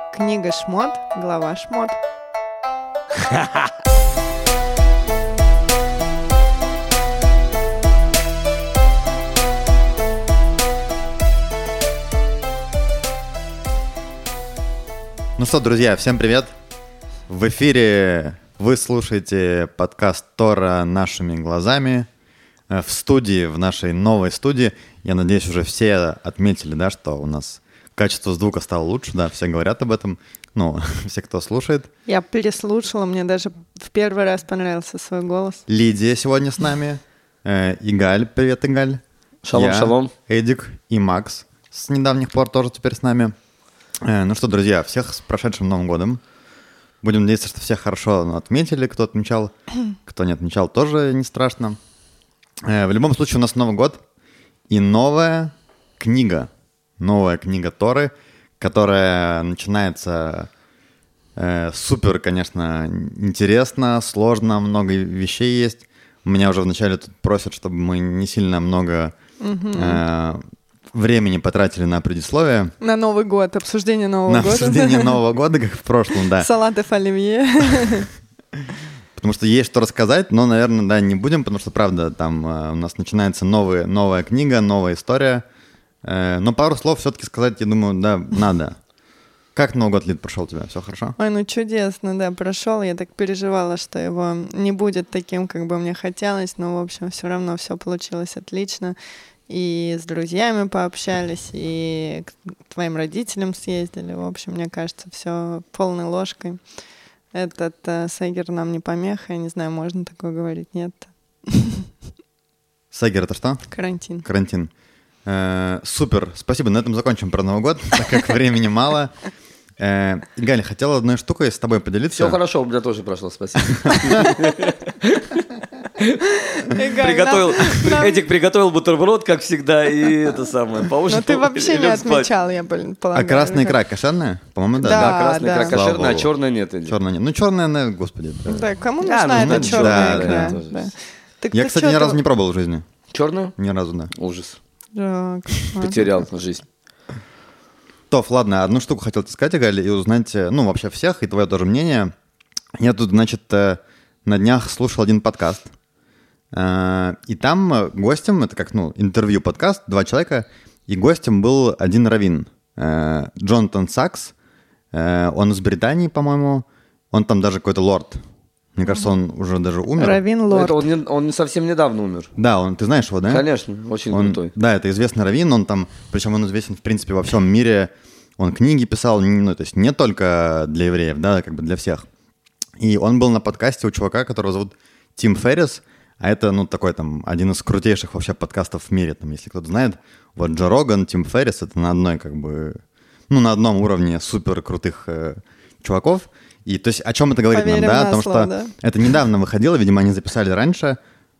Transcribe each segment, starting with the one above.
Книга «Шмот», глава «Шмот». Ну что, друзья, всем привет! В эфире вы слушаете подкаст Тора нашими глазами. В студии, в нашей новой студии. Я надеюсь, уже все отметили, да, что у нас качество звука стало лучше, да, все говорят об этом. Ну, все, кто слушает. Я переслушала, мне даже в первый раз понравился свой голос. Лидия сегодня с нами. Игаль, привет, Игаль. Шалом, шалом. Эдик и Макс с недавних пор тоже теперь с нами. Ну что, друзья, всех с прошедшим Новым годом. Будем надеяться, что всех хорошо отметили, кто отмечал, кто не отмечал, тоже не страшно. В любом случае у нас Новый год и новая книга Торы, которая начинается супер, конечно, интересно, сложно, много вещей есть. Меня уже вначале тут просят, чтобы мы не сильно много времени потратили на предисловие. На Новый год, обсуждение Нового года. На обсуждение Нового года, как в прошлом, да. Салатов оливье. Потому что есть что рассказать, но, наверное, да, не будем, потому что, правда, там у нас начинается новая книга, новая история. Но пару слов все-таки сказать, я думаю, да, надо. Как Новый год, Лид, прошел у тебя? Все хорошо? Ой, ну чудесно, да, прошел. Я так переживала, что его не будет таким, как бы мне хотелось, но, в общем, все равно все получилось отлично. И с друзьями пообщались, и к твоим родителям съездили. В общем, мне кажется, все полной ложкой. Этот Сегер нам не помеха. Я не знаю, можно такое говорить, нет? Сегер — это что? Карантин. Карантин. Супер, спасибо. На этом закончим про Новый год, так как времени мало. Галя, хотела одной штукой с тобой поделиться. Все хорошо, у меня тоже прошло, спасибо. Эдик приготовил бутерброд, как всегда, и это самое, поужинал. Но ты вообще не отмечал, я полагаю. А красная икра кошерная? По-моему, да. Да, красная икра кошерная, а черная нет. Черная нет. Ну, черная, господи. Да, кому нужна эта черная икра? Я, кстати, ни разу не пробовал в жизни. Черную? Ни разу, да. Ужас. Потерял жизнь. Тоф, ладно, одну штуку хотел тебе сказать, Галя, и узнать, ну, вообще всех, и твое тоже мнение. Я тут, значит, на днях слушал один подкаст, и там гостем, это как, ну, интервью-подкаст, 2 человека, и гостем был один раввин, Джонатан Сакс, он из Британии, по-моему, он там даже какой-то лорд. Мне кажется, он уже даже умер. Раввин лорд. Это он совсем недавно умер. Да, ты знаешь его, да? Конечно, очень крутой. Да, это известный раввин, он там, причем он известен, в принципе, во всем мире. Он книги писал, ну, то есть не только для евреев, да, как бы для всех. И он был на подкасте у чувака, которого зовут Тим Феррис, а это, ну, такой там один из крутейших вообще подкастов в мире, там, если кто-то знает. Вот Джо Роган, Тим Феррис, это на одной, как бы, ну, на одном уровне супер крутых чуваков. И то есть о чем это говорит нам, да? О том, что это недавно выходило, видимо, они записали раньше.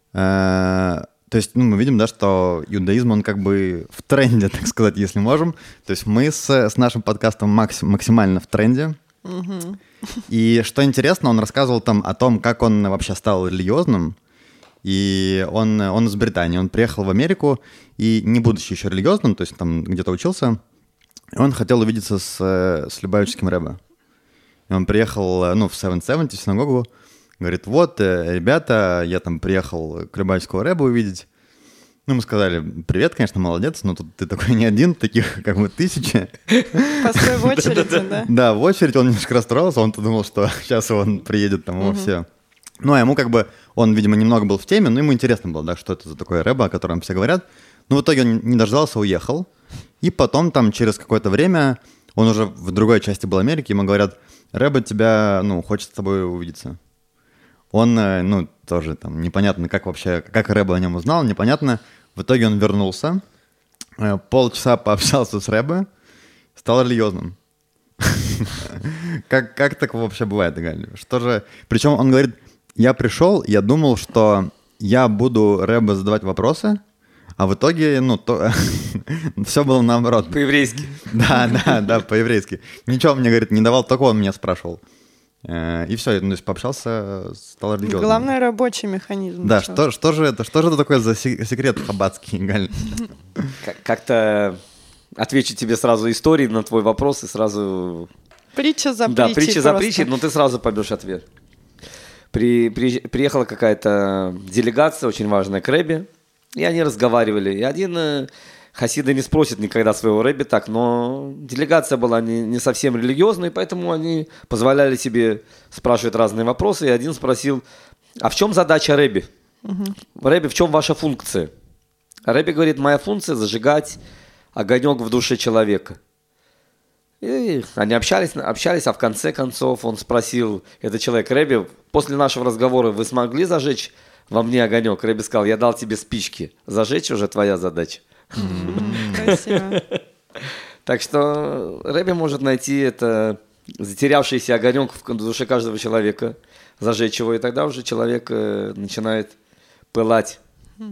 То есть, ну, мы видим, да, что иудаизм, он как бы в тренде, так сказать, если можем. То есть мы с нашим подкастом максимально в тренде. Угу. И что интересно, он рассказывал там о том, как он вообще стал религиозным. И он из Британии, он приехал в Америку, и не будучи еще религиозным, то есть там где-то учился, он хотел увидеться с Любавическим Ребе. И он приехал, ну, в 770, в синагогу, говорит, вот, ребята, я там приехал к Любавическому Ребе увидеть. Ну, мы сказали, привет, конечно, молодец, но тут ты такой не один, таких как бы 1000. Постой в очереди, да? Да, в очередь, он немножко расстроился, он-то думал, что сейчас он приедет там его все. Ну, а ему как бы, он, видимо, немного был в теме, но ему интересно было, да, что это за такое Ребе, о котором все говорят. Ну, в итоге он не дождался, уехал. И потом там через какое-то время, он уже в другой части был Америки, ему говорят, Ребе тебя, ну, хочет с тобой увидеться. Он, ну, тоже там непонятно, как вообще, как Ребе о нем узнал, непонятно. В итоге он вернулся, полчаса пообщался с Ребе, стал религиозным. Как так вообще бывает, Галя? Что же... Причем он говорит, я пришел, я думал, что я буду Ребе задавать вопросы, а в итоге, ну, все было наоборот. По-еврейски. Да, по-еврейски. Ничего мне, говорит, не давал, только он меня спрашивал. И все, то есть пообщался, стал религиозным. Главное, рабочий механизм. Да, что же это такое за секрет хаббатский, Галь? Как-то отвечу тебе сразу историей на твой вопрос и сразу Притча за Да, притчей притча за просто. притчей, но ты сразу поймешь ответ. Приехала какая-то делегация очень важная к Рэбби, и они разговаривали. И один хасида не спросит никогда своего Рэбби так, но делегация была не совсем религиозной, поэтому они позволяли себе спрашивать разные вопросы. И один спросил, а в чем задача Рэбби? Рэбби, в чем ваша функция? А Рэбби говорит, моя функция зажигать огонек в душе человека. И они общались, а в конце концов он спросил, этот человек, Рэбби, после нашего разговора вы смогли зажечь во мне огонек? Рэбби сказал, я дал тебе спички, зажечь уже твоя задача. Спасибо. Так что Рэбби может найти это затерявшийся огонек в душе каждого человека, зажечь его, и тогда уже человек начинает пылать.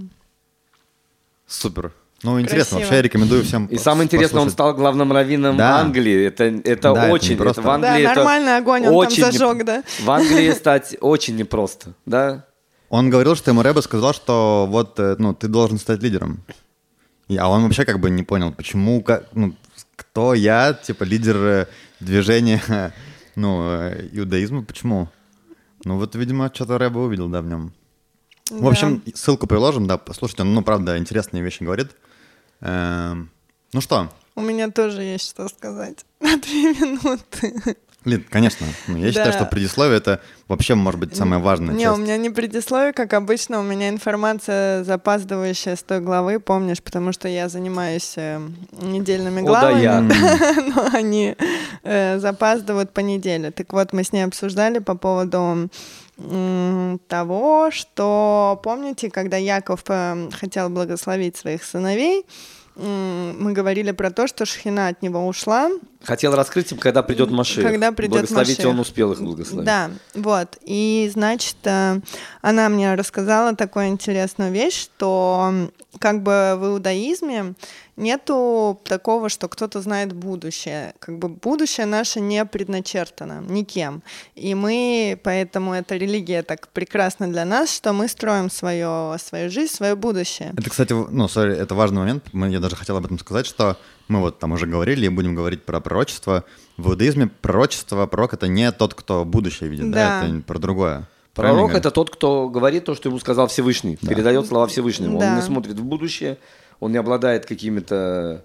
Супер. Ну, интересно, Красиво. вообще я рекомендую всем И самое интересное, он стал главным раввином Да. Англии. Это Да, очень, это не просто. в Англии Да, это нормальный огонь он очень там зажег, да? В Англии стать очень непросто, да? Он говорил, что ему Рэбе сказал, что вот, ты должен стать лидером. А он вообще как бы не понял, почему, кто я, типа, лидер движения, иудаизма, почему? Ну, вот, видимо, что-то Рэбе увидел, да, в нем. В общем, ссылку приложим, да, послушайте, он, правда, интересные вещи говорит. Ну что? У меня тоже есть что сказать. На 2 минуты. Лид, конечно. Я считаю, что предисловие — это вообще, может быть, самая важная Не, часть. у меня не предисловие, как обычно, у меня информация запаздывающая с той главы, помнишь, потому что я занимаюсь недельными главами, но они запаздывают по неделе. Так вот, мы с ней обсуждали по поводу того, что, помните, когда Яков хотел благословить своих сыновей, мы говорили про то, что Шхина от него ушла. Хотел раскрыть им, когда придет Машиах. Когда придет Благословить, Машиах. он успел их благословить. Да, вот. И, значит, она мне рассказала такую интересную вещь, что как бы в иудаизме нету такого, что кто-то знает будущее. Как бы будущее наше не предначертано никем. И мы, поэтому эта религия так прекрасна для нас, что мы строим свою жизнь, свое будущее. Это, кстати, это важный момент. Я даже хотел об этом сказать, что мы вот там уже говорили и будем говорить про пророчество. В иудаизме пророк — это не тот, кто будущее видит, да, это про другое. Пророк — это тот, кто говорит то, что ему сказал Всевышний, да. Передает слова Всевышнему. Да. Он не смотрит в будущее, он не обладает какими-то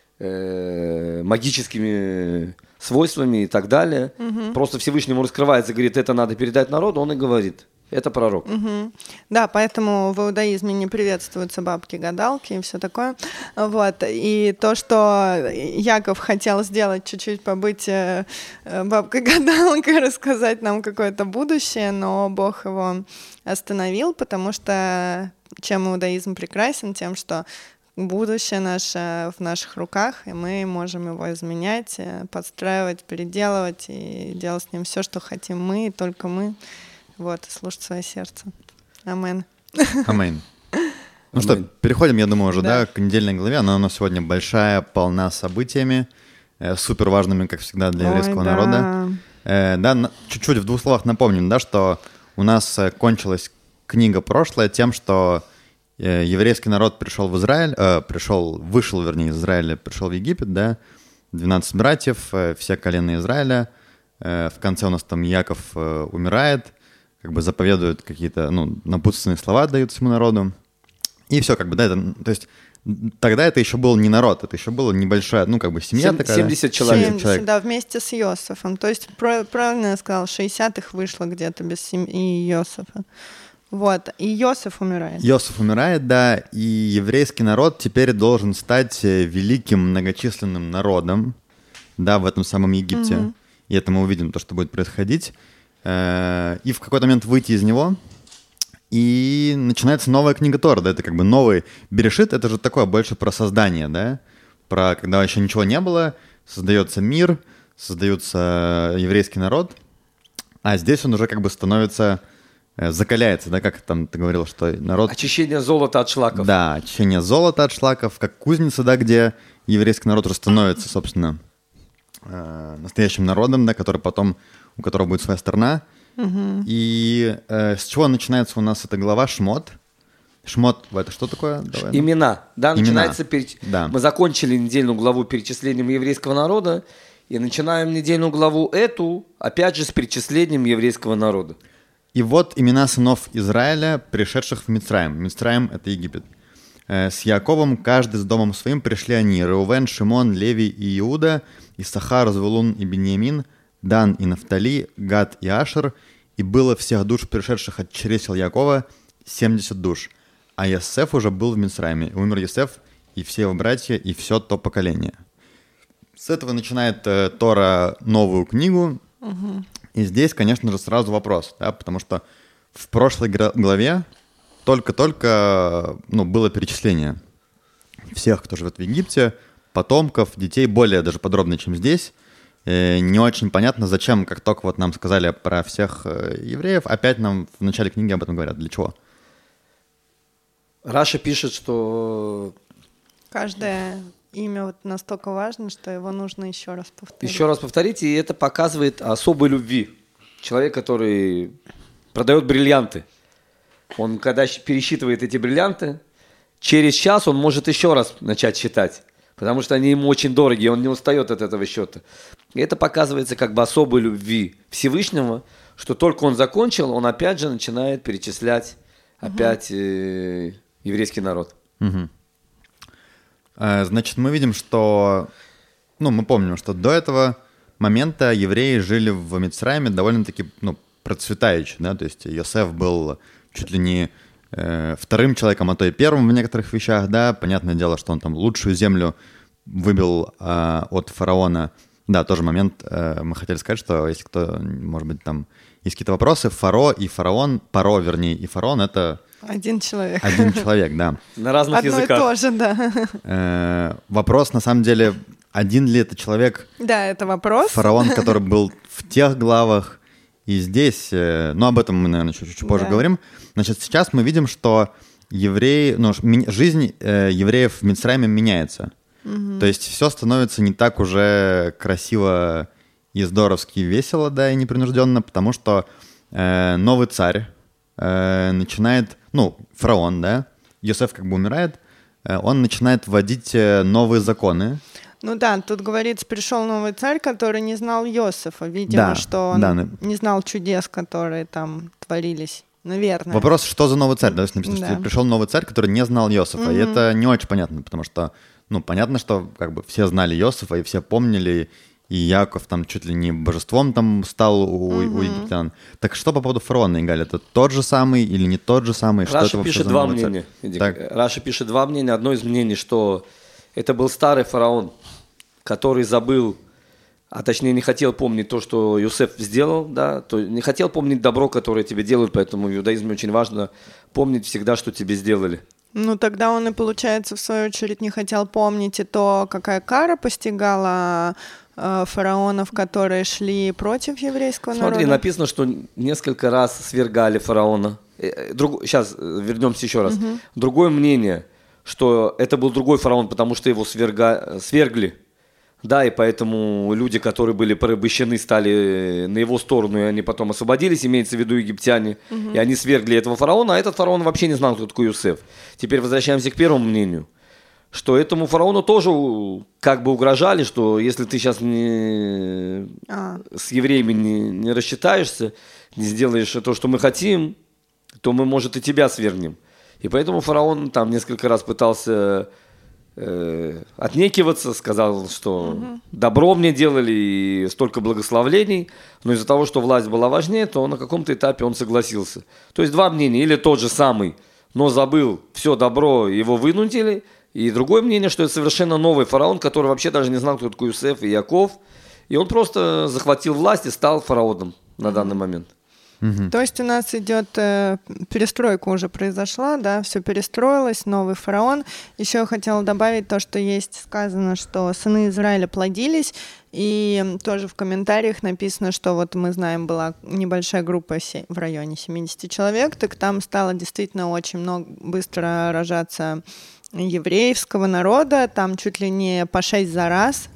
магическими свойствами и так далее. Просто Всевышнему раскрывается, говорит, это надо передать народу, он и говорит. Это пророк. Да, поэтому в иудаизме не приветствуются бабки-гадалки и все такое. Вот. И то, что Яков хотел сделать, чуть-чуть побыть бабкой-гадалкой, рассказать нам какое-то будущее, но Бог его остановил, потому что чем иудаизм прекрасен? Тем, что будущее наше в наших руках, и мы можем его изменять, подстраивать, переделывать и делать с ним все, что хотим мы, и только мы. Вот, и слушать свое сердце. Амен. Амин. Ну что, переходим, я думаю, уже, да, к недельной главе. Она у нас сегодня большая, полна событиями, супер важными, как всегда, для еврейского народа. Да, чуть-чуть в 2 словах напомним, да, что у нас кончилась книга прошлая тем, что еврейский народ вышел из Израиля, пришел в Египет, да, 12 братьев, все колена Израиля. В конце у нас там Яков умирает, как бы заповедуют какие-то, напутственные слова дают всему народу. И все, как бы, да, то есть тогда это еще был не народ, это еще была небольшая, семья такая. 70 человек. 70, да, вместе с Иосифом. То есть, правильно я сказала, 60-х вышло где-то без семьи Иосифа. Вот, и Иосиф умирает. Иосиф умирает, да, и еврейский народ теперь должен стать великим многочисленным народом, да, в этом самом Египте. И это мы увидим, то, что будет происходить. И в какой-то момент выйти из него, и начинается новая книга Тора, да, это как бы новый Берешит, это же такое больше про создание, да, про когда еще ничего не было, создается мир, создается еврейский народ, а здесь он уже как бы становится, закаляется, да, как там ты говорил, что народ... Очищение золота от шлаков. Да, очищение золота от шлаков, как кузница, да, где еврейский народ уже становится, собственно, настоящим народом, да, который потом, у которого будет своя страна. И с чего начинается у нас эта глава Шмот? Шмот, это что такое? Давай, Имена. Да, Имена. начинается... Да. Мы закончили недельную главу перечислением еврейского народа, И начинаем недельную главу эту, опять же, с перечислением еврейского народа. И вот имена сынов Израиля, пришедших в Мицраим. Мицраим — это Египет. С Яковом, каждый с домом своим, пришли они: Реувен, Шимон, Леви и Иуда, Иссахар, Звулун и Беньямин, Дан и Нафтали, Гад и Ашер. И было всех душ, пришедших от чресел Якова, 70 душ. А Йосеф уже был в Мицраиме. И умер Йосеф, и все его братья, и все то поколение. С этого начинает Тора новую книгу. Угу. И здесь, конечно же, сразу вопрос, да, потому что в прошлой главе только-только было перечисление всех, кто живет в Египте, потомков, детей, более даже подробно, чем здесь. Не очень понятно, зачем, как только вот нам сказали про всех евреев, опять нам в начале книги об этом говорят. Для чего? Раша пишет, что... Каждое имя вот настолько важно, что его нужно еще раз повторить. Еще раз повторить, и это показывает особой любви. Человек, который продает бриллианты, он, когда пересчитывает эти бриллианты, через час он может еще раз начать считать, потому что они ему очень дороги, и он не устает от этого счета. И это показывается как бы особой любви Всевышнего, что только он закончил, он опять же начинает перечислять опять еврейский народ. Угу. Значит, мы видим, что... мы помним, что до этого момента евреи жили в Мицраиме довольно-таки процветающе, да, то есть Йосеф был чуть ли не вторым человеком, а то и первым в некоторых вещах, да, понятное дело, что он там лучшую землю выбил от фараона. Да, тоже момент, мы хотели сказать, что если кто, может быть, там есть какие-то вопросы, Паро и фараон — это... Один человек. Один человек, да. На разных языках. Одно и то же, да. Вопрос, на самом деле, один ли это человек? Да, это вопрос. Фараон, который был в тех главах и здесь. Об этом мы, наверное, чуть позже говорим. Значит, сейчас мы видим, что жизнь евреев в Мицраиме меняется. То есть все становится не так уже красиво и здоровски весело, да, и непринужденно, потому что новый царь начинает, фараон, да, Йосеф как бы умирает, он начинает вводить новые законы. Тут говорится, пришел новый царь, который не знал Йосефа, видимо, что он не знал чудес, которые там творились. Наверное. Вопрос, что за новый царь, да, написано, что пришел новый царь, который не знал Йосефа, и это не очень понятно, потому что, понятно, что как бы все знали Йосефа, и все помнили, и Яков там чуть ли не божеством там стал у египтян. Так что по поводу фараона, Игаль, это тот же самый или не тот же самый? Раша пишет два мнения. Раша пишет два мнения. Одно из мнений, что это был старый фараон, который забыл, а точнее не хотел помнить то, что Йосеф сделал, да, то не хотел помнить добро, которое тебе делают, поэтому в иудаизме очень важно помнить всегда, что тебе сделали. Тогда он и, получается, в свою очередь не хотел помнить и то, какая кара постигала фараонов, которые шли против еврейского народа. Смотри, написано, что несколько раз свергали фараона. Сейчас вернемся еще раз. Другое мнение, что это был другой фараон, потому что его свергли. Да, и поэтому люди, которые были порабощены, стали на его сторону, и они потом освободились, имеется в виду египтяне, и они свергли этого фараона, а этот фараон вообще не знал, кто такой Йосеф. Теперь возвращаемся к первому мнению, что этому фараону тоже как бы угрожали, что если ты сейчас с евреями не рассчитаешься, не сделаешь то, что мы хотим, то мы, может, и тебя свергнем. И поэтому фараон там несколько раз пытался отнекиваться, сказал, что добро мне делали и столько благословлений, но из-за того, что власть была важнее, то на каком-то этапе он согласился. То есть два мнения, или тот же самый, но забыл все добро, его вынудили, и другое мнение, что это совершенно новый фараон, который вообще даже не знал, кто такой Йосеф и Яков, и он просто захватил власть и стал фараоном на данный момент. То есть у нас идет перестройка уже произошла, да, все перестроилось, новый фараон. Еще я хотела добавить то, что есть сказано, что сыны Израиля плодились, и тоже в комментариях написано, что вот мы знаем, была небольшая группа в районе 70 человек, так там стало действительно очень быстро рожаться еврейского народа, там чуть ли не по 6 за раз.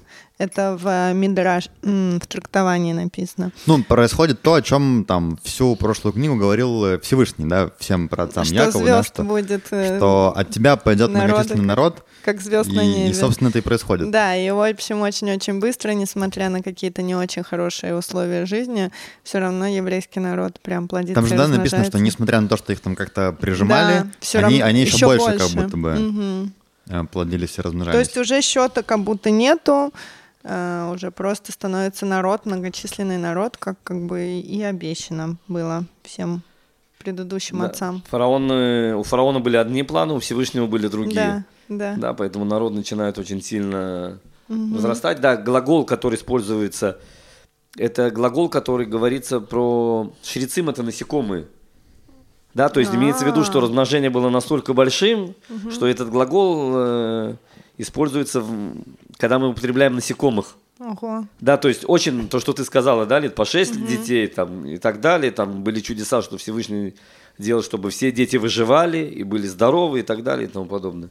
Это в Мидраш, в трактовании написано. Ну, происходит то, о чем там всю прошлую книгу говорил Всевышний, да, всем праотцам Якову, да, что от тебя пойдет многочисленный народ, как звезд на небе. И, собственно, это и происходит. Да, и, в общем, очень-очень быстро, несмотря на какие-то не очень хорошие условия жизни, все равно еврейский народ прям плодится. Там же, да, написано, что несмотря на то, что их там как-то прижимали, да, они еще больше как будто бы плодились и размножались. То есть уже счета как будто нету, уже просто становится народ, многочисленный народ, как бы и обещано было всем предыдущим отцам. У фараона были одни планы, у Всевышнего были другие. Да. Поэтому народ начинает очень сильно возрастать. Да, глагол, который используется, это глагол, который говорится про шрицим, это насекомые. Да, то есть имеется в виду, что размножение было настолько большим, что этот глагол используется, когда мы употребляем насекомых. Ого. Да, то есть очень, то, что ты сказала, да, лет по 6 детей там, и так далее, там были чудеса, что Всевышний делал, чтобы все дети выживали и были здоровы и так далее и тому подобное.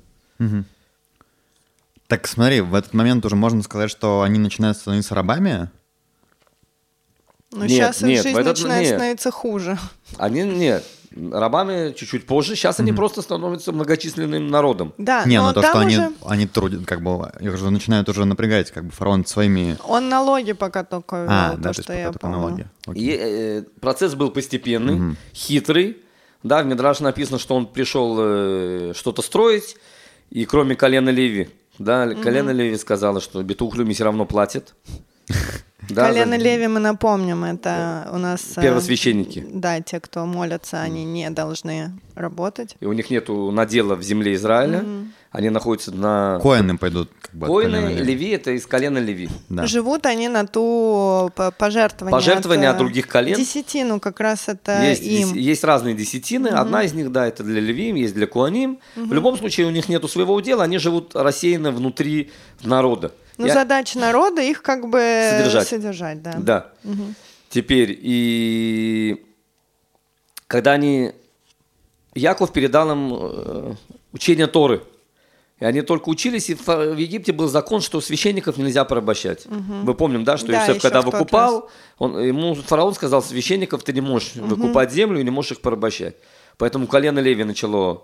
Так смотри, в этот момент уже можно сказать, что они начинают становиться рабами? Ну, сейчас их жизнь начинает становиться хуже. Рабами чуть-чуть позже. Сейчас они просто становятся многочисленным народом. Да, но то, что они трудят, как бы, их же начинают уже напрягать, как бы фараон своими... Он налоги пока только вел, да, что я помню. И процесс был постепенный, хитрый. Да, в Мидраше написано, что он пришел что-то строить, и кроме колена Леви, да, колено Леви сказала, что Бетухлюми все равно платит. Да, колено Леви, мы напомним, это у нас... Первосвященники. Да, те, кто молятся, они не должны работать. И у них нету надела в земле Израиля. Они находятся на... Коэны пойдут. Как бы, Коэны, Леви, это из колена Леви. Да. Живут они на ту пожертвование от других колен. Десятину, как раз это им. Есть разные десятины. Одна из них, да, это для Левиим, есть для Коаним. В любом случае у них нету своего удела, они живут рассеянно внутри народа. Ну, задача народа их как бы содержать, да. Да. Теперь, и когда Яков передал им учение Торы, и они только учились, и в Египте был закон, что священников нельзя порабощать. Мы помним, да, что Иосиф, когда выкупал, ему фараон сказал, священников ты не можешь выкупать землю и не можешь их порабощать. Поэтому колено Леви начало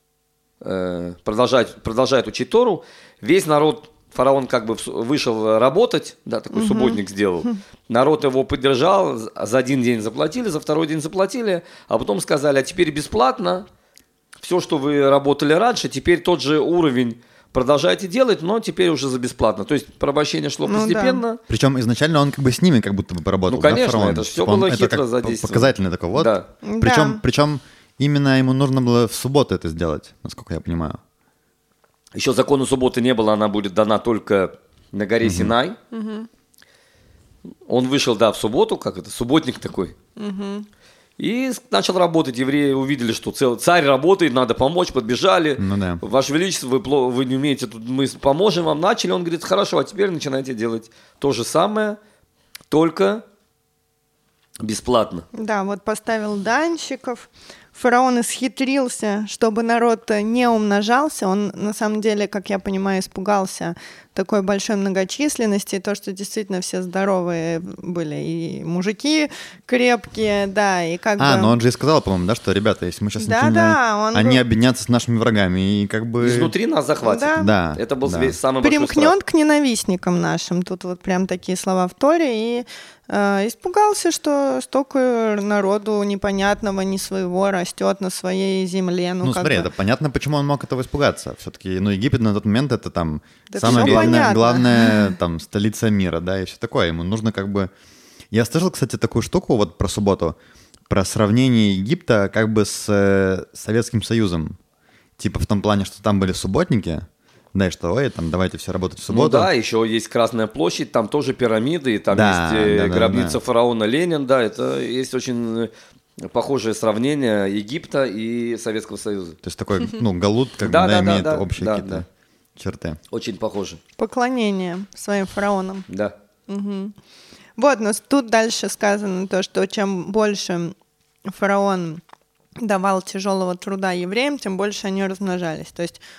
продолжать учить Тору. Весь народ, фараон как бы вышел работать, да, такой субботник сделал. Народ его поддержал, за один день заплатили, за второй день заплатили, а потом сказали, а теперь бесплатно. Все, что вы работали раньше, теперь тот же уровень продолжаете делать, но теперь уже за бесплатно. То есть порабощение шло постепенно. Да. Причем изначально он как бы с ними как будто бы поработал. Ну, конечно, да, это все было хитро задействовано. Показательный такой вот. Да. Причем именно ему нужно было в субботу это сделать, насколько я понимаю. Еще закона субботы не было, она будет дана только на горе Синай. Он вышел, да, в субботу, как это, субботник такой. И начал работать. Евреи увидели, что царь работает, надо помочь, подбежали. Ну, да. Ваше Величество, вы не умеете, тут мы поможем вам. Начали, он говорит, хорошо, а теперь начинайте делать то же самое, только бесплатно. Да, вот поставил данщиков. Фараон исхитрился, чтобы народ не умножался. Он, на самом деле, как я понимаю, испугался такой большой многочисленности, то, что действительно все здоровые были, и мужики крепкие, да, и как бы... но он же и сказал, по-моему, да, что, ребята, если мы сейчас начнем, они объединятся с нашими врагами, и как бы... Изнутри нас захватят. Да. Это был самый большой страх. Примкнет к ненавистникам нашим. Тут вот прям такие слова в Торе, и испугался, что столько народу непонятного, не своего растет на своей земле. Ну смотри, это понятно, почему он мог этого испугаться. Все-таки, Египет на тот момент это там да самая главная там столица мира, да, и все такое. Ему нужно как бы... Я слышал, кстати, такую штуку вот про субботу, про сравнение Египта как бы с Советским Союзом. Типа в том плане, что там были субботники, да, и что, там давайте все работать в субботу. Ну да, еще есть Красная площадь, там тоже пирамиды, там есть гробница фараона Ленина, да, это есть очень похожее сравнение Египта и Советского Союза. То есть такой, галут как бы имеет общие какие-то черты. Очень похоже. Поклонение своим фараонам. Да. Вот, но тут дальше сказано то, что чем больше фараон давал тяжелого труда евреям, тем больше они размножались. То есть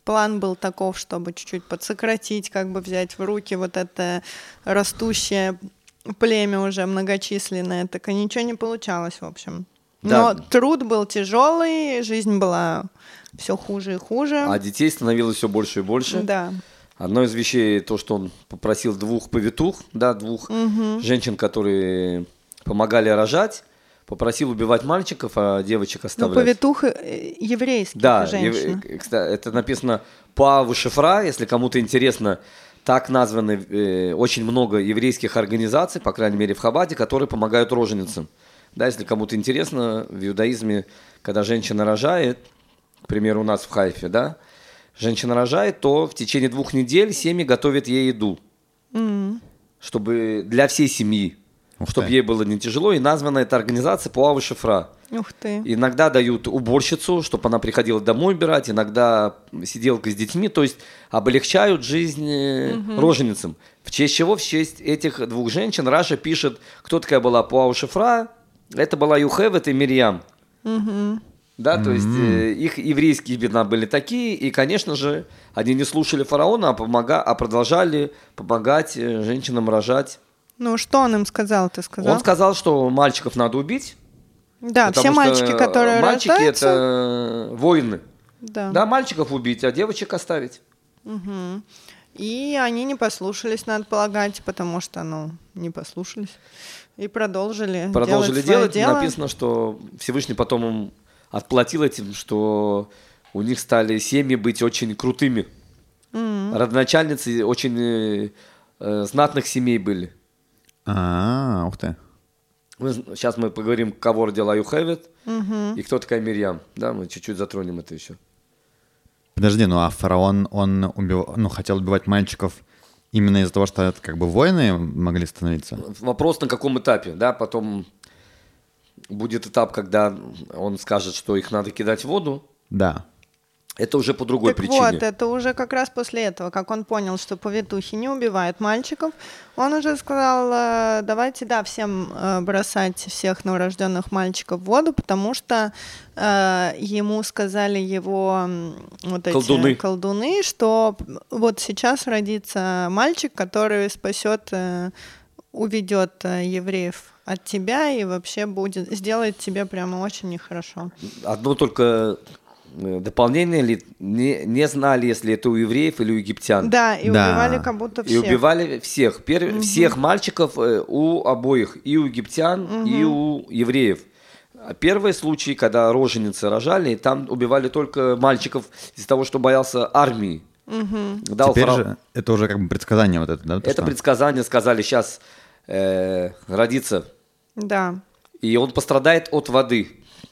план был таков, чтобы чуть-чуть подсократить, как бы взять в руки вот это растущее племя уже многочисленное, так и ничего не получалось, в общем. Да. Но труд был тяжелый, жизнь была все хуже и хуже. А детей становилось все больше и больше. Да. Одно из вещей, то, что он попросил 2 повитух, да, 2 женщин, которые помогали рожать, попросил убивать мальчиков, а девочек оставлять. Ну, повитух еврейских Да, женщин. это написано по Шифра, если кому-то интересно, так названы очень много еврейских организаций, по крайней мере в Хабаде, которые помогают роженицам. Да, если кому-то интересно, в иудаизме, когда женщина рожает, к примеру, у нас в Хайфе, да, женщина рожает, то в течение 2 недель семьи готовят ей еду, чтобы для всей семьи, чтобы ей было не тяжело, и названа эта организация Пуава Шифра. Ух ты. Иногда дают уборщицу, чтобы она приходила домой убирать, иногда сиделка с детьми, то есть облегчают жизнь роженицам. В честь чего? В честь этих 2 женщин Раша пишет, кто такая была Пуава Шифра. Это была Юхевет и Мирьям. Да, то есть их еврейские имена были такие, и, конечно же, они не слушали фараона, а продолжали помогать женщинам рожать. Ну, что он им сказал, ты сказал? Он сказал, что мальчиков надо убить. Да, все мальчики, которые мальчики рождаются... это воины. Да. Да, мальчиков убить, а девочек оставить. И они не послушались, надо полагать, потому что, не послушались. И продолжили делать. дело. Написано, что Всевышний потом им отплатил этим, что у них стали семьи быть очень крутыми. Родоначальницы очень знатных семей были. Ух ты. Сейчас мы поговорим, кого родила Юхевет и кто такая Мирьям. Да, мы чуть-чуть затронем это еще. Подожди, а фараон, он хотел убивать мальчиков именно из-за того, что это как бы воины могли становиться? Вопрос, на каком этапе, да, потом будет этап, когда он скажет, что их надо кидать в воду. Да. Это уже по другой причине. Вот, это уже как раз после этого, как он понял, что повитухи не убивают мальчиков, он уже сказал, давайте, всем бросать всех новорожденных мальчиков в воду, потому что ему сказали его эти колдуны, что вот сейчас родится мальчик, который спасет, уведет евреев от тебя и вообще сделает тебе прямо очень нехорошо. Одно только... дополнение, не знали, если это у евреев или у египтян. Да, и убивали как будто всех. И убивали всех. Всех мальчиков у обоих, и у египтян, и у евреев. Первый случай, когда роженицы рожали, там убивали только мальчиков из-за того, что боялся армии. Теперь же это уже как бы предсказание вот это, да? Это предсказание, сказали, сейчас родится. Да. И он пострадает от воды.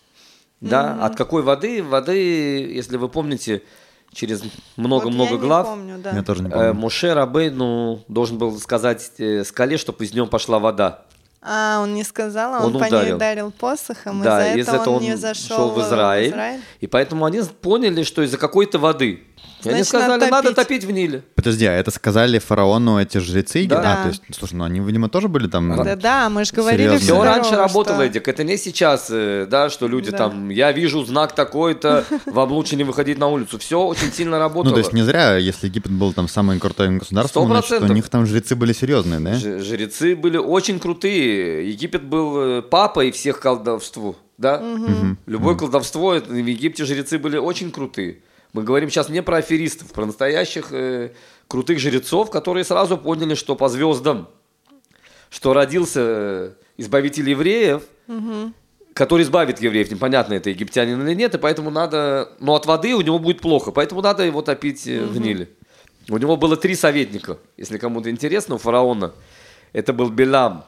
Да, от какой воды? Воды, если вы помните, через много-много глав, я не помню, да. Я тоже не помню. Моше Рабейну должен был сказать скале, чтобы из нее пошла вода. Он не сказал, он по ней ударил посохом, да, из-за этого он не зашел в Израиль. И поэтому они поняли, что из-за какой-то воды. И они сказали, надо топить в Ниле. Подожди, а это сказали фараону эти жрецы? Да. То есть, слушай, они, видимо, тоже были там... Да, мы же говорили все раньше работало, Эдик. Это не сейчас, да, что люди там, я вижу знак такой-то, вам лучше не выходить на улицу. Все очень сильно работало. То есть не зря, если Египет был там самым крутым государством, значит, у них там жрецы были серьезные, да? Жрецы были очень крутые. Египет был папой всех колдовству, да? Любое колдовство, в Египте жрецы были очень крутые. Мы говорим сейчас не про аферистов, про настоящих крутых жрецов, которые сразу поняли, что по звездам, что родился избавитель евреев, который избавит евреев, непонятно, это египтянин или нет, и поэтому надо... Но от воды у него будет плохо, поэтому надо его топить в Ниле. У него было 3 советника, если кому-то интересно, у фараона. Это был Билам.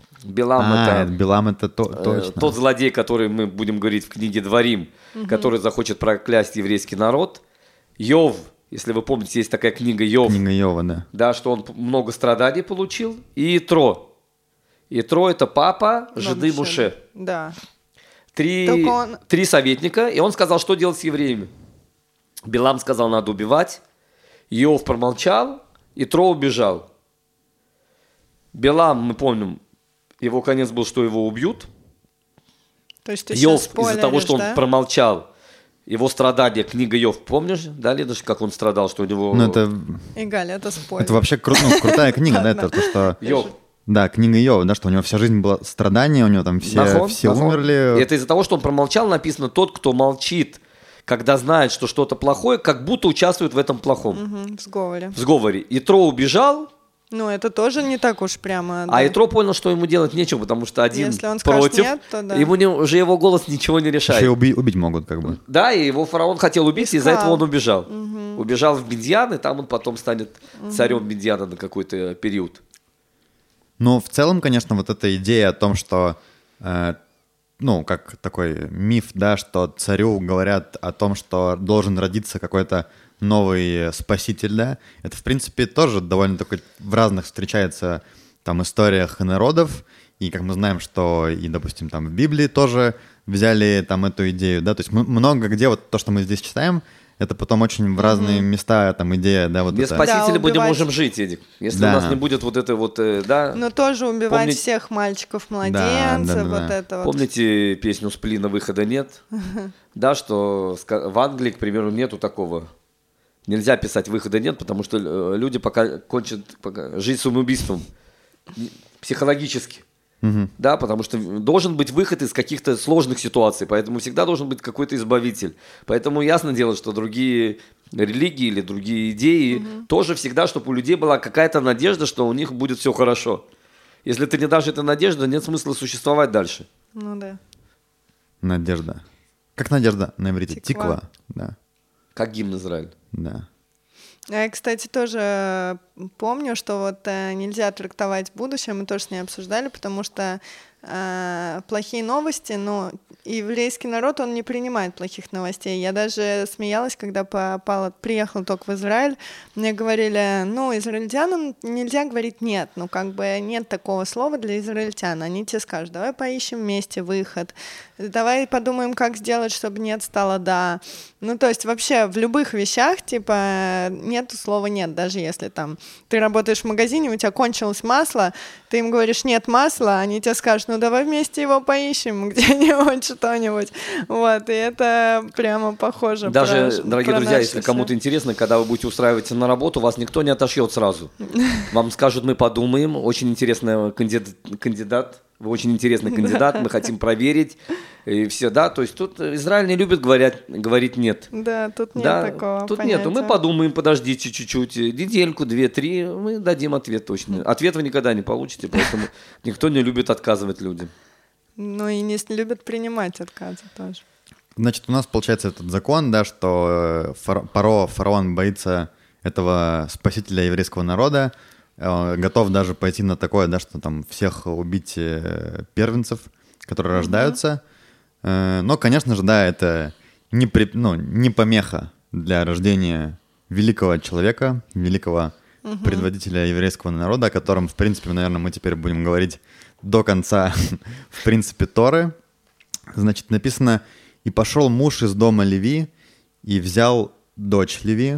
Билам это точно. Тот злодей, который мы будем говорить в книге Дворим, который захочет проклясть еврейский народ. Йов, если вы помните, есть такая книга Йов. Книга Йова, да. Да, что он много страданий получил. И Итро. Итро это папа жиды Моше. Да. 3 советника, и он сказал, что делать с евреями. Билам сказал, надо убивать. Йов промолчал, Итро убежал. Билам, мы помним, его конец был, что его убьют. То есть ты Йов сейчас спойлеришь, из-за того, что он промолчал, его страдания, книга Йов, помнишь, да, Лидочка, как он страдал, что у него... Ну, это... Игаль, это спойлер. Это вообще крутая книга, да, это то, что... Йов. Да, книга Йова, да, что у него вся жизнь была страдания, у него там все умерли. И это из-за того, что он промолчал, написано, тот, кто молчит, когда знает, что что-то плохое, как будто участвует в этом плохом. В сговоре. В сговоре. Итро убежал, Ну, это тоже не так уж прямо. а Итро понял, что ему делать нечего, потому что один Если он скажет против, нет, то да. ему уже его голос ничего не решает. Еще и убить могут, как бы. Да, и его фараон хотел убить, и из-за Искал. этого он убежал. Убежал в Медьян, и там он потом станет царем Медьяна на какой-то период. Но в целом, конечно, вот эта идея о том, что, ну, как такой миф, да, что царю говорят о том, что должен родиться какой-то новый спаситель, да, это, в принципе, тоже довольно такой в разных встречается там историях народов, и как мы знаем, что и, допустим, там в Библии тоже взяли там эту идею, да, то есть много где вот то, что мы здесь читаем, это потом очень в разные места там идея, да, вот Без это. спасителя Да, мы не убивать. можем жить, Эдик. Если Да. у нас не будет вот этой вот, да... Но тоже убивать Помните- всех мальчиков, младенцев, да. вот это вот. Помните песню «Сплина выхода нет»? Да, что в Англии, к примеру, нету такого. Нельзя писать «выхода нет», потому что люди пока кончат жизнь самоубийством. Психологически. Да, потому что должен быть выход из каких-то сложных ситуаций, поэтому всегда должен быть какой-то избавитель. Поэтому ясно дело, что другие религии или другие идеи тоже всегда, чтобы у людей была какая-то надежда, что у них будет все хорошо. Если ты не дашь этой надежды, нет смысла существовать дальше. Ну да. Надежда. Как надежда на иврите? Тиква. Тиква. Да, Как гимн Израиль. да. Я, кстати, тоже помню, что вот нельзя трактовать будущее, мы тоже с ней обсуждали, потому что плохие новости, но еврейский народ, он не принимает плохих новостей. Я даже смеялась, когда приехала только в Израиль, мне говорили, ну, израильтянам нельзя говорить «нет», ну, как бы нет такого слова для израильтян. Они тебе скажут, давай поищем вместе выход, давай подумаем, как сделать, чтобы «нет» стало «да». Ну, то есть вообще в любых вещах, типа, нету слова «нет», даже если там ты работаешь в магазине, у тебя кончилось масло, ты им говоришь «нет масла», они тебе скажут, ну, давай вместе его поищем где-нибудь что-нибудь. Вот, и это прямо похоже. Даже, дорогие про друзья, наше если всё. кому-то интересно, когда вы будете устраиваться на работу, вас никто не отошьет сразу. Вам скажут, мы подумаем, очень интересный кандидат, вы очень интересный кандидат, мы хотим проверить. И все, да, то есть тут Израиль не любит говорить «нет». Да, тут нет Да, такого тут понятия. нету. Мы подумаем, подождите чуть-чуть, недельку, 2-3, мы дадим ответ точно. Ответ вы никогда не получите, поэтому никто не любит отказывать людям. Ну и не любят принимать отказы тоже. Значит, у нас получается этот закон, да, что фараон боится этого спасителя еврейского народа, готов даже пойти на такое, да, что там всех убить первенцев, которые рождаются. Но, конечно же, да, это не помеха для рождения великого человека, великого предводителя еврейского народа, о котором, в принципе, наверное, мы теперь будем говорить до конца, в принципе, Торы. Значит, написано: «И пошел муж из дома Леви, и взял дочь Леви,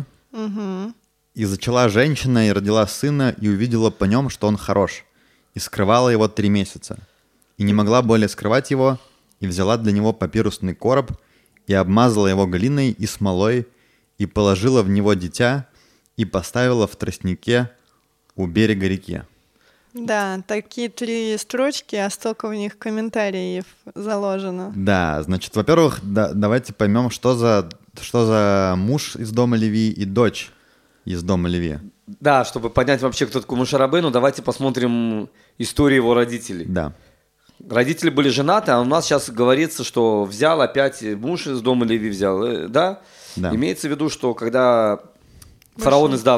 и зачала женщина, и родила сына, и увидела по нем, что он хорош, и скрывала его 3 месяца, и не могла более скрывать его, и взяла для него папирусный короб, и обмазала его глиной и смолой, и положила в него дитя, и поставила в тростнике у берега реки». Да, такие 3 строчки, а столько в них комментариев заложено. Да, значит, во-первых, давайте поймем, что за муж из дома Леви и дочь из дома Леви. Да, чтобы понять вообще, кто такой Моше Рабейну, давайте посмотрим историю его родителей. Да. Родители были женаты, а у нас сейчас говорится, что взял опять муж из дома Леви взял, да? Да. Имеется в виду, что когда фараон издал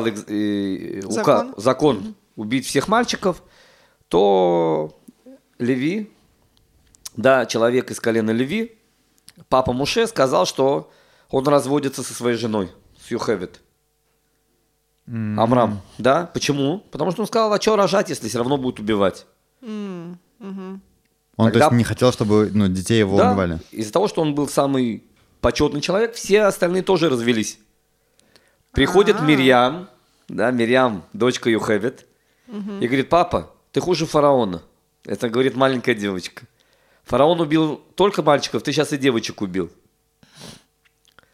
закон убить всех мальчиков, то Леви, да, человек из колена Леви, папа Моше сказал, что он разводится со своей женой, с Йохевед. Амрам, да? Почему? Потому что он сказал, а что рожать, если все равно будут убивать? Он, Тогда- то есть, не хотел, чтобы детей его Да, убивали. из-за того, что он был самый почетный человек, все остальные тоже развелись. Приходит Мирьям, да, Мирьям, дочка Йохевед, и говорит: папа, ты хуже фараона. Это говорит маленькая девочка. Фараон убил только мальчиков, ты сейчас и девочек убил.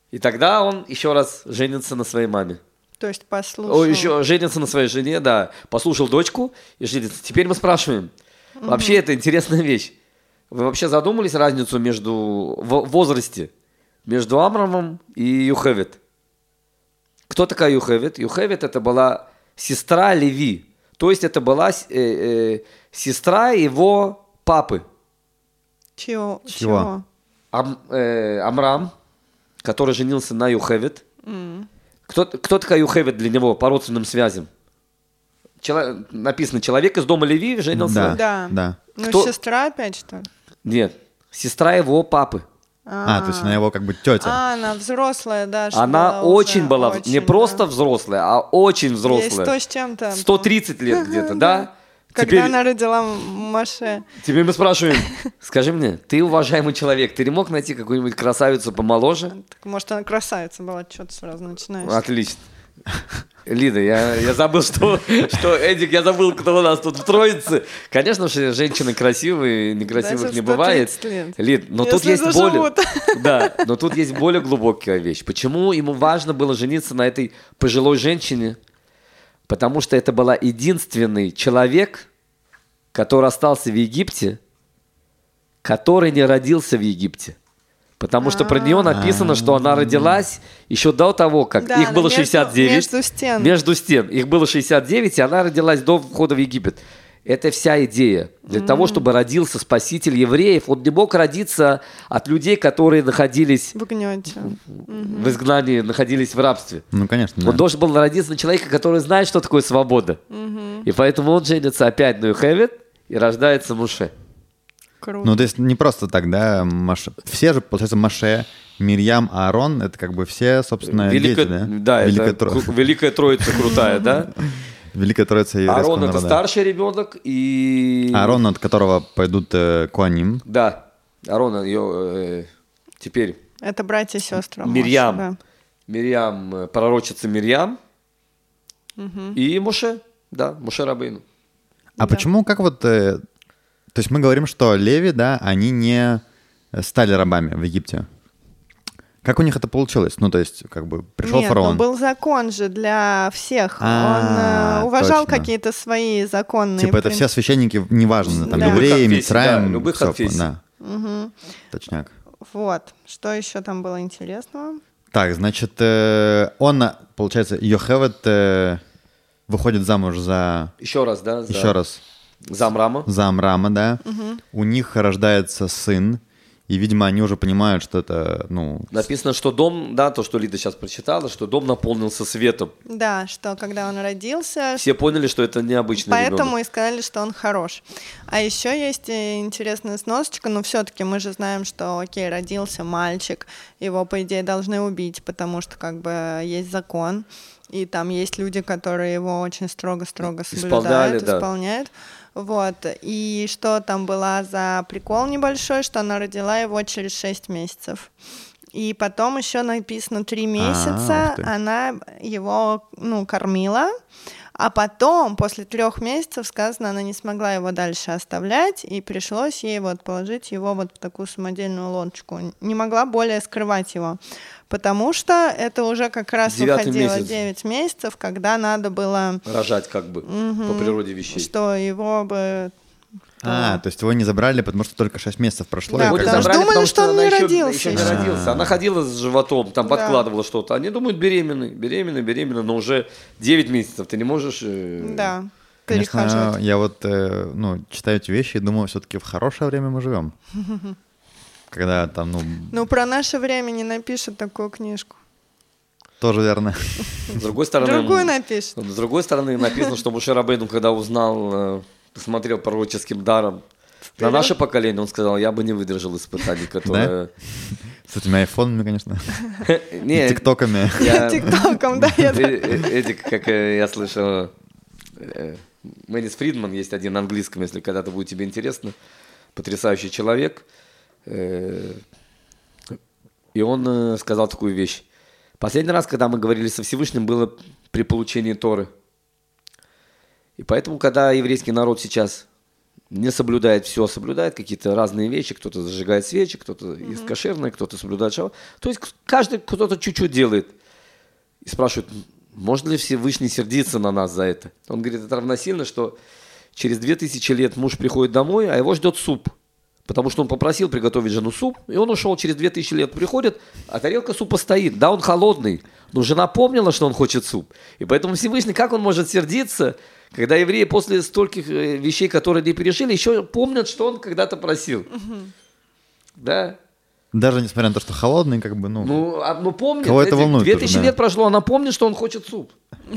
И тогда он еще раз женится на своей маме. То есть послушал. Еще женится на своей жене, да. Послушал дочку и женится. Теперь мы спрашиваем. Вообще это интересная вещь. Вы вообще задумались разницу в возрасте между Амрамом и Юхевед? Кто такая Юхевед? Юхевед это была сестра Леви. То есть это была сестра его папы. Чего? Амрам, который женился на Юхевед. Кто такая Юхевед для него по родственным связям? Написано, человек из дома Леви женился. Да. Ну, сестра опять, что ли? Нет, сестра его папы. То есть она его как бы тетя. Она взрослая, да. Она очень была, не просто взрослая, а очень взрослая. Ей 100 с чем-то. 130 лет где-то, да? Когда она родила Моше. Теперь мы спрашиваем, скажи мне, ты уважаемый человек, ты не мог найти какую-нибудь красавицу помоложе? Так, может, она красавица была, что-то сразу начинаешь. Отлично. Лида, я забыл, что Эдик, я забыл, кто у нас тут в троице. Конечно же, женщины красивые, некрасивых не бывает. Лид, но тут есть но тут есть более глубокая вещь. Почему ему важно было жениться на этой пожилой женщине? Потому что это была единственный человек, который остался в Египте, который не родился в Египте. Потому что про нее написано, что она родилась еще до того, как их было 69. Между стен. Их было 69, и она родилась до входа в Египет. Это вся идея. Для того, чтобы родился спаситель евреев, он не мог родиться от людей, которые находились в гнете, в изгнании, находились в рабстве. Ну, конечно. Он должен был родиться на человека, который знает, что такое свобода. И поэтому он женится опять на Юхевед и рождается Моше. Круто. Ну, то есть не просто так, да? Все же, получается, Моше, Мирьям, Аарон, это как бы все, собственно, дети, да? Да, Великая Троица крутая, да? Великая Троица еврейского народа. Аарон — это старший ребенок, и... Аарон, от которого пойдут Коаним. Да, Аарон, ее теперь... Это братья и сестры. Мирьям. Да. Мирьям, пророчица Мирьям. И Моше, да, Моше Рабейну. А почему, как вот... То есть мы говорим, что Леви, да, они не стали рабами в Египте. Как у них это получилось? Ну, то есть, как бы пришел фараон. Нет, был закон же для всех. Он уважал какие-то свои законные типа это все священники, неважно, там, евреи, Мицраим. Любых конфессий. Да. Точняк. Вот. Что еще там было интересного? Так, значит, он, получается, Йохевед выходит замуж за... Еще раз, да? Еще раз. За Амрама. За Амрама, да. У них рождается сын, и, видимо, они уже понимают, что это, ну... Написано, что дом, да, то, что Лида сейчас прочитала, что дом наполнился светом. Да, что когда он родился... Все поняли, что это необычный ребенок. Поэтому и сказали, что он хорош. А еще есть интересная сносочка, но все-таки мы же знаем, что, окей, родился мальчик, его, по идее, должны убить, потому что, как бы, есть закон, и там есть люди, которые его очень строго-строго соблюдают, исполняют. Вот, и что там была за прикол небольшой, что она родила его через 6 месяцев. И потом еще написано 3 месяца она его, кормила, а потом, после 3 месяцев, сказано, она не смогла его дальше оставлять, и пришлось ей вот положить его вот в такую самодельную лодочку. Не могла более скрывать его, потому что это уже как раз выходило 9 месяцев, когда надо было... Рожать как бы, по природе вещей. Что его бы... то есть его не забрали, потому что только 6 месяцев прошло. Да, потому что думали, что он не родился. Еще не родился. Она ходила с животом, там подкладывала что-то. Они думают, беременна, но уже 9 месяцев. Ты не можешь... Да, конечно, я вот читаю эти вещи и думаю, все-таки в хорошее время мы живем. Когда там, про наше время не напишут такую книжку. Тоже верно. С другой стороны... Другую напишет. С другой стороны, написано, что Моше Рабейну, когда узнал... посмотрел пророческим даром на наше поколение, он сказал, я бы не выдержал испытаний, которые... С этими айфонами, конечно. И тиктоками. Тиктоком, да. Эдик, как я слышал, Мэнис Фридман, есть один на английском, если когда-то будет тебе интересно, потрясающий человек. И он сказал такую вещь. Последний раз, когда мы говорили со Всевышним, было при получении Торы. И поэтому, когда еврейский народ сейчас не соблюдает все, соблюдает какие-то разные вещи. Кто-то зажигает свечи, кто-то ест кошерное, кто-то соблюдает шаббат. То есть каждый кто-то чуть-чуть делает. И спрашивают, может ли Всевышний сердиться на нас за это? Он говорит, это равносильно, что через 2000 лет муж приходит домой, а его ждет суп. Потому что он попросил приготовить жену суп, и он ушел, через 2000 лет приходит, а тарелка супа стоит. Да, он холодный, но жена помнила, что он хочет суп. И поэтому Всевышний, как он может сердиться, когда евреи после стольких вещей, которые они пережили, еще помнят, что он когда-то просил. Да? Даже несмотря на то, что холодный, как бы, Ну, помнит. Кого это волнует 2000 тоже, да. лет прошло, она помнит, что он хочет суп.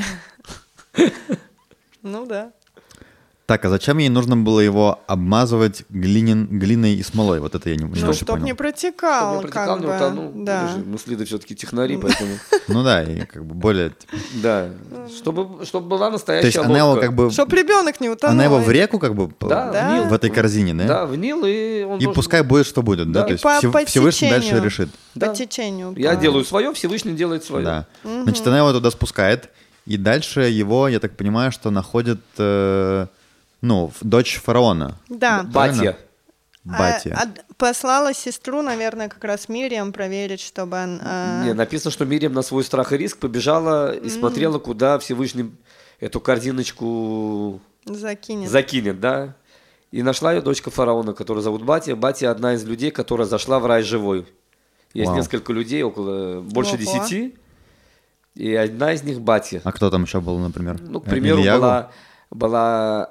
Ну да. Так, а зачем ей нужно было его обмазывать глиной и смолой? Вот это я не Ну, очень чтоб понял. не протекал, Чтобы не как протекал, не бы. утонул. Да. Мы с Лидой все-таки технари, поэтому... Ну да, и как бы более... Да. Чтобы была То есть настоящая она его лодка. как бы... Чтоб ребенок не утонул. Она его в реку как бы Да, в этой корзине, да? Да, в Нил, и он И должен- пускай будет, что будет, да? Да. То И есть по Всевышний дальше течению. решит. По Да. течению. Я по- делаю свое, Всевышний делает свое. Да. Значит, она его туда спускает, и дальше его, я так понимаю, что находит, дочь фараона. Да. Батя. Батя. Послала сестру, наверное, как раз Мириам проверить, чтобы он... Не, написано, что Мириам на свой страх и риск побежала и смотрела, куда Всевышний эту корзиночку закинет. закинет, да? И нашла ее дочка фараона, которую зовут Батя. Батя одна из людей, которая зашла в рай живой. Есть Вау. несколько людей, больше Ого. 10. И одна из них Батя. А кто там еще был, например? Ну, к примеру, Ильягу? была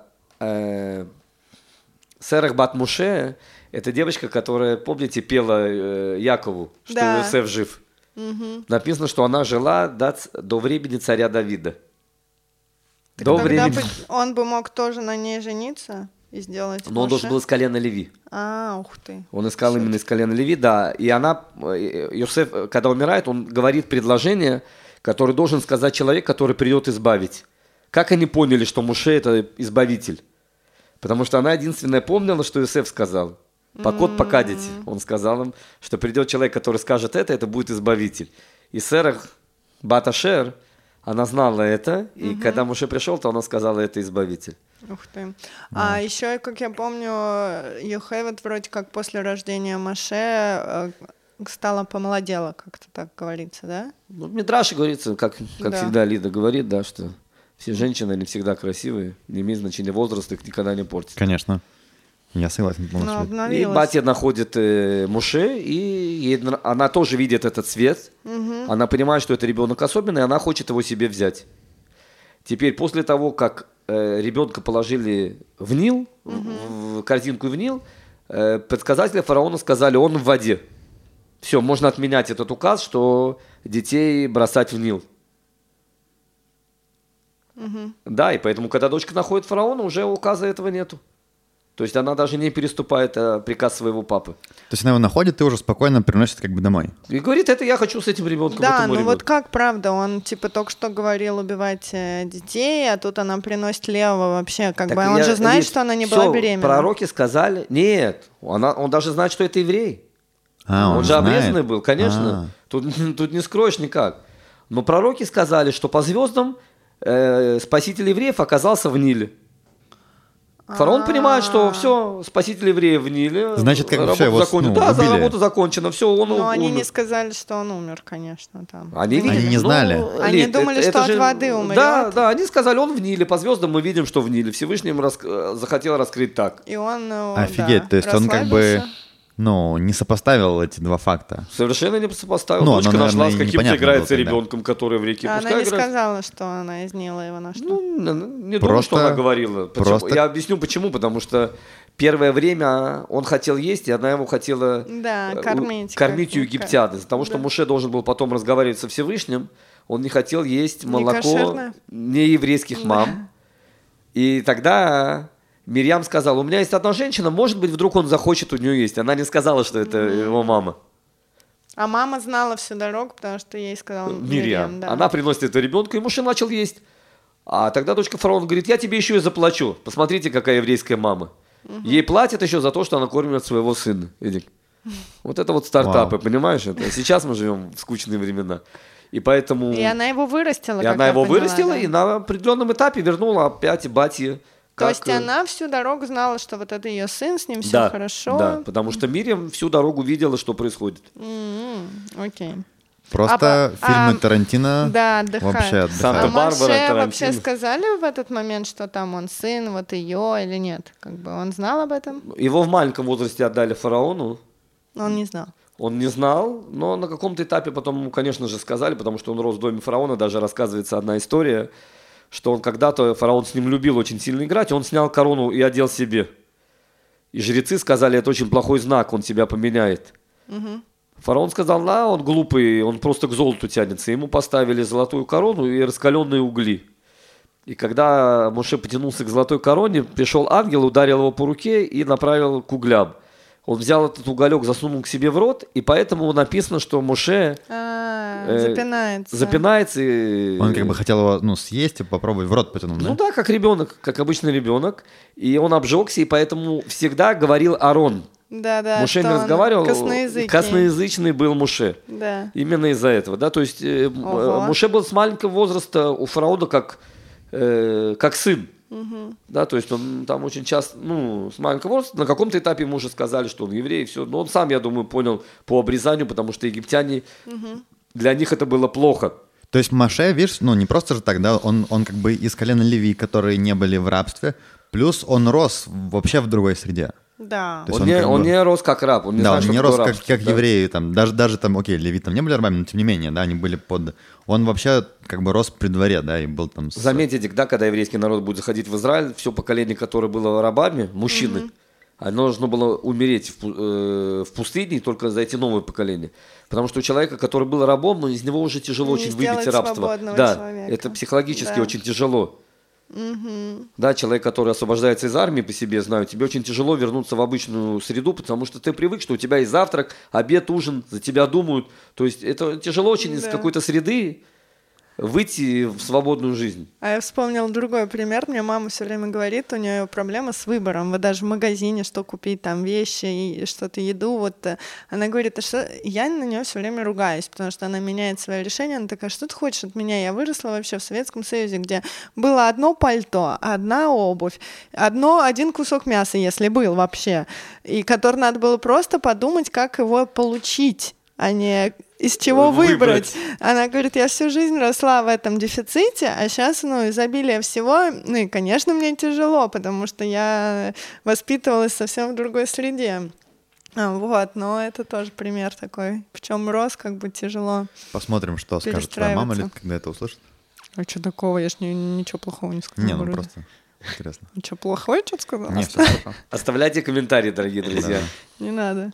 Серах бат Муше. Это девочка, которая, помните, пела Якову, что Да. Иосиф жив. Написано, что она жила до времени царя Давида. Так До тогда времени. бы он бы мог тоже на ней жениться и сделать Но он должен был из колена Леви. Ух ты. Он искал именно из колена Леви, да. И она, Иосиф, когда умирает, он говорит предложение, которое должен сказать человек, который придет избавить. Как они поняли, что Муше – это избавитель? Потому что она единственная помнила, что Иосиф сказал. Покот покадить. Он сказал им, что придет человек, который скажет это будет избавитель. И Серах бат Ашер, она знала это, и когда Муше пришел, то она сказала, это избавитель. Ух ты. А еще, как я помню, Йохевед вроде как после рождения Моше стала помолодела, как-то так говорится, да? Ну, в Мидраше говорится, как Да. всегда Лида говорит, да, что все женщины, они всегда красивые, не имеет значения возраст, их никогда не портит. Конечно. Я согласен Ну, полностью. И обновилась. батя находит Муше, и она тоже видит этот цвет. Она понимает, что это ребенок особенный, и она хочет его себе взять. Теперь, после того, как ребенка положили в Нил, в корзинку в Нил, предсказатели фараона сказали, он в воде. Все, можно отменять этот указ, что детей бросать в Нил. Да, и поэтому, когда дочка находит фараона, уже указа этого нету. То есть она даже не переступает приказ своего папы. То есть она его находит и уже спокойно приносит как бы домой. И говорит, это я хочу с этим ребенком. Да, это мой ну вот ребенок. как правда, он типа только что говорил убивать детей, а тут она приносит левого вообще, как Так бы, он я- же знает, Лид, что она не всё, была беременна. Пророки сказали, нет, он даже знает, что это еврей. Он же знает. обрезанный был, конечно. Тут не скроешь никак. Но пророки сказали, что по звездам спаситель евреев оказался в Ниле. Фараон понимает, что все, спаситель евреев в Ниле. Значит, как бы работа всё, его, закончена. ну, Да, убили. работа закончена, все, он Но они умер. не сказали, что он умер, конечно, там. Они, видели, Они не знали. Они думали, что от воды умрет. Да, они сказали, он в Ниле, по звездам мы видим, что в Ниле. Всевышний им захотел раскрыть так. И он, Офигеть, да, то есть он как бы, расслабился. не сопоставил эти два факта. Совершенно не сопоставил. Ну, Дочка оно, нашла, наверное, с и каким-то непонятно играется было тогда. ребенком, который в реке. А Пускай она не играет. сказала, что она из Нила его нашла. Не думаю, Просто- что она говорила. Почему? просто- Я объясню почему. Потому что первое время он хотел есть, и она его хотела Да, кормить кормить. у египтян. Из-за того, что Да. Муше должен был потом разговаривать со Всевышним, он не хотел есть молоко кошерное. нееврейских мам. И тогда Мирьям сказала, у меня есть одна женщина, может быть, вдруг он захочет у нее есть. Она не сказала, что это его мама. А мама знала всю дорогу, потому что ей сказал Мирьям. да. Она приносит это ребенку, и Муше начал есть. А тогда дочка фараона говорит, я тебе еще и заплачу. Посмотрите, какая еврейская мама. Ей платят еще за то, что она кормит своего сына. Эдик. Вот это вот стартапы, Вау. понимаешь? Это сейчас мы живем в скучные времена. И поэтому... И она его вырастила, И как она я его поняла, вырастила, да. и на определенном этапе вернула опять Батье То есть она всю дорогу знала, что вот это ее сын, с ним все Да, хорошо? Да, потому что Мириам всю дорогу видела, что происходит. Окей. Просто фильмы Тарантино вообще отдыхают. Санта-Барбара, Маше Тарантино. вообще сказали в этот момент, что там он сын, вот ее или нет? Как бы он знал об этом? Его в маленьком возрасте отдали фараону. Он не знал. Он не знал, но на каком-то этапе потом ему, конечно же, сказали, потому что он рос в доме фараона, даже рассказывается одна история, что он когда-то, фараон с ним любил очень сильно играть, и он снял корону и одел себе. И жрецы сказали, это очень плохой знак, он тебя поменяет. Фараон сказал, да, он глупый, он просто к золоту тянется. Ему поставили золотую корону и раскаленные угли. И когда Моше потянулся к золотой короне, пришел ангел, ударил его по руке и направил к углям. Он взял этот уголек, засунул к себе в рот, и поэтому написано, что Моше запинается. Запинается. И... Он как бы хотел его съесть и попробовать в рот потянуть, да? Ну да, как ребенок, как обычный ребенок. И он обжегся, и поэтому всегда говорил Арон. Да, Моше не разговаривал, косноязычный был Моше. Да. Именно из-за этого, да, то есть Моше был с маленького возраста у фараона как сын. Да, то есть он там очень часто, с маленького возраста, на каком-то этапе ему уже сказали, что он еврей, и все. Но он сам, я думаю, понял по обрезанию, потому что египтяне, для них это было плохо. То есть Моше, видишь, не просто же так, да, он как бы из колена Леви, которые не были в рабстве, плюс он рос вообще в другой среде. Да. Он не рос как раб, он не знал, он что не такое рос рабство, как евреи, там, даже там, окей, леви там не были рабами, но тем не менее, да, они были под... Он вообще как бы рос при дворе, да, и был там... Заметьте, да, когда еврейский народ будет заходить в Израиль, все поколение, которое было рабами, мужчины, оно должно было умереть в пустыне и только зайти новое поколение. Потому что у человека, который был рабом, из него уже тяжело очень выбить рабство. Да, человека. Это психологически очень тяжело. Да, человек, который освобождается из армии, по себе знаю, тебе очень тяжело вернуться в обычную среду, потому что ты привык, что у тебя и завтрак, обед, ужин, за тебя думают. То есть это тяжело очень из какой-то среды выйти в свободную жизнь. А я вспомнила другой пример. Мне мама все время говорит, у нее проблема с выбором. Вот даже в магазине, что купить, там вещи, и что-то, еду. Вот она говорит, я на нее все время ругаюсь, потому что она меняет свое решение. Она такая, что ты хочешь от меня? Я выросла вообще в Советском Союзе, где было одно пальто, одна обувь, один кусок мяса, если был вообще, и который надо было просто подумать, как его получить, а не из чего выбрать. Она говорит, я всю жизнь росла в этом дефиците, а сейчас, изобилие всего, и, конечно, мне тяжело, потому что я воспитывалась совсем в другой среде. Но это тоже пример такой, в чем рос, как бы тяжело. Посмотрим, что скажет твоя мама, когда это услышит. А что такого? Я ж ничего плохого не сказала. Не, просто интересно. Что, плохое что-то сказала? Нет, все хорошо. Оставляйте комментарии, дорогие друзья. Не надо.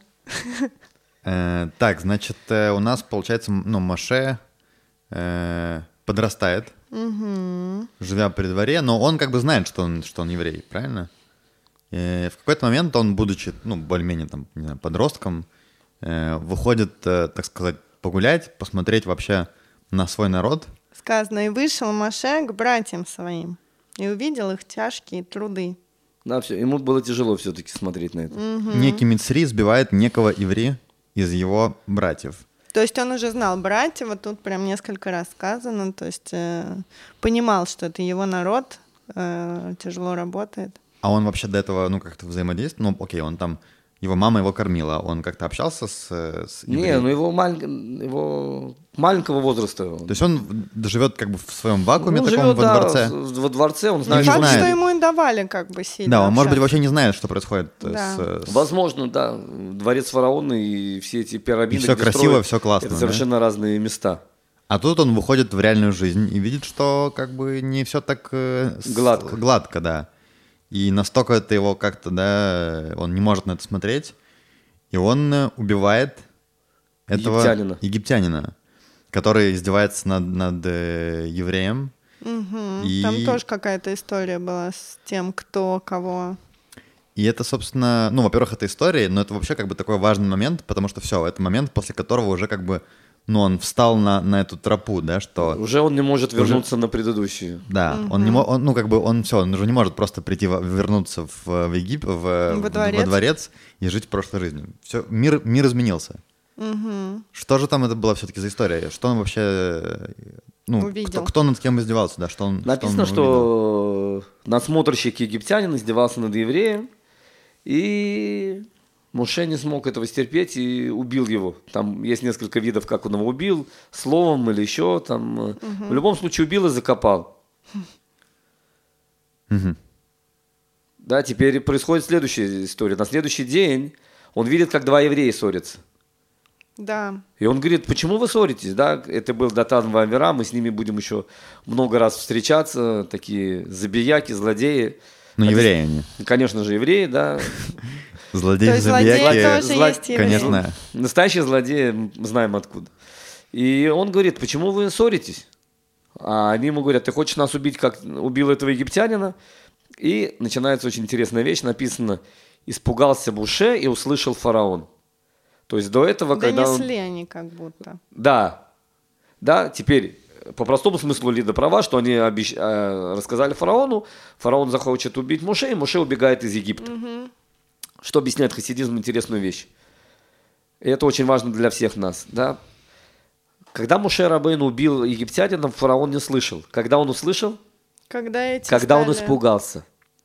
Так, значит, у нас, получается, Моше подрастает, живя при дворе, но он как бы знает, что он еврей, правильно? И в какой-то момент он, будучи, более-менее там, не знаю, подростком, выходит, так сказать, погулять, посмотреть вообще на свой народ. Сказано, и вышел Моше к братьям своим, и увидел их тяжкие труды. Да, все, ему было тяжело все-таки смотреть на это. Некий Мицри сбивает некого еврея из его братьев. То есть он уже знал братьев, вот тут прям несколько раз сказано, то есть понимал, что это его народ, тяжело работает. А он вообще до этого, как-то взаимодействовал? Окей, он там, его мама его кормила, он как-то общался с евреем? Не, его маленького возраста. То есть он живет как бы в своем вакууме, таком живет, во дворце? Во дворце, он знает, не факт, что ему и давали как бы сильно. Да, он, может быть, вообще не знает, что происходит Возможно, да. Дворец фараона и все эти пирамиды, и все красиво, все классно. Это совершенно разные места. А тут он выходит в реальную жизнь и видит, что как бы не все так гладко, да. И настолько это его как-то, да, он не может на это смотреть, и он убивает этого египтянина, который издевается над евреем. И... Там тоже какая-то история была с тем, кто кого. И это, собственно, во-первых, это история, но это вообще как бы такой важный момент, потому что все, это момент, после которого уже как бы, он встал на эту тропу, да, что... Уже он не может вернуться на предыдущую. Да, он не может, он уже не может просто вернуться в Египет, во дворец и жить прошлой жизнью. Все, мир изменился. Что же там это была все-таки за история? Что он вообще... Увидел. Кто над кем издевался? Да, Написано, что надсмотрщик египтянин издевался над евреем, и Моше не смог этого стерпеть и убил его. Там есть несколько видов, как он его убил, словом или еще. Там, В любом случае убил и закопал. Да, теперь происходит следующая история. На следующий день он видит, как два еврея ссорятся. Да. И он говорит, почему вы ссоритесь? Да, это был Датан Вавера, мы с ними будем еще много раз встречаться, такие забияки, злодеи. Евреи они. Конечно же, евреи, да. Злодеи, забияки, тоже есть евреи. конечно. Настоящие злодеи, знаем откуда. И он говорит, почему вы ссоритесь? А они ему говорят, ты хочешь нас убить, как убил этого египтянина? И начинается очень интересная вещь, написано, испугался Моше и услышал фараон. То есть до этого, когда донесли они как будто. Да, теперь по простому смыслу Лида права, что они рассказали фараону, фараон захочет убить Моше, и Моше убегает из Египта. Что объясняет хасидизм интересную вещь. И это очень важно для всех нас. Да? Когда Моше Рабейну убил египтянина, фараон не слышал. Когда он услышал? Когда он испугался.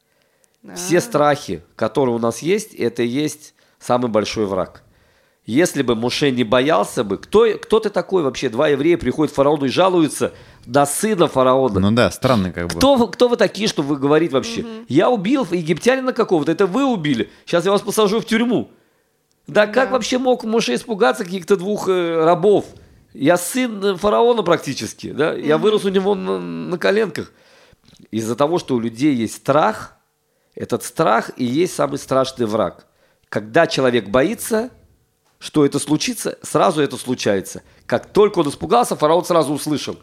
Все страхи, которые у нас есть, это и есть самый большой враг. Если бы Моше не боялся бы, кто ты такой вообще? Два еврея приходят к фараону и жалуются на сына фараона. Ну да, странно как бы. Кто вы такие, что вы говорите вообще? Я убил египтянина какого-то, это вы убили. Сейчас я вас посажу в тюрьму. Да как вообще мог Моше испугаться каких-то двух рабов? Я сын фараона практически, да? Я вырос у него на коленках. Из-за того, что у людей есть страх, этот страх и есть самый страшный враг. Когда человек боится, что это случится, сразу это случается. Как только он испугался, фараон сразу услышал.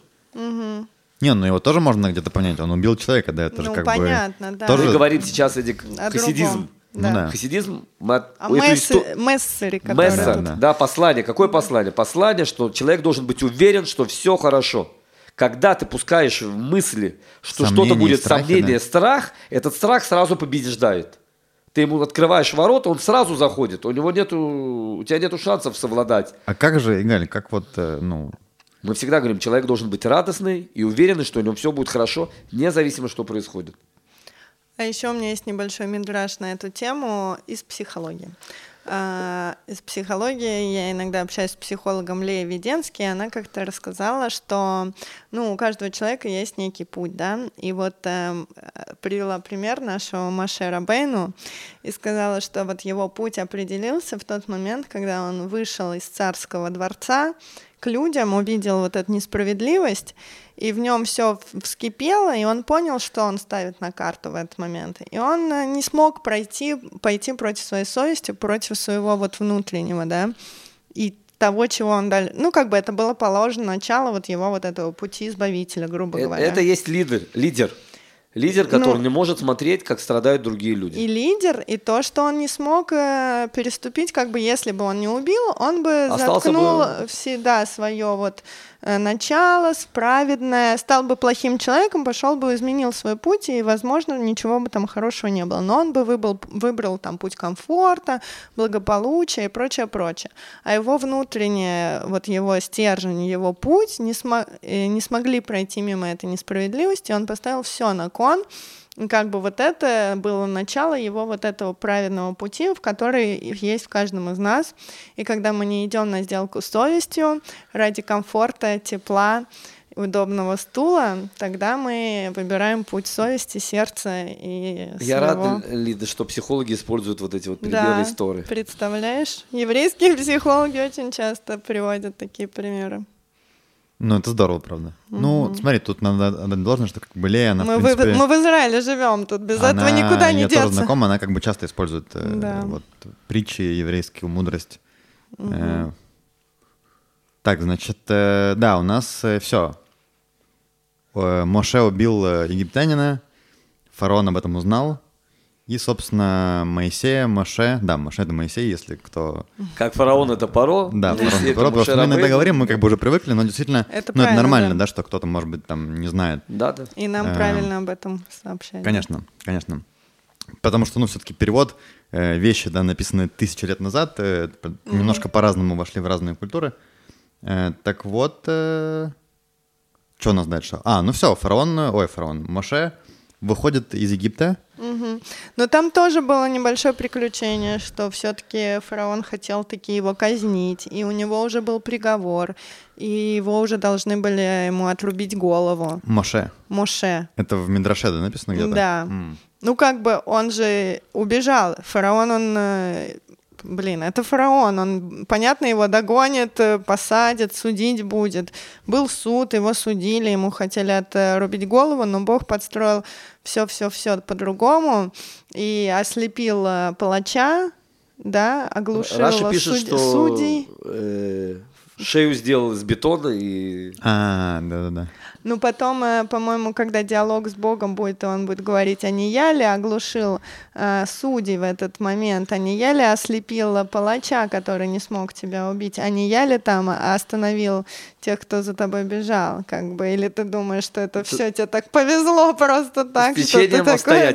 Не, ну его тоже можно где-то понять. Он убил человека, да, это же как понятно, бы... да. Тоже... Мы говорим сейчас хасидизм. Да. Хасидизм... Мессери, который тут. Да, послание. Какое послание? Послание, что человек должен быть уверен, что все хорошо. Когда ты пускаешь в мысли, что Сомнения, что-то будет страхи, сомнение, да. страх, этот страх сразу побеждает. Ты ему открываешь ворота, он сразу заходит. У тебя нету шансов совладать. А как же, Игаль, как Мы всегда говорим, человек должен быть радостный и уверенный, что у него все будет хорошо, независимо, что происходит. А еще у меня есть небольшой мидраш на эту тему из психологии. Из психологии я иногда общаюсь с психологом Леей Веденски, и она как-то рассказала, что у каждого человека есть некий путь, да, и вот привела пример нашего Моше Рабейну и сказала, что вот его путь определился в тот момент, когда он вышел из царского дворца к людям, увидел вот эту несправедливость, и в нем все вскипело, и он понял, что он ставит на карту в этот момент. И он не смог пойти против своей совести, против своего вот внутреннего, да, и того, чего он дал. Это было положено начало вот его вот этого пути избавителя, грубо говоря. Это есть лидер. Лидер, который не может смотреть, как страдают другие люди. И лидер, и то, что он не смог переступить, если бы он не убил, он бы заткнул всегда свое вот начало праведное, стал бы плохим человеком, пошел бы, изменил свой путь, и, возможно, ничего бы там хорошего не было. Но он бы выбрал там путь комфорта, благополучия и прочее. А его внутреннее, вот его стержень, его путь не смогли пройти мимо этой несправедливости, он поставил все на кон. Вот это было начало его вот этого праведного пути, в который есть в каждом из нас. И когда мы не идем на сделку с совестью ради комфорта, тепла, удобного стула, тогда мы выбираем путь совести, сердца и Я рад, Лида, что психологи используют вот эти вот примеры истории. Представляешь? Еврейские психологи очень часто приводят такие примеры. Это здорово, правда. Смотри, тут надо должно, что Лея, она, в принципе... Мы в Израиле живем, тут без этого никуда не деться. Я тоже знакома, она часто использует притчи, еврейскую мудрость. Так, значит, у нас все. Моше убил египтянина, фараон об этом узнал, и, собственно, Моше это Моисей, если кто... Как фараон это Паро. Да, фараон это Паро, потому что мы иногда говорим, мы уже привыкли, но действительно, это нормально, да, что кто-то, может быть, там не знает. Да. И нам правильно об этом сообщать. Конечно. Потому что, все-таки перевод, вещи, да, написанные 1000 лет назад, немножко по-разному вошли в разные культуры. Так вот, что у нас дальше? Все, Моше выходит из Египта. Но там тоже было небольшое приключение, что все-таки фараон хотел таки его казнить, и у него уже был приговор, и его уже должны были ему отрубить голову. Моше. Это в Мидраше, да, написано где-то? Да. Ну, как бы он же убежал. Фараон, это фараон, он, понятно, его догонит, посадит, судить будет. Был суд, его судили, ему хотели отрубить голову, но Бог подстроил все по-другому и ослепил палача, да, оглушил Раша пишет, судей. Шею сделал из бетона и... Да. Ну, потом, по-моему, когда диалог с Богом будет, он будет говорить, а не я ли оглушил судей в этот момент, а не я ли ослепил палача, который не смог тебя убить, а не я ли там остановил тех, кто за тобой бежал, как бы, или ты думаешь, что это все тебе так повезло просто так, что ты такой,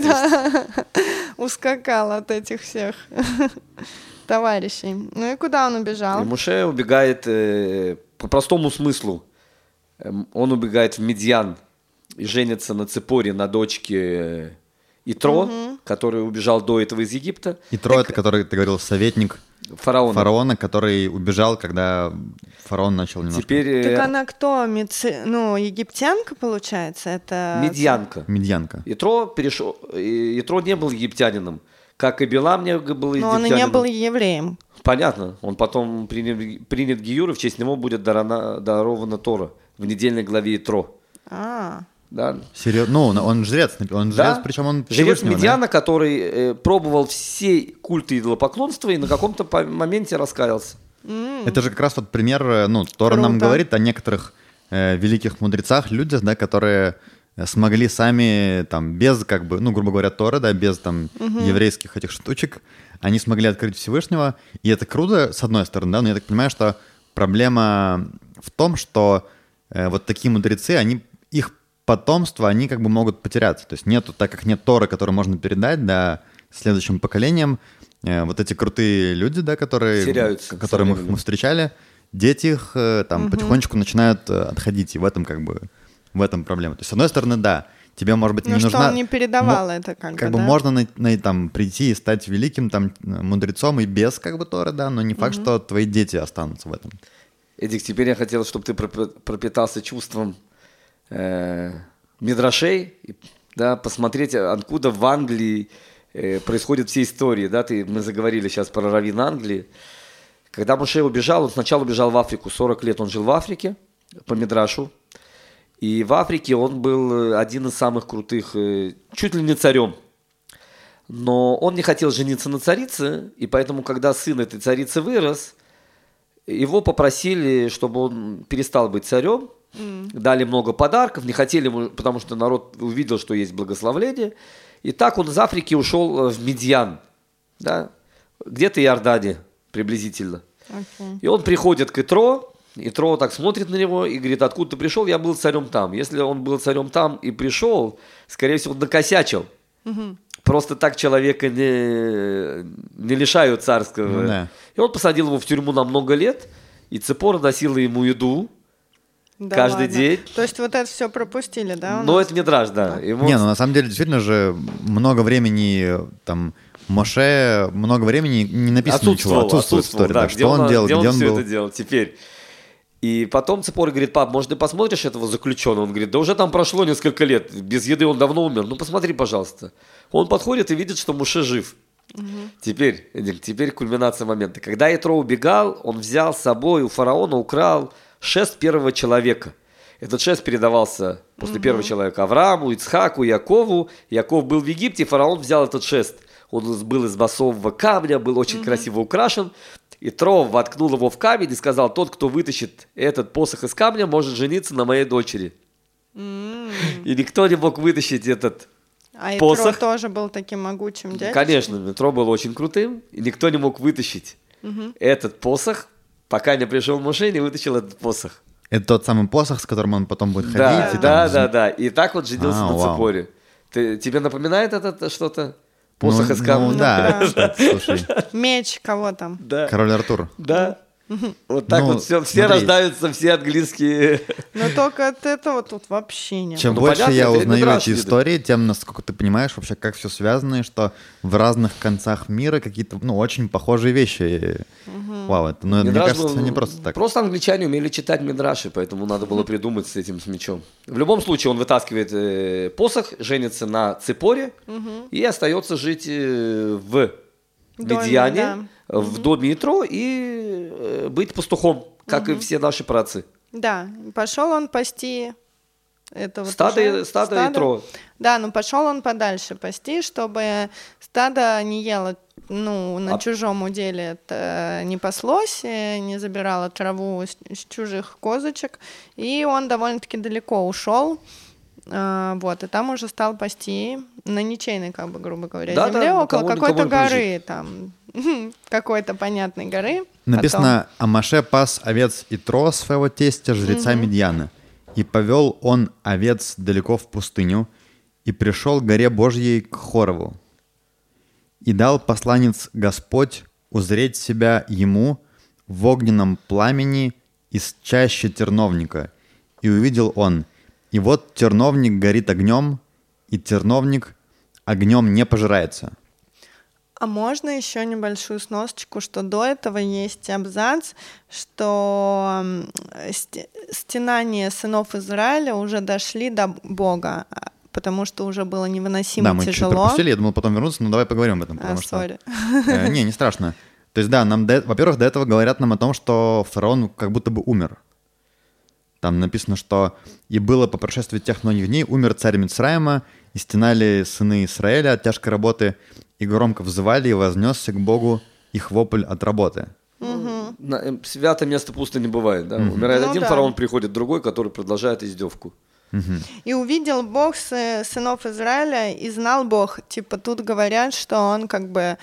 ускакал от этих всех товарищей. Ну и куда он убежал? И Моше убегает по простому смыслу. Он убегает в Медьян и женится на Ципоре, на дочке Итро, который убежал до этого из Египта. Итро, это который, ты говорил, советник фараона, который убежал, когда фараон начал немножко... Так она кто? Египтянка, получается? Это... Медьянка. Итро не был египтянином. Как и Билам не был египтянином. Но он и не был евреем. Понятно. Он потом принят гиюр, и в честь него будет дарована Тора в недельной главе Итро. Да. Серьезно? Он жрец, причем он жрец Медьяна, который пробовал все культы идолопоклонства и на каком-то моменте раскаялся. Это же как раз вот пример, Тора нам говорит о некоторых великих мудрецах, людях, да, которые смогли сами, там, без, как бы, грубо говоря, Торы, да, без, там, еврейских этих штучек, они смогли открыть Всевышнего, и это круто, с одной стороны, да, но я так понимаю, что проблема в том, что вот такие мудрецы, их потомство, они как бы могут потеряться, то есть так как нет Торы, которую можно передать, да, следующим поколениям, вот эти крутые люди, да, которые мы встречали, дети их там потихонечку начинают отходить, и в этом проблема. То есть, с одной стороны, да, тебе, может быть, не нужна... Но что он не передавал это как бы, да? Можно там прийти и стать великим там мудрецом и без как бы Торы, да, но не факт, что твои дети останутся в этом. Эдик, теперь я хотел, чтобы ты пропитался чувством мидрашей, да, посмотреть, откуда в Англии происходят все истории, да, мы заговорили сейчас про раввина Англии. Когда Моше убежал, он сначала убежал в Африку, 40 лет он жил в Африке, по мидрашу. И в Африке он был один из самых крутых, чуть ли не царем. Но он не хотел жениться на царице, и поэтому, когда сын этой царицы вырос, его попросили, чтобы он перестал быть царем, дали много подарков, не хотели ему, потому что народ увидел, что есть благословление. И так он из Африки ушел в Медьян, да, где-то Иордания приблизительно. И он приходит к Итро, Итро так смотрит на него и говорит, откуда ты пришел? Я был царем там. Если он был царем там и пришел, скорее всего, он накосячил. Просто так человека не лишают царского. Да. И он посадил его в тюрьму на много лет, и Ципора носила ему еду каждый день. То есть вот это все пропустили, да? Но это мидраш, да. На самом деле, действительно же, много времени там... Моше много времени не написано ничего, отсутствует история. Да, что он делал, где он все это делал теперь. И потом Ципора говорит, пап, может, ты посмотришь этого заключенного? Он говорит, да уже там прошло несколько лет, без еды он давно умер, ну посмотри, пожалуйста. Он подходит и видит, что Моше жив. Теперь кульминация момента. Когда Итро убегал, он взял с собой у фараона, украл шест первого человека. Этот шест передавался после первого человека Аврааму, Ицхаку, Якову. Яков был в Египте, фараон взял этот шест. Он был из басового камня, был очень красиво украшен. И Итро воткнул его в камень и сказал, тот, кто вытащит этот посох из камня, может жениться на моей дочери. И никто не мог вытащить этот посох. А Итро тоже был таким могучим дядечкой? Конечно, Итро был очень крутым, и никто не мог вытащить этот посох, пока не пришел Моше и не вытащил этот посох. Это тот самый посох, с которым он потом будет ходить? Да. И так вот женился на Ципоре. Тебе напоминает это что-то? Посох из камня. Ну да, Да. кстати, слушай. Меч кого там? Да. Король Артур. Да. Вот так Ну, вот все смотри. рождаются, все английские. Но только от этого тут вообще нет. Чем Ну, больше понятно, я это узнаю Мидраш эти видно. истории, тем, насколько ты понимаешь вообще, как все связано, и что в разных концах мира какие-то, ну, очень похожие вещи. Вау, это, ну, мне Мидраш кажется, был- не просто так. Просто англичане умели читать мидраши, поэтому надо было придумать с этим с мечом. В любом случае он вытаскивает посох, женится на Ципоре и остается жить в Доме, Медьяне, да. в доме Итро и быть пастухом, как и все наши праотцы. Да, пошел он пасти это вот Стадо уже Итро. Да, но пошел он подальше пасти, чтобы стадо не ело, ну, на чужом уделе это не паслось, не забирало траву с чужих козочек, и он довольно-таки далеко ушел. Вот, и там уже стал пасти на ничейной, как бы, грубо говоря, Да, земле, да, около никого какой-то не горы, там, какой-то понятной горы. Написано, а Моше пас овец Итро своего тестя, жреца Медьяна. И повел он овец далеко в пустыню, и пришел к горе Божьей к Хорову. И дал посланец Господь узреть себя ему в огненном пламени из чащи терновника. И увидел он, и вот терновник горит огнем, и терновник огнем не пожирается. А можно еще небольшую сносочку, что до этого есть абзац, что стенания сынов Израиля уже дошли до Бога, потому что уже было невыносимо Да, мы чуть-чуть тяжело. пропустили, я думал потом вернуться, но давай поговорим об этом, потому что... сори. Не страшно. То есть, да, нам, во-первых, до этого говорят нам о том, что фараон как будто бы умер. Там написано, что «И было по прошествии тех многих дней, умер царь Мицраима, и стенали сыны Израиля от тяжкой работы, и громко взывали, и вознесся к Богу их вопль от работы». Святое место пусто не бывает. Да? Умирает Ну один да. фараон, приходит другой, который продолжает издевку. И увидел Бог сынов Израиля, и знал Бог. Типа тут говорят, что он как бы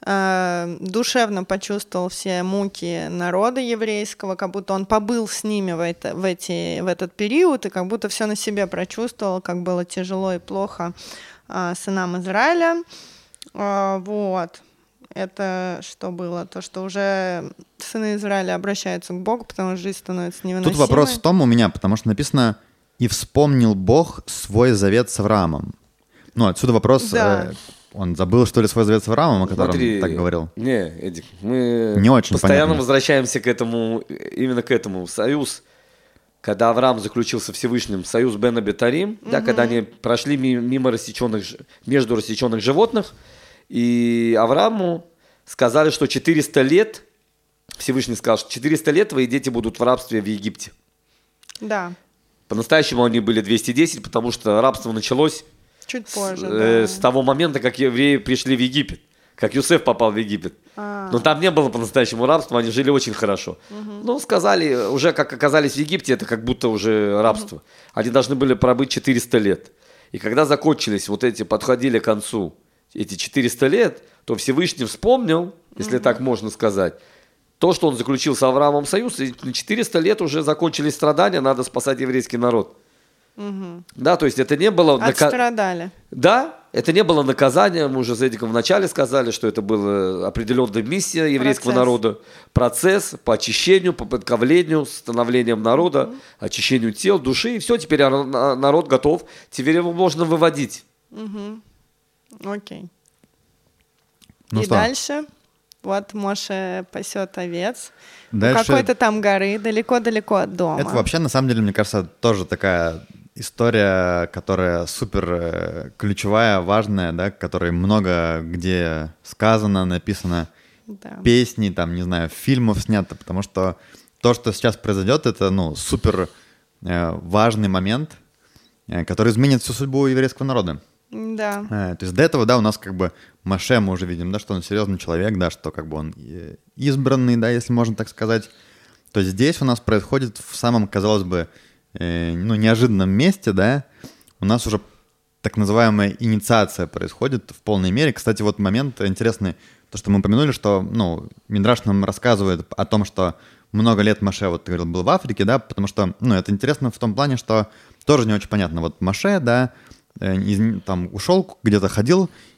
душевно почувствовал все муки народа еврейского, как будто он побыл с ними в этот период, и как будто все на себе прочувствовал, как было тяжело и плохо сынам Израиля. Вот. Это что было? То, что уже сыны Израиля обращаются к Богу, потому что жизнь становится невыносимой. Тут вопрос в том у меня, потому что написано «И вспомнил Бог свой завет с Авраамом». Ну, отсюда вопрос, Да. он забыл, что ли, свой завет с Авраамом, о котором Смотри, так говорил? Не, Эдик, мы Не очень постоянно понятно. возвращаемся к этому, именно к этому. Союз, когда Авраам заключил со Всевышним союз Бен Абитарим, да, когда они прошли между рассеченных животных, и Аврааму сказали, что 400 лет, Всевышний сказал, что 400 лет твои дети будут в рабстве в Египте. Да, По-настоящему они были 210, потому что рабство началось чуть позже. с того момента, как евреи пришли в Египет, как Юсеф попал в Египет. Но там не было по-настоящему рабства, они жили очень хорошо. Ну, сказали, уже как оказались в Египте, это как будто уже рабство. Они должны были пробыть 400 лет. И когда закончились вот эти, подходили к концу эти 400 лет, то Всевышний вспомнил, если так можно сказать, то, что он заключил с Авраамом союз, и на 400 лет уже закончились страдания, надо спасать еврейский народ. Да, то есть это не было... Отстрадали. Да, это не было наказанием, мы уже с Эдиком вначале сказали, что это была определенная миссия еврейского народа, процесс по очищению, по подковлению, становлением народа, очищению тел, души, и все, теперь народ готов, теперь его можно выводить. Окей. Ну И что? дальше, вот Моше пасет овец у Дальше- какой-то там горы, далеко-далеко от дома. Это вообще, на самом деле, мне кажется, тоже такая история, которая супер ключевая, важная, да, которой много где сказано, написано, Да. песни, там, не знаю, фильмов снято, потому что то, что сейчас произойдет, это, ну, супер важный момент, который изменит всю судьбу еврейского народа. Да. То есть до этого, да, у нас как бы Моше мы уже видим, да, что он серьезный человек, да, что как бы он избранный, да, если можно так сказать. То есть здесь у нас происходит в самом, казалось бы, ну, неожиданном месте, да, у нас уже так называемая инициация происходит в полной мере. Кстати, вот момент интересный, то, что мы упомянули, что, ну, Мидраш нам рассказывает о том, что много лет Моше, вот ты говорил, был в Африке, да, потому что, ну, это интересно в том плане, что тоже не очень понятно. Вот Моше, да, там ушел, где-то ходил,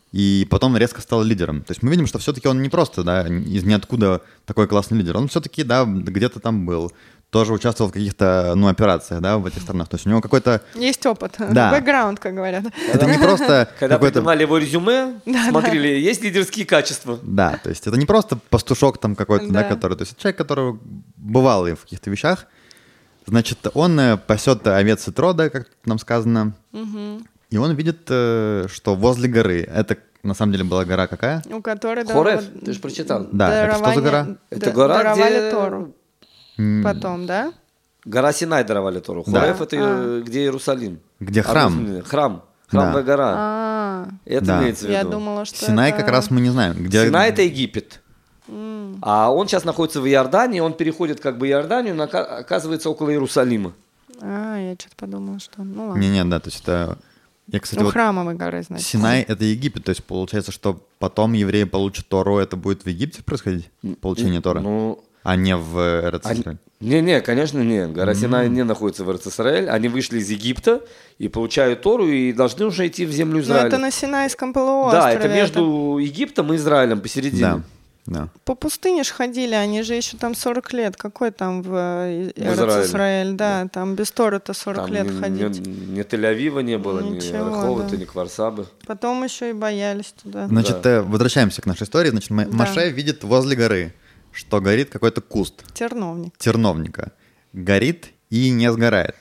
и потом резко стал лидером. То есть мы видим, что все-таки он не просто, да, из ниоткуда такой классный лидер. Он все-таки, да, где-то там был. Тоже участвовал в каких-то, ну, операциях, да, в этих странах. То есть у него какой-то... Есть опыт, да. бэкграунд, как говорят. Это не просто... Когда придумали его резюме, смотрели, есть лидерские качества. Да, то есть это не просто пастушок там какой-то, да, который... То есть это человек, который бывал в каких-то вещах. Значит, он пасет овец и трода, как нам сказано. И он видит, что возле горы, это на самом деле была гора какая? У которой... Хорев, ты же прочитал. Да, это что за гора? Это гора, даровали Тору. Потом, да? Гора Синай даровали Тору. Хорев это где Иерусалим. Где храм. Храмовая гора. Это имеется в виду. Я думала, что Синай как раз мы не знаем. Синай это Египет. А он сейчас находится в Иордании, он переходит как бы Иорданию, но оказывается около Иерусалима. Я что-то подумала, что... Ну ладно. Не-не, да, то есть это... Я, кстати, храмовой горы, значит. Синай — это Египет, то есть получается, что потом евреи получат Тору, это будет в Египте происходить, получение Торы, а не в Эрец-Исраэль? Не, конечно, не. Гора Синай не находится в Эрец-Исраэль. Они вышли из Египта и получают Тору, и должны уже идти в землю Израиля. Но это на Синайском полуострове. Да, это между Египтом и Израилем посередине. Да. По пустыне ж ходили, они же еще там 40 лет. Какой там в Эрец-Исраэль? Да, там без Торы-то 40 там лет ходить. Ни Тель-Авива не было, ни Реховата, ни Кварсабы. Потом еще и боялись туда. Значит, возвращаемся к нашей истории. Значит, Моше видит возле горы, что горит какой-то куст. Терновника. Горит и не сгорает.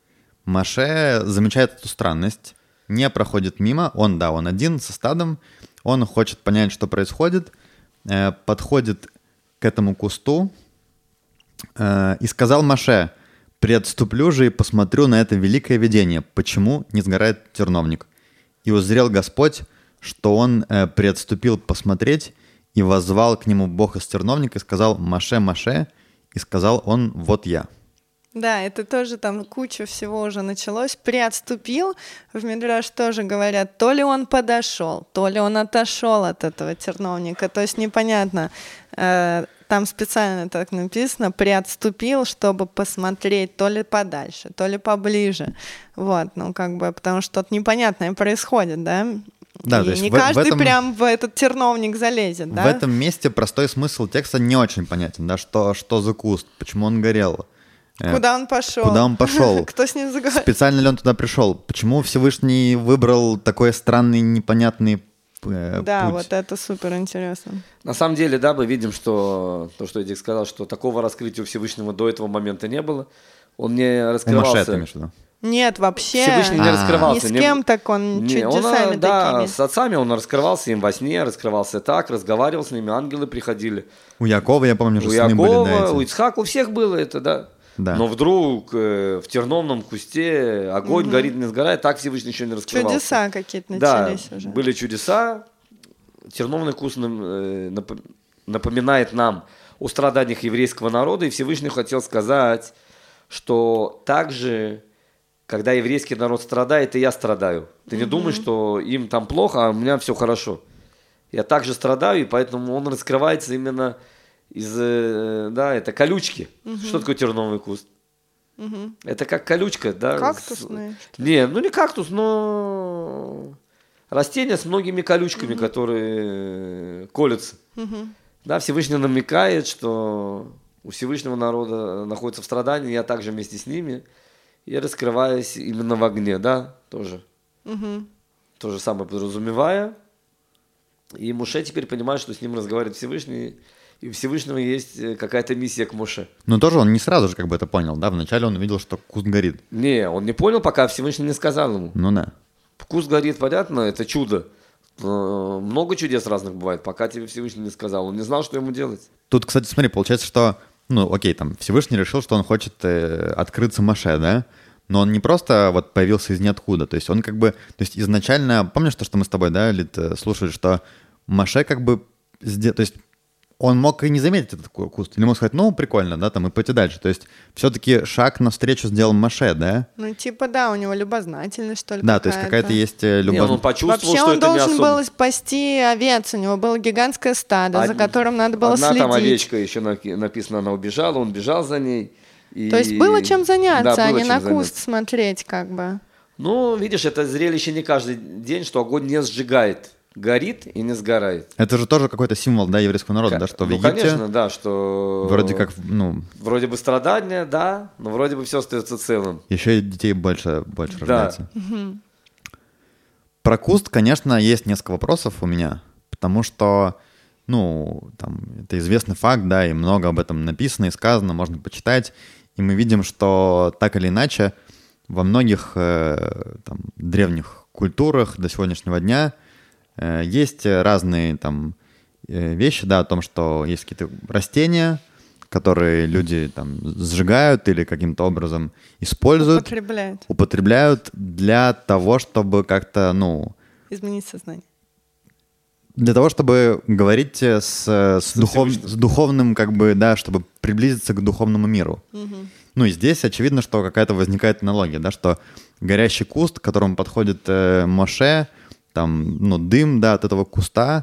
Моше замечает эту странность, не проходит мимо. Он один со стадом, он хочет понять, что происходит, подходит к этому кусту и сказал Моше: «Преотступлю же и посмотрю на это великое видение, почему не сгорает терновник. И узрел Господь, что он преотступил посмотреть, и воззвал к нему Бог из терновника и сказал: Моше, Моше, и сказал он: вот я». Да, это тоже там куча всего уже началось. Преотступил, в Мидраш тоже говорят, то ли он подошел, то ли он отошел от этого терновника. То есть непонятно. Там специально так написано, преотступил, чтобы посмотреть то ли подальше, то ли поближе. Вот, потому что что-то непонятное происходит, да? Да, и то есть не каждый прям в этот терновник залезет, да? В этом месте простой смысл текста не очень понятен, да, что за куст, почему он горел. Куда он пошел? Кто с ним заговорил? Специально ли он туда пришел? Почему Всевышний выбрал такой странный, непонятный путь? Вот это супер интересно. На самом деле, да, мы видим, что то, что Эдик сказал, что такого раскрытия у Всевышнего до этого момента не было. Он не раскрывался. У Моше, ты имеешь в виду? Нет, вообще. Всевышний не раскрывался. Ни с кем так он чудесами такими. С отцами он раскрывался им во сне, раскрывался так, разговаривал с ними, ангелы приходили. У Якова, я помню, же сны были, да, у Ицхака, у всех было это, да. Но вдруг в терновном кусте огонь горит, не сгорает, так Всевышний еще не раскрывался. Чудеса какие-то начались уже. Были чудеса. Терновный куст напоминает нам о страданиях еврейского народа, и Всевышний хотел сказать, что также, когда еврейский народ страдает, и я страдаю. Ты не думай, что им там плохо, а у меня все хорошо. Я также страдаю, и поэтому он раскрывается именно это колючки. Что такое терновый куст? Это как колючка, да? Кактусные? Не кактус, но растение с многими колючками, которые колются. Да, Всевышний намекает, что у Всевышнего народа находится в страдании, я также вместе с ними, и раскрываюсь именно в огне, да, тоже. То же самое подразумевая. И Моше теперь понимает, что с ним разговаривает Всевышний, и у Всевышнего есть какая-то миссия к Моше. Но тоже он не сразу же это понял, да? Вначале он увидел, что куст горит. Не, он не понял, пока Всевышний не сказал ему. Ну да. Куст горит, понятно, это чудо. Много чудес разных бывает, пока тебе Всевышний не сказал. Он не знал, что ему делать. Тут, кстати, смотри, получается, что, там Всевышний решил, что он хочет открыться Моше, да? Но он не просто появился из ниоткуда. То есть он то есть изначально, помнишь то, что мы с тобой, да, Лид, слушали, что Моше то есть он мог и не заметить этот куст. Или мог сказать, прикольно, да, и пойти дальше. То есть все-таки шаг навстречу сделал Моше, да? Да, у него любознательность, что ли, да, то есть какая-то есть любознательность. Он почувствовал, вообще что он это должен не особо. был спасти овец, у него было гигантское стадо, за которым надо было следить. Одна там овечка еще написано, она убежала, он бежал за ней. То есть было чем заняться, а не на куст смотреть, видишь, это зрелище не каждый день, что огонь не сжигает. горит и не сгорает. Это же тоже какой-то символ, да, еврейского народа, да, что в Египте... конечно, да, что... Вроде как, Вроде бы страдания, да, но вроде бы все остается целым. Еще и детей больше рождается. Про куст, конечно, есть несколько вопросов у меня, потому что, там, это известный факт, да, и много об этом написано и сказано, можно почитать, и мы видим, что так или иначе во многих там, древних культурах до сегодняшнего дня есть разные там вещи, да, о том, что есть какие-то растения, которые люди там сжигают или каким-то образом используют. Употребляют для того, чтобы как-то, изменить сознание. Для того, чтобы говорить с духовным, как бы, да, чтобы приблизиться к духовному миру. Угу. И здесь очевидно, что какая-то возникает аналогия, да, что горящий куст, к которому подходит Моше, там, дым, да, от этого куста,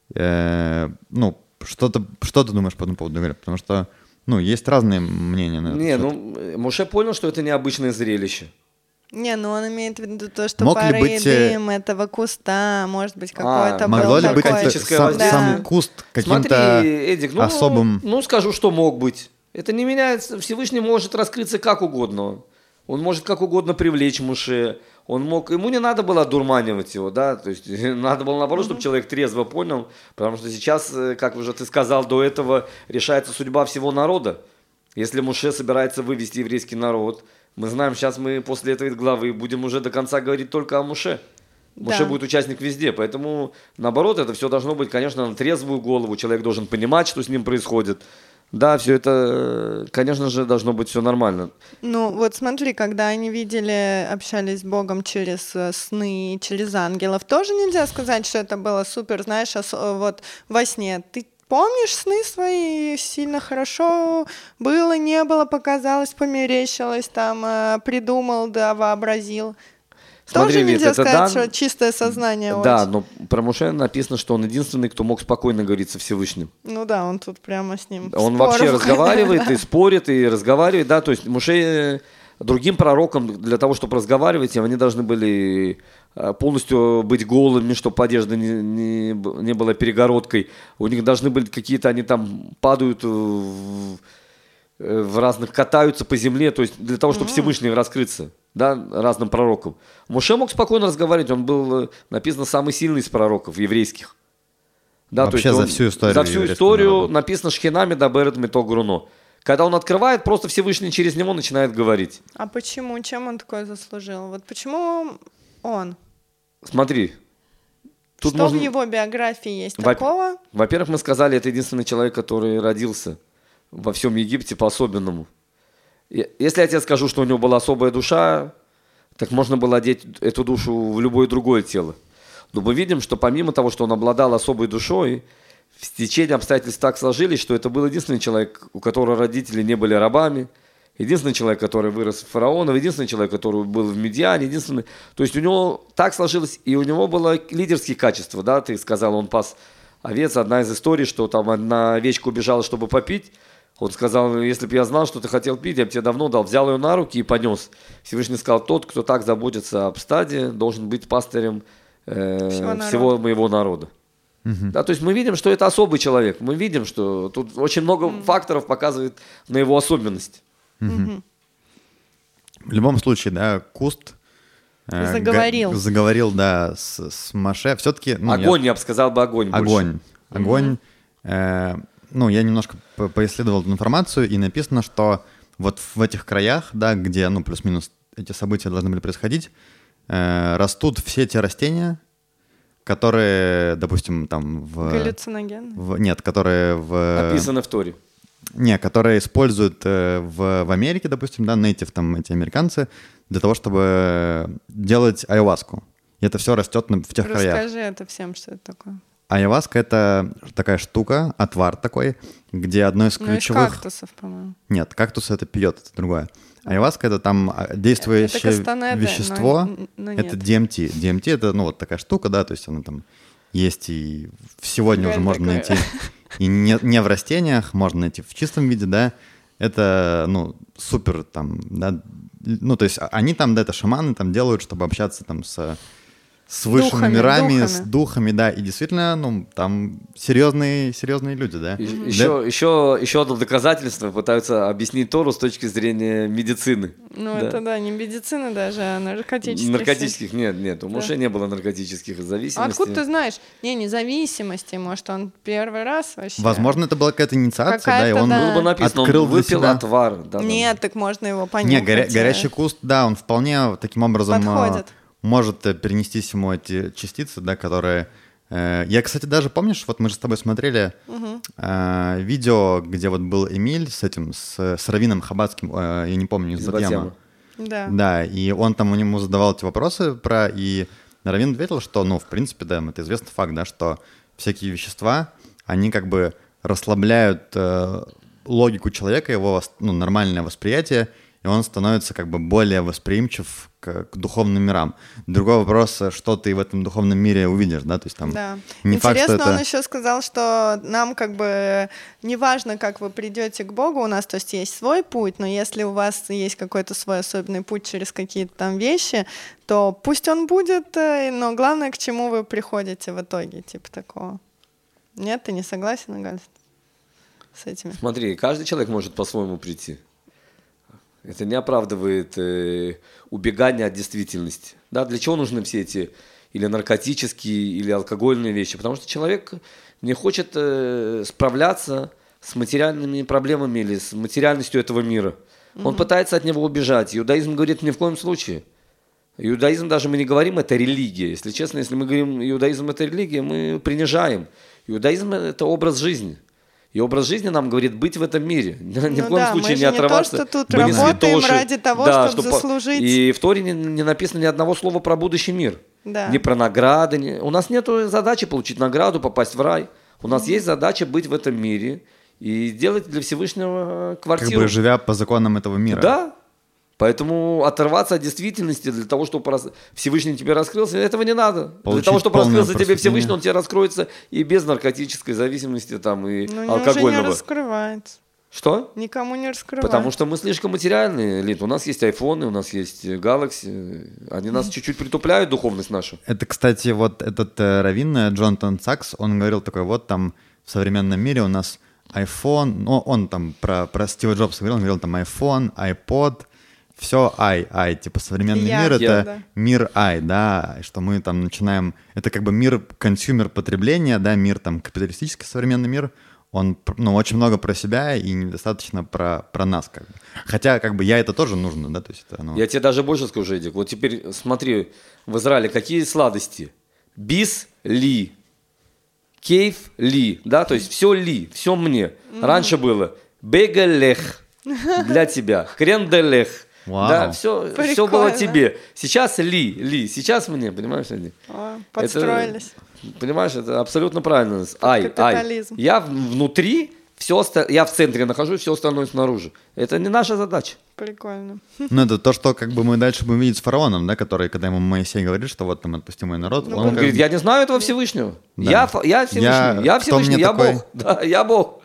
что ты думаешь по этому поводу, Игорь? Потому что, есть разные мнения на этот счет. Моше понял, что это необычное зрелище. Не, он имеет в виду то, что пары и дым этого куста, может быть, какое-то могло ли быть сам куст каким-то Эдик, особым... скажу, что мог быть. Это не меняется. Всевышний может раскрыться как угодно. Он может как угодно привлечь Моше. Ему не надо было одурманивать его, да, то есть надо было наоборот, чтобы человек трезво понял, потому что сейчас, как уже ты сказал до этого, решается судьба всего народа. Если Моше собирается вывести еврейский народ, мы знаем, сейчас мы после этой главы будем уже до конца говорить только о Моше. Моше будет участник везде, поэтому наоборот, это все должно быть, конечно, на трезвую голову, человек должен понимать, что с ним происходит. Да, все это, конечно же, должно быть все нормально. Вот смотри, когда они общались с Богом через сны, через ангелов, тоже нельзя сказать, что это было супер, знаешь, вот во сне. Ты помнишь сны свои сильно хорошо? Было, не было, показалось, померещилось, там, придумал, да, вообразил. Смотри, тоже нельзя сказать, что чистое сознание. Да, но про Моше написано, что он единственный, кто мог спокойно говорить со Всевышним. Он тут прямо с ним он вообще разговаривает и спорит, и разговаривает, да, то есть Моше другим пророкам для того, чтобы разговаривать, они должны были полностью быть голыми, чтобы одежда не была перегородкой. У них должны быть какие-то, они там падают в разных, катаются по земле, то есть для того, чтобы Всевышний раскрыться, да, разным пророкам. Моше мог спокойно разговаривать, он был, написано, самый сильный из пророков еврейских. Да, вообще то за есть всю историю. За всю историю написано «Шхинами даберет мито груно». Когда он открывает, просто Всевышний через него начинает говорить. А почему? Чем он такое заслужил? Вот почему он? Смотри. Тут что в его биографии есть такого? Во-первых, мы сказали, это единственный человек, который родился во всем Египте по-особенному. Если я тебе скажу, что у него была особая душа, так можно было одеть эту душу в любое другое тело. Но мы видим, что помимо того, что он обладал особой душой, в течение обстоятельств так сложились, что это был единственный человек, у которого родители не были рабами, единственный человек, который вырос в фараонов, единственный человек, который был в Медиане, единственный... То есть у него так сложилось, и у него было лидерские качества, да, ты сказал, он пас овец, одна из историй, что там одна овечка убежала, чтобы попить, он сказал, если бы я знал, что ты хотел пить, я бы тебе давно дал. Взял ее на руки и понес. Всевышний сказал, тот, кто так заботится об стаде, должен быть пастырем всего моего народа. Угу. Да, то есть мы видим, что это особый человек. Мы видим, что тут очень много факторов показывает на его особенность. Угу. В любом случае, да, куст заговорил, да, с Моше. Все-таки... огонь, я бы сказал бы огонь. Огонь. Я немножко поисследовал эту информацию, и написано, что вот в этих краях, да, где, плюс-минус эти события должны были происходить, растут все те растения, которые, допустим, там в... Галлюциногенные? Нет, которые Описаны в Торе. Не, которые используют в Америке, допустим, да, native, там, эти американцы, для того, чтобы делать айваску. И это все растет в тех краях. Расскажи это всем, что это такое. Айваска — это такая штука, отвар такой, где одно из ключевых... из кактусов, по-моему. Нет, кактус — это пьет, это другое. Айваска — это там действующее вещество, это DMT. DMT — это, вот такая штука, да, то есть она там есть и сегодня уже можно найти, и не в растениях, можно найти в чистом виде, да. Это, супер там, да, то есть они там, да, это шаманы там делают, чтобы общаться там с с высшими Духами, мирами, духами. с духами, да, и действительно, ну, там серьезные люди, да. Еще одно доказательство пытаются объяснить Тору с точки зрения медицины. Ну, Да. это да, не медицины даже, а наркотических. Наркотических нет. У Моше не было наркотических А зависимостей. откуда ты знаешь? Независимости, может, он первый раз вообще? Возможно, это была какая-то инициация, Какая-то, да, и он да. Было бы написано, открыл он для выпил себя. отвар. Да, Нет, так можно его Не, понюхать. горящий куст, да, он вполне таким образом Подходит. может перенестись ему эти частицы, да, которые... Я, кстати, даже, помнишь, вот мы же с тобой смотрели видео, где вот был Эмиль с этим, с раввином Хабадским, я не помню, из Из Батьяма. Да. Да, и он там ему задавал эти вопросы и раввин ответил, что, ну, в принципе, да, это известный факт, да, что всякие вещества, они как бы расслабляют логику человека, его, ну, нормальное восприятие, и он становится как бы более восприимчив к духовным мирам. Другой вопрос, что ты в этом духовном мире увидишь, да, то есть там Да. не Интересно, факт, что это... он еще сказал, что нам как бы не важно, как вы придете к Богу, у нас, то есть, есть свой путь, но если у вас есть какой-то свой особенный путь через какие-то там вещи, то пусть он будет, но главное, к чему вы приходите в итоге, типа такого. Нет, ты не согласен, Галь, с этими? Смотри, каждый человек может по-своему прийти. Это не оправдывает убегание от действительности. Да, для чего нужны все эти или наркотические, или алкогольные вещи? Потому что человек не хочет справляться с материальными проблемами или с материальностью этого мира. Он пытается от него убежать. Иудаизм говорит ни в коем случае. Иудаизм даже мы не говорим, это религия. Если честно, если мы говорим, иудаизм это религия, мы принижаем. Иудаизм это образ жизни. И образ жизни нам говорит быть в этом мире. Ни в коем да, случае мы не же отрываться. Не то, что тут Мы не работаем святоши. ради того, Да, чтобы заслужить. И в Торе не написано ни одного слова про будущий мир. Да. Ни про награды. У нас нет задачи получить награду, попасть в рай. У нас есть задача быть в этом мире и делать для Всевышнего квартиру. Как бы живя по законам этого мира. Да. Поэтому оторваться от действительности для того, чтобы Всевышний тебе раскрылся, этого не надо. Получить для того, чтобы полное раскрылся тебе просветление. Всевышний, он тебе раскроется и без наркотической зависимости там, и Ну, уже не алкогольного. раскрывается. Что? Никому не раскрывается. Потому что мы слишком материальные, Лид. У нас есть айфоны, у нас есть Galaxy. Они нас чуть-чуть притупляют, духовность нашу. Это, кстати, вот этот раввин Джонатан Сакс, он говорил такой, вот там в современном мире у нас iPhone, ну, он там про Стива Джобса говорил, он говорил там iPhone, iPod, все I, типа современный мир — это да. мир I, да, и что мы там начинаем, это как бы мир консюмер потребления, да, мир там капиталистический современный мир, он, ну, очень много про себя и недостаточно про нас, как бы. Хотя, как бы, это тоже нужно, да, то есть это, ну... Я тебе даже больше скажу, Эдик. Вот теперь смотри, в Израиле какие сладости? Бис ли, кейф ли, да, то есть все ли, все мне. Раньше было бегалех для тебя, кренделех. Вау. Да, все Прикольно. было тебе. Сейчас ли, сейчас мне, понимаешь, Эдик? О, подстроились. Понимаешь, это абсолютно правильно. капитализм. Я внутри, я в центре нахожусь, все остальное снаружи. Это не наша задача. Прикольно. Ну, это то, что как бы мы дальше будем видеть с фараоном, да, который, когда ему Моисей говорит, что вот там отпусти мой народ, Он как говорит, бы- я не знаю этого Всевышнего. Да. Я Всевышний, я кто Всевышний, мне я такой? Бог. Да, я Бог.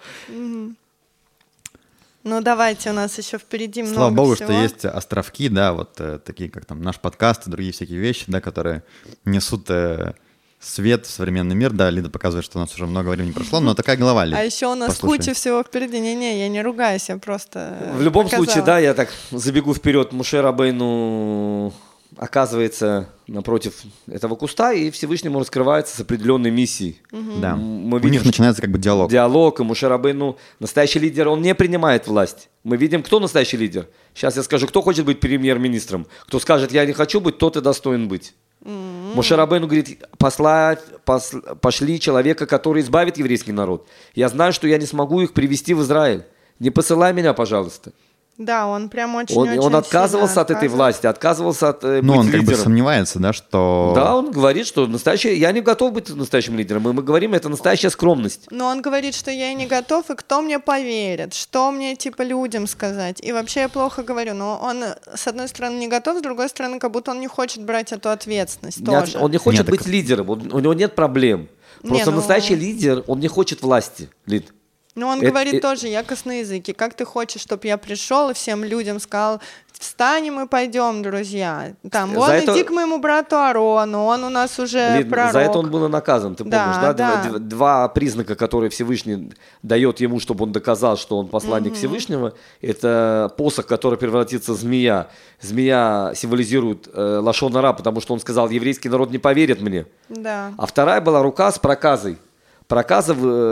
Ну, давайте, у нас еще впереди много Слава богу, всего. что есть островки, да, вот такие, как там наш подкаст и другие всякие вещи, да, которые несут свет в современный мир. Да, Лида показывает, что у нас уже много времени прошло, но такая голова, Лида. А еще у нас Послушай. куча всего впереди. Не-не, я не ругаюсь, я просто В любом показала. случае, да, я так забегу вперед. Муше Рабейну оказывается напротив этого куста, и Всевышнему раскрывается с определенной миссией. Да. Мы У видим, них что начинается как бы диалог. диалог, и Муше Рабейну, настоящий лидер, он не принимает власть. Мы видим, кто настоящий лидер. Сейчас я скажу, кто хочет быть премьер-министром. Кто скажет, я не хочу быть, тот и достоин быть. Моше Рабейну говорит, пошли человека, который избавит еврейский народ. Я знаю, что я не смогу их привести в Израиль. Не посылай меня, пожалуйста. Да, он прям очень Он отказывался от этой власти, отказывался от быть Ну, он как бы лидером. сомневается, да, что... Да, он говорит, что я не готов быть настоящим лидером. И мы говорим, это настоящая скромность. Но он говорит, что я и не готов, и кто мне поверит, что мне, типа, людям сказать. И вообще я плохо говорю, но он, с одной стороны, не готов, с другой стороны, как будто он не хочет брать эту ответственность тоже. Он не хочет Нет, быть так- лидером, у него нет проблем. Просто ну- настоящий лидер, он не хочет власти, Лид. Ну, он говорит тоже, я косноязыкий. Как ты хочешь, чтобы я пришел и всем людям сказал, встанем и пойдем, друзья. Там, вон, иди к моему брату Арону, он у нас уже пророк. За это он был наказан, ты помнишь, да? Два признака, которые Всевышний дает ему, чтобы он доказал, что он посланник Всевышнего, это посох, который превратится в змея. Змея символизирует лашон ара, потому что он сказал, еврейский народ не поверит мне. Да. А вторая была рука с проказой. Проказа,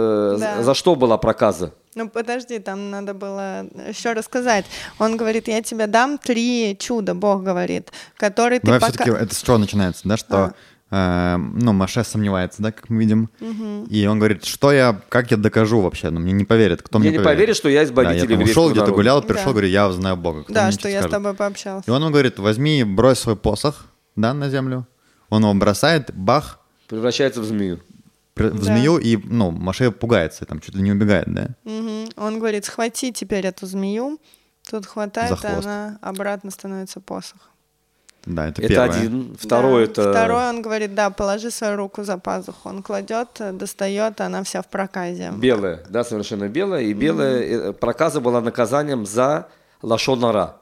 за что была проказа? Ну, подожди, там надо было еще рассказать. Он говорит, я тебе дам 3 чуда, Бог говорит, которые ты пока... все-таки это с чего начинается, да, что, Моше сомневается, да, как мы видим, и он говорит, как я докажу вообще, мне не поверят, кто мне поверит? Мне не поверит, что я избавитель еврейского народа. Я ушел, где-то гулял, пришел, говорю, я знаю Бога. Да, что я с тобой пообщался. И он ему говорит, возьми, брось свой посох, да, на землю, он его бросает, бах. Превращается в змею. В змею, и, Моше пугается, там чуть ли не убегает, да? Он говорит, схвати теперь эту змею, тут хватает, и она обратно становится посох. Да, это первое. Это один, второй это... Второй, он говорит, положи свою руку за пазуху, он кладет, достает, она вся в проказе. Белая, да, совершенно белая, и белая проказа была наказанием за лашон ара,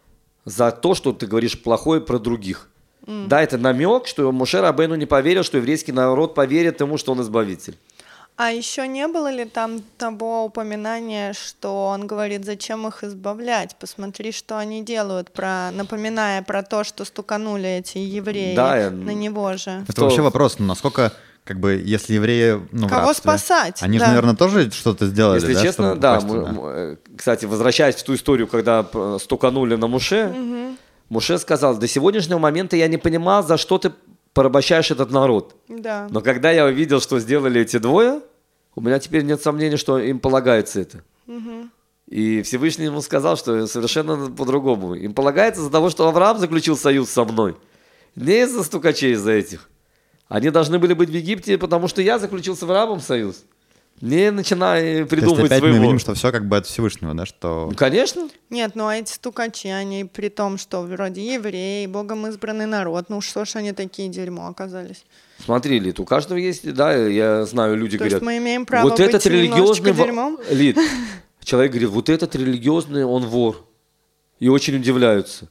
за то, что ты говоришь плохое про других. Да, это намек, что Моше Рабейну не поверил, что еврейский народ поверит ему, что он избавитель. А еще не было ли там того упоминания, что он говорит, зачем их избавлять? Посмотри, что они делают, напоминая про то, что стуканули эти евреи на него же. Это вообще вопрос, насколько, если евреи в кого рабстве, спасать? Они же, наверное, тоже что-то сделали, если честно, Кстати, возвращаясь в ту историю, когда стуканули на Моше, Моше сказал, до сегодняшнего момента я не понимал, за что ты порабощаешь этот народ. Да. Но когда я увидел, что сделали эти двое, у меня теперь нет сомнений, что им полагается это. И Всевышний ему сказал, что совершенно по-другому. Им полагается за того, что Авраам заключил союз со мной. Не из-за стукачей, из-за этих. Они должны были быть в Египте, потому что я заключил с Авраамом союз. Не начинай придумывать опять своего. Мы видим, что все от Всевышнего, да? Что... Конечно. Нет, эти стукачи, они при том, что вроде евреи, Богом избранный народ, что ж они такие дерьмо оказались? Смотри, Лид, у каждого есть, да, я знаю, люди говорят... То есть мы имеем право вот быть этот религиозный дерьмом? Лид, человек говорит, вот этот религиозный, он вор. И очень удивляются.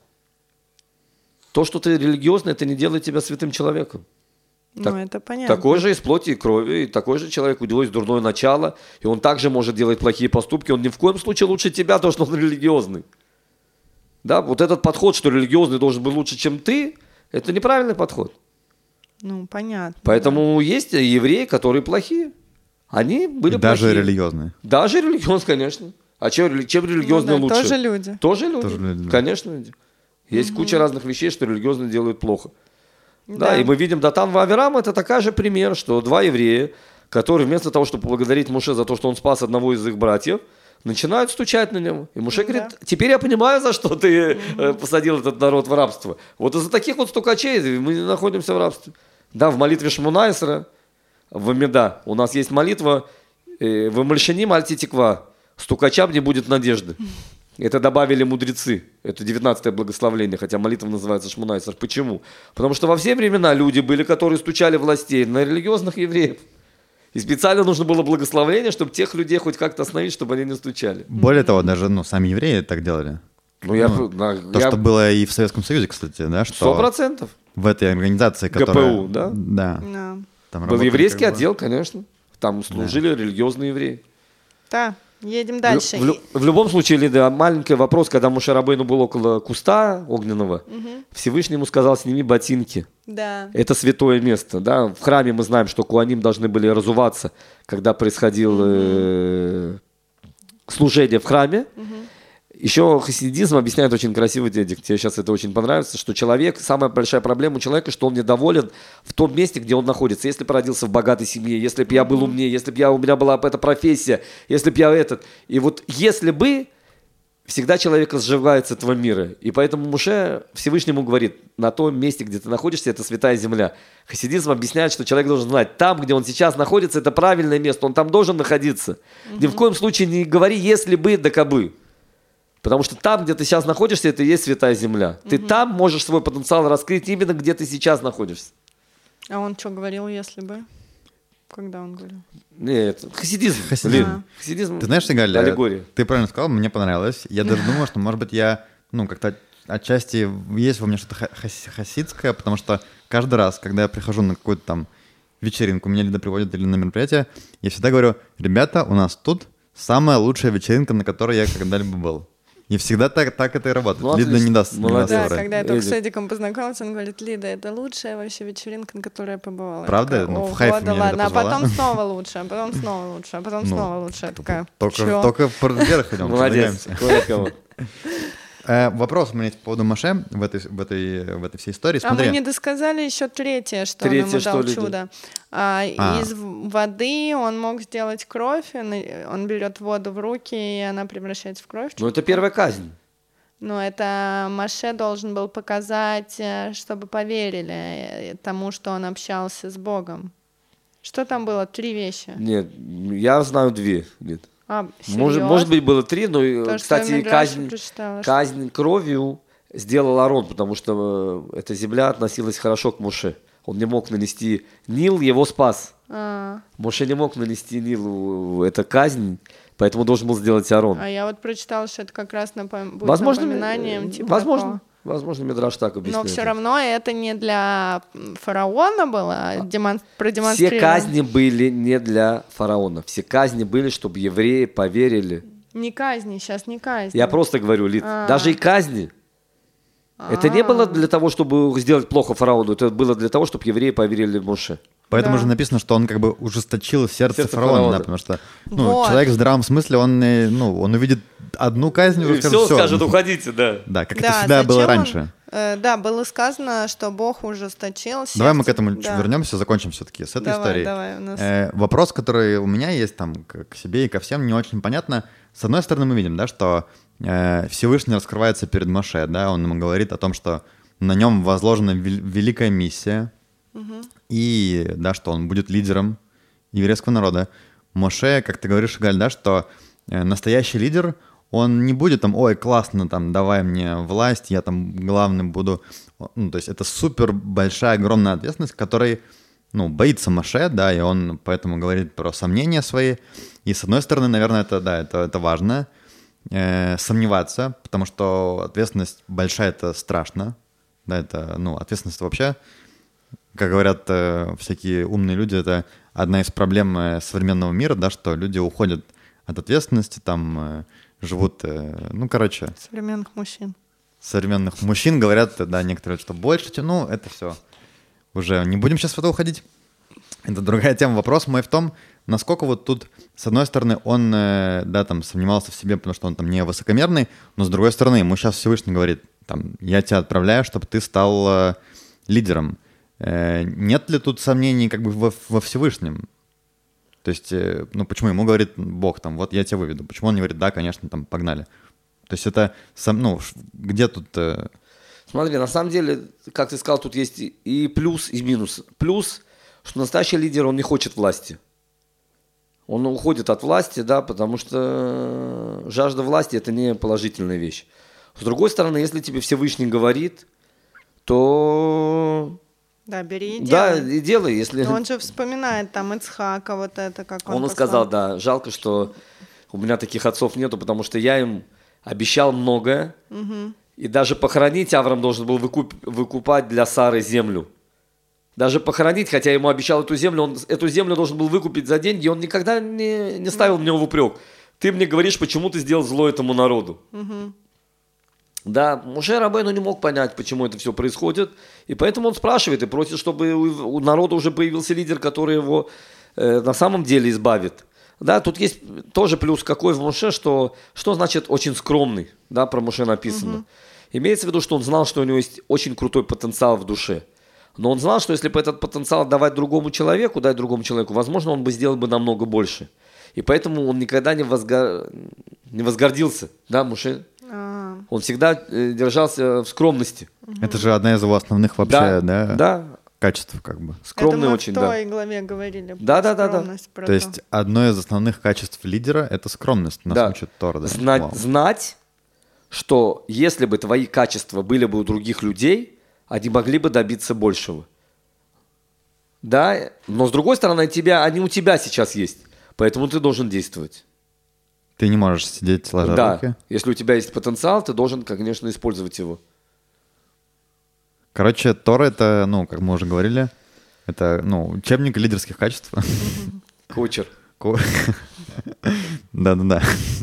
То, что ты религиозный, это не делает тебя святым человеком. Это понятно. Такой же из плоти и крови, и такой же человек, у него есть дурное начало, и он также может делать плохие поступки, он ни в коем случае лучше тебя, потому что он религиозный. Да, вот этот подход, что религиозный должен быть лучше, чем ты, это неправильный подход. Понятно. Поэтому есть евреи, которые плохие. Они были даже плохие. Религиозные. Даже религиозные, конечно. А чем религиозные лучше? Тоже люди. Тоже люди, конечно. Есть куча разных вещей, что религиозные делают плохо. Да, и мы видим Датан и Авирам, это такой же пример, что 2 еврея, которые вместо того, чтобы поблагодарить Моше за то, что он спас одного из их братьев, начинают стучать на него. И Моше говорит, теперь я понимаю, за что ты посадил этот народ в рабство. Вот из-за таких вот стукачей мы находимся в рабстве. Да, в молитве Шмона Эсра, в Амида, у нас есть молитва «В Мальшаним альтитиква», стукачам не будет надежды. Это добавили мудрецы. Это 19-е благословление, хотя молитва называется Шмона Эсра. Почему? Потому что во все времена люди были, которые стучали властей на религиозных евреев. И специально нужно было благословение, чтобы тех людей хоть как-то остановить, чтобы они не стучали. Более того, даже сами евреи так делали. Что было и в Советском Союзе, кстати, да? 100%. В этой организации, которая... ГПУ, да? Да. Там был еврейский отдел, конечно. Там служили религиозные евреи. Да. Едем дальше. В любом случае, Лида, маленький вопрос, когда Моше Рабейну был около куста огненного, Всевышний ему сказал, сними ботинки. Да. Это святое место. Да? В храме мы знаем, что куаним должны были разуваться, когда происходило служение в храме. Еще хасидизм объясняет очень красиво, Дедик, тебе сейчас это очень понравится, что человек, самая большая проблема у человека, что он недоволен в том месте, где он находится. Если бы родился в богатой семье, если бы я был умнее, если бы у меня была эта профессия, если бы я этот. И вот если бы, всегда человека сжигает с этого мира. И поэтому Моше Всевышнему говорит, на том месте, где ты находишься, это святая земля. Хасидизм объясняет, что человек должен знать, там, где он сейчас находится, это правильное место, он там должен находиться. Ни в коем случае не говори «если бы, да кабы». Потому что там, где ты сейчас находишься, это и есть святая земля. Ты там можешь свой потенциал раскрыть именно где ты сейчас находишься. А он что говорил, если бы? Когда он говорил? Нет, хасидизм. Хасидизм. Хасидизм. Ты знаешь, Галя, аллегория. ты правильно сказал, мне понравилось. Я даже думал, что, может быть, я, как-то отчасти есть во мне что-то хасидское, потому что каждый раз, когда я прихожу на какую-то там вечеринку, меня Лида приводит или на мероприятие, я всегда говорю: ребята, у нас тут самая лучшая вечеринка, на которой я когда-либо был. И всегда так это и работает. Ну, Лида не даст молодец. Да, соврать. когда я только с Эдиком познакомился, он говорит: Лида, это лучшая вообще вечеринка, на которой я побывала. Правда? Я такая: В Хайфе да меня ладно, Лида а потом позвала. снова лучше, а потом снова лучше, а потом снова лучше. Я такая: чё? Только вверх идем. Молодец. продвигаемся. Вопрос у меня есть по поводу Моше в этой всей истории. А мы Смотри, не досказали еще третье, что Третье, он ему что, дал Лида? чудо. Из воды он мог сделать кровь, он берет воду в руки, и она превращается в кровь. Ну, это первая казнь. Но это Моше должен был показать, чтобы поверили тому, что он общался с Богом. Что там было? 3 вещи. Нет, я знаю 2. Нет. Может быть, было 3, но, То, кстати, казнь кровью сделал Аарон, потому что эта земля относилась хорошо к Моше. Он не мог нанести Нил, его спас. Моше не мог нанести Нилу, это казнь, поэтому должен был сделать Аарон. А я вот прочитала, что это как раз будет напоминанием. Типа возможно, Мидраш так объясняет. Но все равно это не для фараона было продемонстрировано. Все казни были не для фараона. Все казни были, чтобы евреи поверили. Не казни, сейчас не казни. Я просто говорю, Лид, даже и казни. Это не было для того, чтобы сделать плохо фараону, это было для того, чтобы евреи поверили в Моше. поэтому же написано, что он как бы ужесточил сердце фараона, да, потому что Вот. человек в здравом смысле, он увидит одну казнь, уже И все скажет, уходите, да. Да, как это всегда было раньше. Да, было сказано, что Бог ужесточил сердце. Давай мы к этому вернемся, закончим все-таки с этой историей. Давай, у нас... Вопрос, который у меня есть там к себе и ко всем, не очень понятно. С одной стороны, мы видим, да, что Всевышний раскрывается перед Моше, да, он ему говорит о том, что на нем возложена великая миссия, и, да, что он будет лидером еврейского народа. Моше, как ты говоришь, Галь, да, что настоящий лидер, он не будет там: ой, классно, там, давай мне власть, я там главным буду. Ну, то есть это супер большая, огромная ответственность, которой, боится Моше, да, и он поэтому говорит про сомнения свои. И с одной стороны, наверное, это важно, сомневаться, потому что ответственность большая, это страшно, да, это, ответственность вообще, как говорят всякие умные люди, это одна из проблем современного мира, да, что люди уходят от ответственности, там, живут, современных мужчин говорят, да, некоторые, что больше, это все. Уже не будем сейчас в это уходить. Это другая тема. Вопрос мой в том, насколько вот тут, с одной стороны, он, да, там, сомневался в себе, потому что он там не высокомерный, но с другой стороны, ему сейчас Всевышний говорит, там, я тебя отправляю, чтобы ты стал лидером. Нет ли тут сомнений как бы во Всевышнем? То есть, почему ему говорит Бог, там, вот я тебя выведу? Почему он не говорит: да, конечно, там, погнали? То есть это, где тут... Смотри, на самом деле, как ты сказал, тут есть и плюс, и минус. Плюс, что настоящий лидер, он не хочет власти. Он уходит от власти, да, потому что жажда власти – это не положительная вещь. С другой стороны, если тебе Всевышний говорит, то... Да, бери и делай. Да, и делай, если... Но он же вспоминает там Ицхака, вот это, как он Он сказал, да, жалко, что у меня таких отцов нету, потому что я им обещал многое, и даже похоронить Авраам должен был выкупать для Сары землю. Даже похоронить, хотя ему обещал эту землю, он эту землю должен был выкупить за деньги, он никогда не ставил мне в упрек. Ты мне говоришь, почему ты сделал зло этому народу. Да, Моше Рабейну не мог понять, почему это все происходит, и поэтому он спрашивает и просит, чтобы у народа уже появился лидер, который его на самом деле избавит. Да, тут есть тоже плюс какой в Моше, что значит очень скромный, да, про Моше написано. Имеется в виду, что он знал, что у него есть очень крутой потенциал в душе, но он знал, что если бы этот потенциал дать другому человеку, возможно, он бы сделал бы намного больше. И поэтому он никогда не возгордился, да, Моше. Он всегда держался в скромности. Это же одна из его основных вообще, да, качеств, как бы. Скромный очень, да. Это мы в той главе говорили. Да. То есть одно из основных качеств лидера — это скромность, нас учит Тора. Да? Знать, что если бы твои качества были бы у других людей, они могли бы добиться большего. Да, но с другой стороны, они у тебя сейчас есть, поэтому ты должен действовать. Ты не можешь сидеть сложа руки. Да, если у тебя есть потенциал, ты должен, конечно, использовать его. Короче, Тора — это, как мы уже говорили, это, учебник лидерских качеств. Коучер. Да-да-да.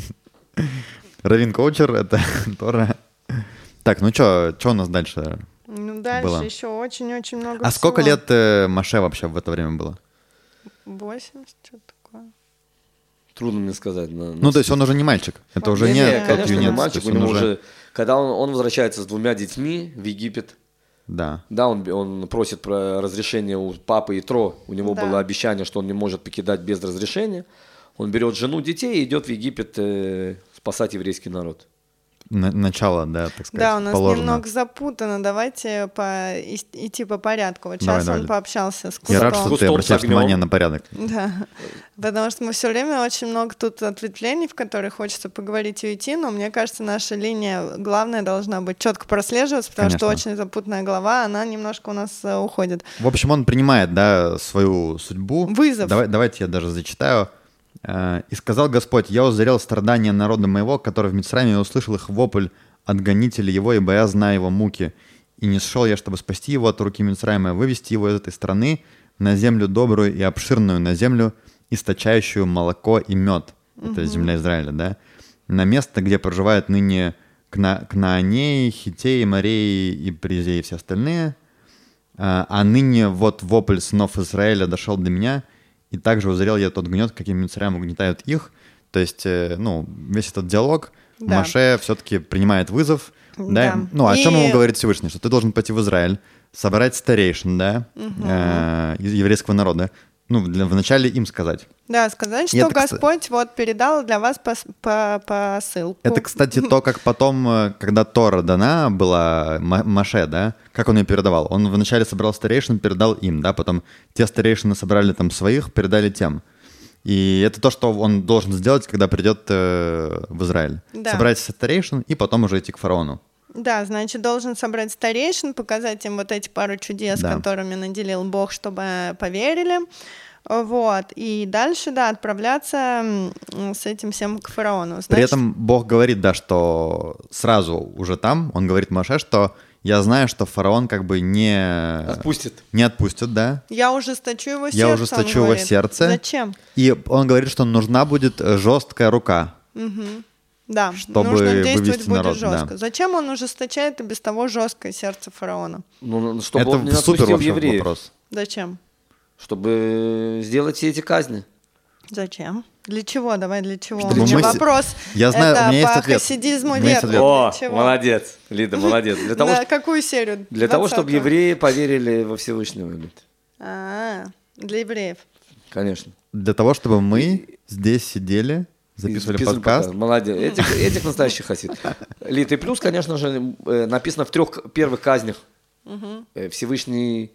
Равин Коучер — это Тора. Так, что у нас дальше? Дальше было? еще очень-очень много А всего. сколько лет Моше вообще в это время было? 80, что-то такое. Трудно мне сказать. То есть он уже не мальчик. Это уже не тот конечно, не юнец. мальчик. У него уже... Когда он возвращается с 2 детьми в Египет, да, он просит про разрешение у папы Итро. У него Да. было обещание, что он не может покидать без разрешения. Он берет жену, детей и идет в Египет спасать еврейский народ. Начало, да, так сказать, Да, у нас положено. немного запутано. Давайте идти по порядку. Вот сейчас Давай. он пообщался с Кустом. Я рад, что ты Кустом с обращаешь огнем. внимание на порядок. Да, потому что мы все время очень много тут ответвлений, в которые хочется поговорить и уйти, но мне кажется, наша линия главная должна быть четко прослеживаться, потому что Конечно. очень запутанная глава, она немножко у нас уходит. В общем, он принимает, да, свою судьбу. Вызов. Давайте я даже зачитаю. «И сказал Господь, я узрел страдания народа моего, который в Мицраиме, и услышал их вопль от гонителей его, ибо я знаю его муки. И не сшел я, чтобы спасти его от руки Мицраима, вывести его из этой страны на землю добрую и обширную, на землю, источающую молоко и мед». Это земля Израиля, да? На место, где проживают ныне Кнаанеи, Хитеи, Мореи и Призеи и все остальные. А ныне вот вопль сынов Израиля дошел до меня, и также узрел я тот гнет, каким Мицраим угнетают их. То есть, весь этот диалог, Да. Моше все-таки принимает вызов. Да. Да. О чем И- ему говорит Всевышний? Что ты должен пойти в Израиль, собрать старейшин, да, из еврейского народа. Вначале им сказать. Да, сказать, И что это, Господь вот передал для вас посылку. Это, кстати, то, как потом, когда Тора дана была Моше, да, как он ее передавал. Он вначале собрал старейшин, передал им, да, потом те старейшины собрали там своих, передали тем. И это то, что он должен сделать, когда придет в Израиль. Да. Собрать старейшин и потом уже идти к фараону. Да, значит, должен собрать старейшин, показать им вот эти пару чудес, Да. которыми наделил Бог, чтобы поверили. Вот. И дальше, да, отправляться с этим всем к фараону. При этом Бог говорит, да, что сразу уже там, он говорит Моше, что я знаю, что фараон как бы не отпустит, да. Я ужесточу его сердце. Я ужесточу он его говорит. сердце. Зачем? И он говорит, что нужна будет жесткая рука. Да, чтобы нужно действовать вывести будет народ, жестко. да. Зачем он ужесточает и без того жесткое сердце фараона? Чтобы Это он не супер отпустил вообще евреев. вопрос. Зачем? Чтобы сделать все эти казни. Зачем? Для чего? Давай для чего? Чтобы У меня мы вопрос. Я знаю, это у меня есть по ответ. хасидизму У меня есть верно. ответ. О, Для чего? молодец, Лида, молодец. Для того, На какую серию? для того, чтобы 20-ю? евреи поверили во Всевышнего, Лид. Для евреев. Конечно. Для того, чтобы мы здесь сидели, записывали подкаст. Молодец. Этих настоящих хасид. Лид, и плюс, конечно же, написано в 3 первых казнях. Всевышний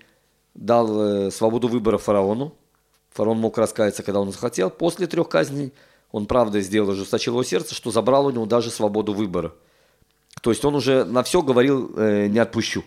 дал свободу выбора фараону. Фараон мог раскаяться, когда он захотел. После 3 казней он правдой сделал, ужесточил его сердце, что забрал у него даже свободу выбора. То есть он уже на все говорил «не отпущу».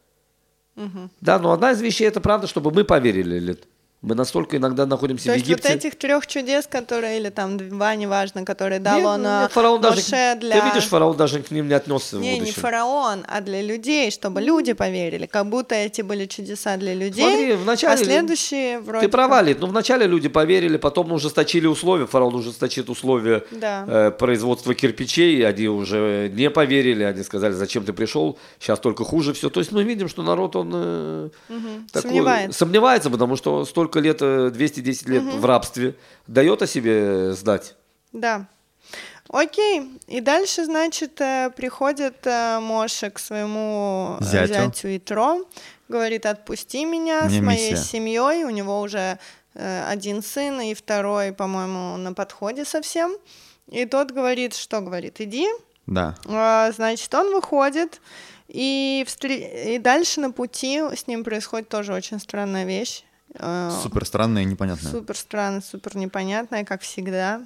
Да, но одна из вещей это правда, чтобы мы поверили, Лид. Мы настолько иногда находимся То в есть Египте. вот этих 3 чудес, которые, или там 2, неважно, которые дал Нет, он нет, фараон даже, Моше для... Ты видишь, фараон даже к ним не отнесся в Не будущем. фараон, а для людей, чтобы люди поверили. Как будто эти были чудеса для людей, Смотри, вначале а следующие вроде Ты права, как- Лид. Вначале люди поверили, потом ужесточили условия. Фараон ужесточит условия Да. производства кирпичей. Они уже не поверили. Они сказали, зачем ты пришел, сейчас только хуже все. То есть мы видим, что народ, он сомневается, потому что столько лет, 210 лет в рабстве, дает о себе знать. Да. Окей. И дальше, значит, приходит Моше к своему зятю Итро, говорит, отпусти меня Мне с моей миссия. семьей. У него уже 1 сын, и 2, по-моему, на подходе совсем. И тот говорит, что говорит, иди. Да. Значит, он выходит, и дальше на пути с ним происходит тоже очень странная вещь. Супер странная и непонятная. Супер странная, супер непонятная, как всегда.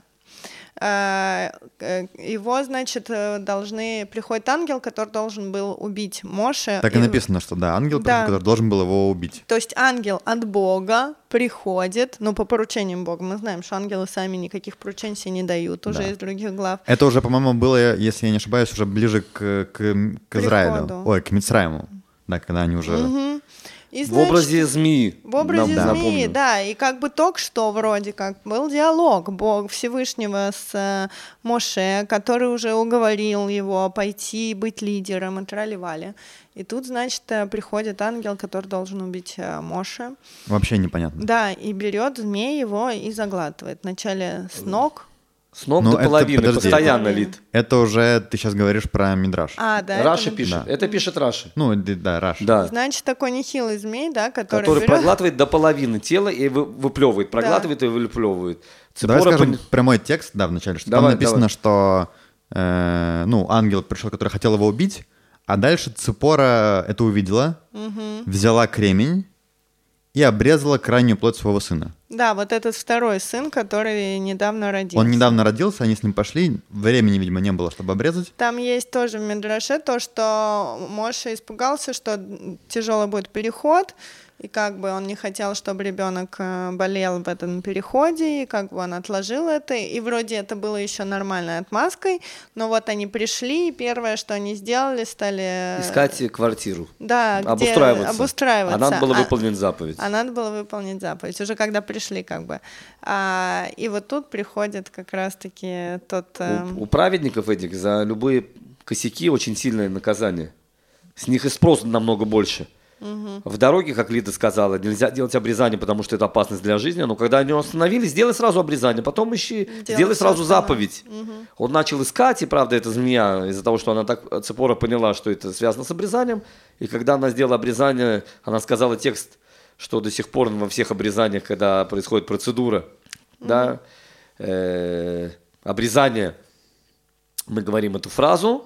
его, значит, приходит ангел, который должен был убить Моше. Так и написано, что да, ангел, который должен был его убить. То есть ангел от Бога приходит, по поручениям Бога. Мы знаем, что ангелы сами никаких поручений себе не дают уже из других глав. Это уже, по-моему, было, если я не ошибаюсь, уже ближе к Израилю. Ой, к Мицраиму. Да, когда они уже... И, значит, в образе змеи. В образе змеи, да. И как бы только что вроде как был диалог Бога Всевышнего с Моше, который уже уговорил его пойти быть лидером и тролливали. И тут, значит, приходит ангел, который должен убить Моше. Вообще непонятно. Да, и берет змей его и заглатывает. Вначале с ног. С ног до половины, постоянно лит. Это уже ты сейчас говоришь про Мидраш. Да. Раша пишет. Да. Это пишет Раша. Да, Раша. Да. Значит, такой нехилый змей, да, который проглатывает до половины тела и выплевывает. Проглатывает и выплевывает. Давай скажем прямой текст, вначале, что там написано, что ангел пришел, который хотел его убить, а дальше Ципора это увидела, взяла кремень и обрезала крайнюю плоть своего сына. Да, вот этот второй сын, который недавно родился. Он недавно родился, они с ним пошли, времени, видимо, не было, чтобы обрезать. Там есть тоже в Мидраше то, что Моше испугался, что тяжелый будет переход, и как бы он не хотел, чтобы ребенок болел в этом переходе, и как бы он отложил это, и вроде это было еще нормальной отмазкой, но вот они пришли, и первое, что они сделали, стали... Искать квартиру. Да, обустраиваться. А надо было выполнить заповедь. Уже когда пришли как бы. И вот тут приходит как раз-таки тот... У праведников этих за любые косяки очень сильное наказание. С них и спрос намного больше. В дороге, как Лида сказала, нельзя делать обрезание, потому что это опасность для жизни. Но когда они остановились, сделай сразу обрезание, потом сделай сразу заповедь. Он начал искать, и правда, эта змея, из-за того, что она так, Ципора поняла, что это связано с обрезанием, и когда она сделала обрезание, она сказала текст, что до сих пор во всех обрезаниях, когда происходит процедура, обрезание, мы говорим эту фразу,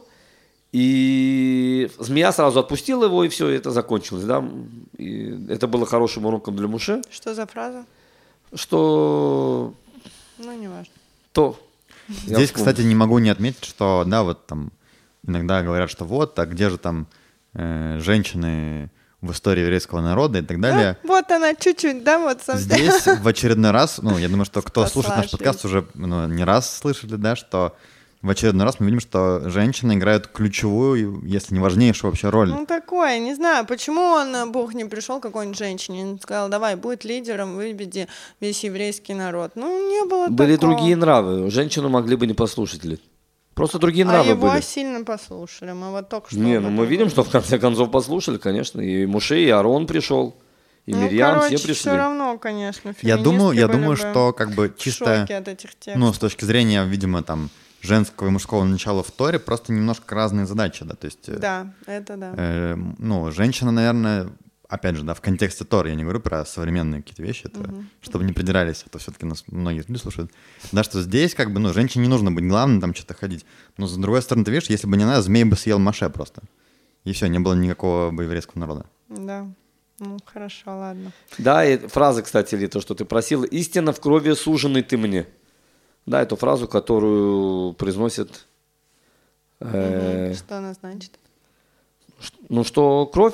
и змея сразу отпустила его, и все, это закончилось. Да? И это было хорошим уроком для Моше. Что за фраза? Что... не важно. Здесь, кстати, не могу не отметить, что, да, вот там иногда говорят, что а где же там женщины в истории еврейского народа и так далее. Вот она чуть-чуть, да, вот совсем. Здесь в очередной раз, я думаю, что кто слушает наш подкаст, уже не раз слышали, да, что в очередной раз мы видим, что женщины играют ключевую, если не важнейшую вообще роль. Такое, не знаю, почему Бог не пришел к какой-нибудь женщине и сказал, давай, будь лидером, выведи весь еврейский народ. Не было Были такого. Другие нравы, женщину могли бы не послушать ли. Просто другие нравы были. А его сильно послушали, мы вот только что... мы видим, что в конце концов послушали, конечно, и Моше, и Аарон пришел, и Мирьям, все пришли. Все равно, конечно, я думаю, что как бы чисто, от этих текстов. С точки зрения, видимо, там, женского и мужского начала в Торе просто немножко разные задачи, да, то есть... Да, это да. Женщина, наверное, опять же, да, в контексте Торы, я не говорю про современные какие-то вещи, это, чтобы не придирались, а то все-таки нас многие люди слушают, да, что здесь как бы, женщине не нужно быть главным, там что-то ходить, но с другой стороны, ты видишь, если бы не она, змей бы съел Моше просто, и все, не было никакого бы еврейского народа. Да. Хорошо, ладно. Да, и фраза, кстати, Ли, то, что ты просила, «Истина в крови суженый ты мне». Да, эту фразу, которую произносит... Что она значит? Что кровь,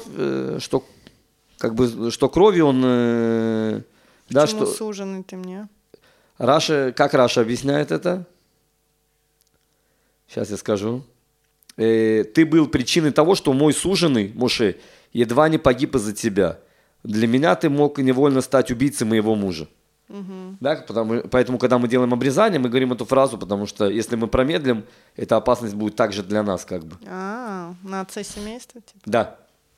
что кровью он... Почему что... суженый ты мне? Как Раша объясняет это? Сейчас я скажу. Ты был причиной того, что мой суженый, Моше, едва не погиб из-за тебя. Для меня ты мог невольно стать убийцей моего мужа. Да, поэтому, когда мы делаем обрезание, мы говорим эту фразу, потому что если мы промедлим, эта опасность будет также для нас, как бы. На отце семейства? Типа? Да.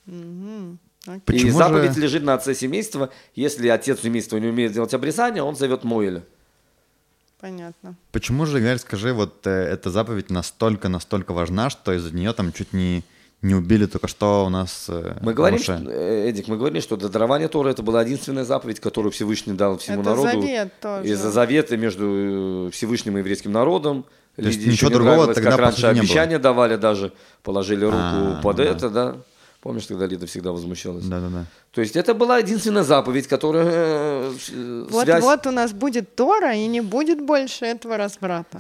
И заповедь лежит на отце семейства. Если отец семейства не умеет делать обрезание, он зовет Моэля. Понятно. Почему же, Галь, скажи, вот эта заповедь настолько важна, что из-за нее там чуть не убили только что у нас мы говорим, Эдик, мы говорили, что до дарования Торы это была единственная заповедь, которую Всевышний дал всему народу. Это завет тоже. Из-за завета между Всевышним и еврейским народом. То есть ничего другого тогда как раньше не обещания было. давали даже, положили руку под это, да. Помнишь, тогда Лида всегда возмущалась? Да-да-да. То есть это была единственная заповедь, которая... Вот у нас будет Тора, и не будет больше этого разврата.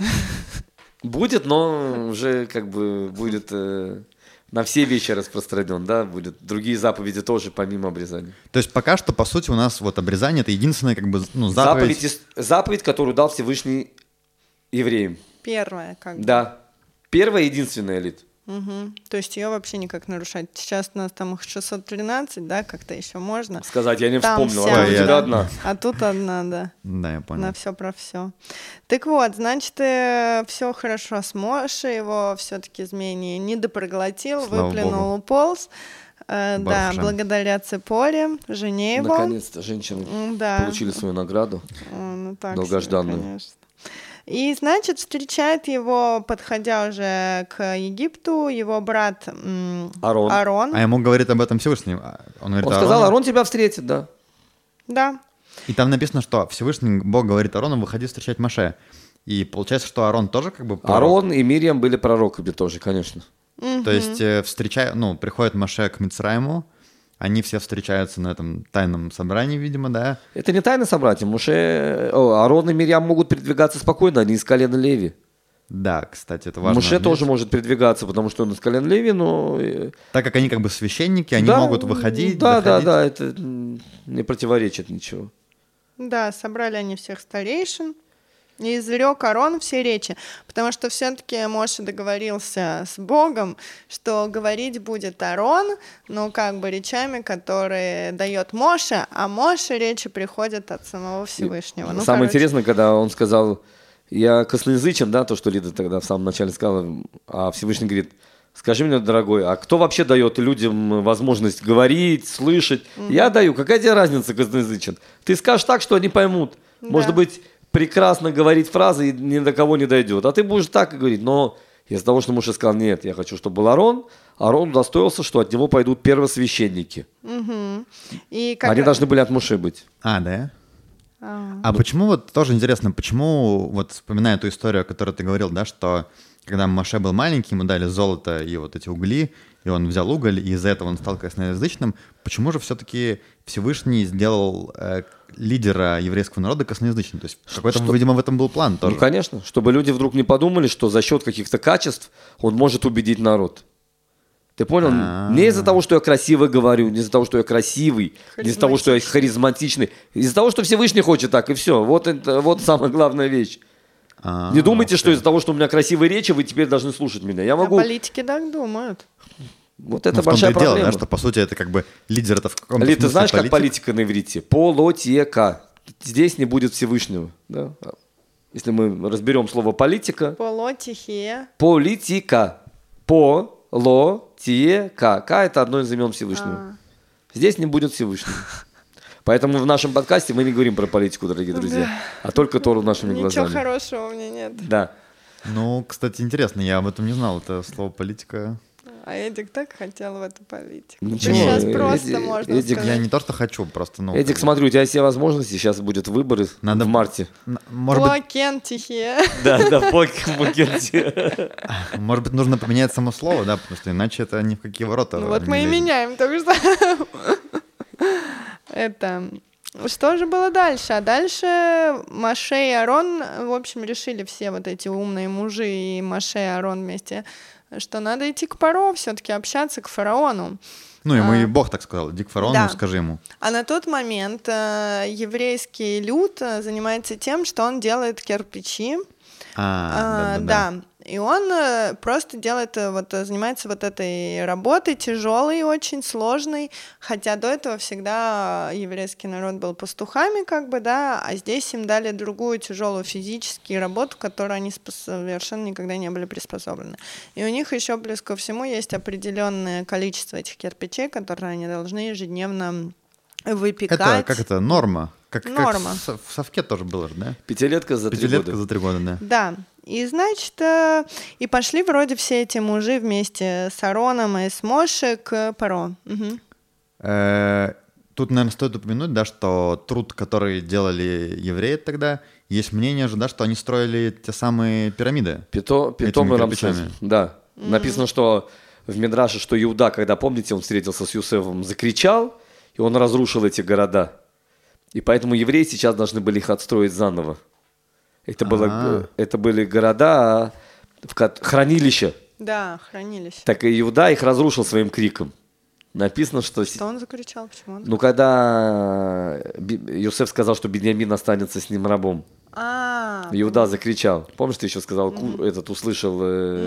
Будет, но уже как бы будет на все вещи распространен, да? Будет другие заповеди тоже, помимо обрезания. То есть пока что, по сути, у нас вот обрезание — это единственная как бы, ну, заповедь. Заповедь, которую дал Всевышний евреям. Первое, как бы. Да. Первая и единственная, Лид. Угу. То есть ее вообще никак нарушать. Сейчас у нас там их 613, да, как-то еще можно. Сказать, я не Там вспомнил, вся, а у тебя одна. А тут одна, да. Да, я понял. На все про все. Так вот, значит, все хорошо с Моше, его все-таки змеи не допроглотил, Слава выплюнул, Богу. уполз. Да, Барушан. благодаря Цепоре, жене его. Наконец-то женщины Да. получили свою награду. Ну, так Долгожданную. себе, конечно. И, значит, встречает его, подходя уже к Египту, его брат Арон. А ему говорит об этом Всевышний. Он говорит, Он сказал, Аарону. Арон тебя встретит, да. Да. И там написано, что Всевышний Бог говорит Аарону, выходи встречать Моше. И получается, что Аарон тоже как бы пророк. Арон и Мирьям были пророками тоже, конечно. То есть приходит Моше к Мицраиму, они все встречаются на этом тайном собрании, видимо, да. Это не тайное собратья. Арон и Мирьям могут передвигаться спокойно, они из колена Леви. Да, кстати, это важно. Муше отметить. тоже может передвигаться, потому что он из колена Леви, но... Так как они как бы священники, они Да, могут выходить, Да, доходить. да, это не противоречит ничего. Да, собрали они всех старейшин. И изрек Арон все речи, потому что все-таки Моше договорился с Богом, что говорить будет Арон, но как бы речами, которые дает Моше, а Моше речи приходят от самого Всевышнего. Ну, Самое короче. интересное, когда он сказал, я косноязычен, да, то, что Лида тогда в самом начале сказала, а Всевышний говорит, скажи мне, дорогой, а кто вообще дает людям возможность говорить, слышать? Я даю, какая тебе разница, косноязычен? Ты скажешь так, что они поймут. Да. Может быть, прекрасно говорить фразы и ни до кого не дойдет. А ты будешь так и говорить. Но из-за того, что Моше сказал, нет, я хочу, чтобы был Арон, Арон удостоился, что от него пойдут первосвященники. Угу. И Они должны были от Моше быть. А, да? А почему, вот тоже интересно, почему, вот вспоминая ту историю, о которой ты говорил, да, что когда Моше был маленький, ему дали золото и вот эти угли, и он взял уголь, и из-за этого он стал косноязычным, почему же все-таки Всевышний сделал лидера еврейского народа косноязычным? То есть какой-то, видимо, в этом был план тоже. Ну, конечно, чтобы люди вдруг не подумали, что за счет каких-то качеств он может убедить народ. Ты понял? Не из-за того, что я красиво говорю, не из-за того, что я красивый, не из-за того, что я харизматичный, из-за того, что Всевышний хочет так, и все. Вот это вот самая главная вещь. Не думайте, что из-за того, что у меня красивые речи, вы теперь должны слушать меня. Я могу... А политики так думают. Вот это в том-то большая и дело, проблема. да, что по сути это как бы лидер, это в каком-то Лид, ты смысле знаешь, как политик? политика на иврите? Полотека. Здесь не будет Всевышнего. Да? Если мы разберем слово политика. Полотихия. Политика. Полотека. К – это одно из имен Всевышнего. Здесь не будет Всевышнего. Поэтому в нашем подкасте мы не говорим про политику, дорогие друзья, а только Тору нашими глазами. Ничего хорошего у меня нет. Да. Ну, кстати, интересно, я об этом не знал, это слово политика. А Эдик так хотел в эту политику. Ничего, Сейчас просто Эдик- можно Эдик- сказать. Я не то, что хочу, просто, ну... Эдик, как бы, смотри, у тебя есть все возможности, сейчас будет выборы Надо- в марте. Может быть, Плакентихия. Да, может быть, нужно поменять само слово, да, потому что иначе это ни в какие ворота. Ну вот не мы и лезет. меняем только что. Это... Что же было дальше? А дальше Моше и Арон, в общем, решили все вот эти умные мужи и Моше и Арон вместе, что надо идти к Паро, все-таки общаться к фараону. Ну, ему и Бог так сказал, иди к фараону, Да. скажи ему. А на тот момент еврейский люд занимается тем, что он делает кирпичи. Да. И он просто делает, занимается вот этой работой, тяжелой, очень сложной, хотя до этого всегда еврейский народ был пастухами, как бы, да, а здесь им дали другую тяжелую физическую работу, к которой они совершенно никогда не были приспособлены. И у них еще плюс ко всему есть определенное количество этих кирпичей, которые они должны ежедневно выпекать. Это, как это, норма? Норма. Как в совке тоже было же, да? Пятилетка за 3 Пятилетка года. за 3 года, да. Да, и значит, и пошли вроде все эти мужи вместе с Ароном и с Моше к Паро. Угу. Тут, наверное, стоит упомянуть, да, что труд, который делали евреи тогда, есть мнение же, да, что они строили те самые пирамиды. Питом и Этими Рамсес. кирпичами. Да. Написано, что в Мидраше, что Иуда, когда, помните, он встретился с Юсефом, закричал, и он разрушил эти города. И поэтому евреи сейчас должны были их отстроить заново. Это были города, хранилища. Да, хранилище. Так и Иуда их разрушил своим криком. Написано, что... Что он закричал? Почему он? Ну, когда Юсеф сказал, что Биньямин останется с ним рабом. Иуда закричал. Помнишь, ты еще сказал, услышал...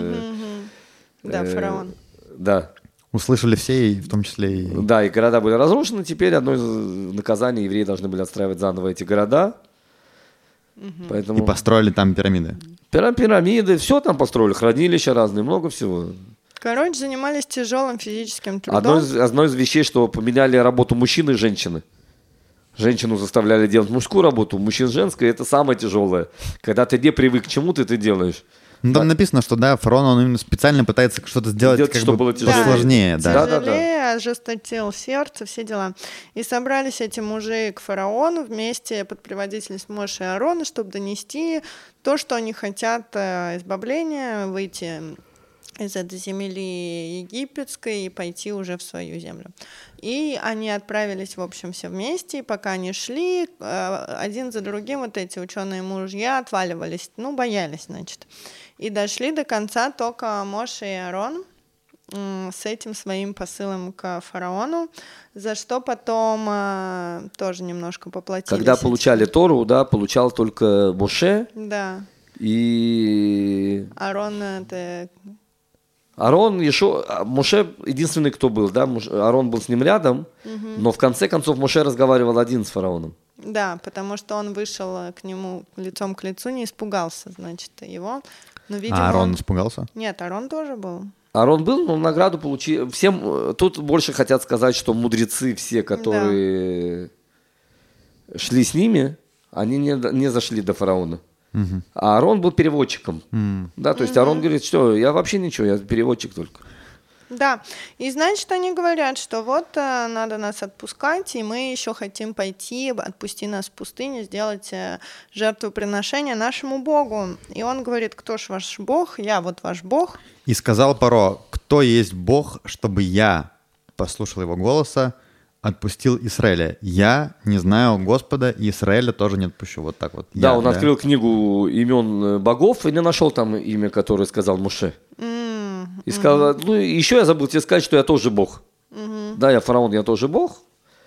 Да, фараон. Да. Услышали все, и в том числе и... Да, и города были разрушены. Теперь одно из наказаний евреи должны были отстраивать заново эти города. Поэтому... И построили там пирамиды. Пирамиды, все там построили, хранилища разные, много всего. Короче, занимались тяжелым физическим трудом. Одно из вещей, что поменяли работу мужчины и женщины. Женщину заставляли делать мужскую работу, мужчин женскую, это самое тяжелое. Когда ты не привык к чему-то, ты делаешь. Ну, там написано, что да, фараон, он именно специально пытается что-то сделать как чтобы бы было посложнее. Да. Тяжелее, ожесточил сердце, все дела. И собрались эти мужи к фараону вместе под предводительством Моше и Аарона, чтобы донести то, что они хотят избавления, выйти из этой земли египетской и пойти уже в свою землю. И они отправились, в общем, все вместе, и пока они шли, один за другим вот эти ученые мужья отваливались, боялись, значит. И дошли до конца только Моше и Аарон с этим своим посылом к фараону, за что потом тоже немножко поплатились. Когда получали Тору, да, получал только Моше. Да. И... Аарон это... Аарон, Моше единственный, кто был, да, Аарон был с ним рядом, но в конце концов Моше разговаривал один с фараоном. Да, потому что он вышел к нему лицом к лицу, не испугался, значит, его. Но, видимо, а Аарон испугался? Нет, Аарон тоже был. Аарон был, но награду получил. Всем тут больше хотят сказать, что мудрецы все, которые шли с ними, они не зашли до фараона. А Аарон был переводчиком. Да, то есть Аарон говорит, что я вообще ничего, я переводчик только. Да, и значит, они говорят, что вот надо нас отпускать, и мы еще хотим пойти, отпусти нас в пустыню, сделать жертвоприношение нашему Богу. И он говорит, кто ж ваш Бог? Я вот ваш Бог. И сказал Паро, кто есть Бог, чтобы я послушал его голоса, отпустил Израиля. Я не знаю Господа, и Израиля тоже не отпущу. Вот так вот. Да, он открыл книгу имен богов и не нашел там имя, которое сказал Моше. И сказал, еще я забыл тебе сказать, что я тоже Бог. Да, я фараон, я тоже Бог.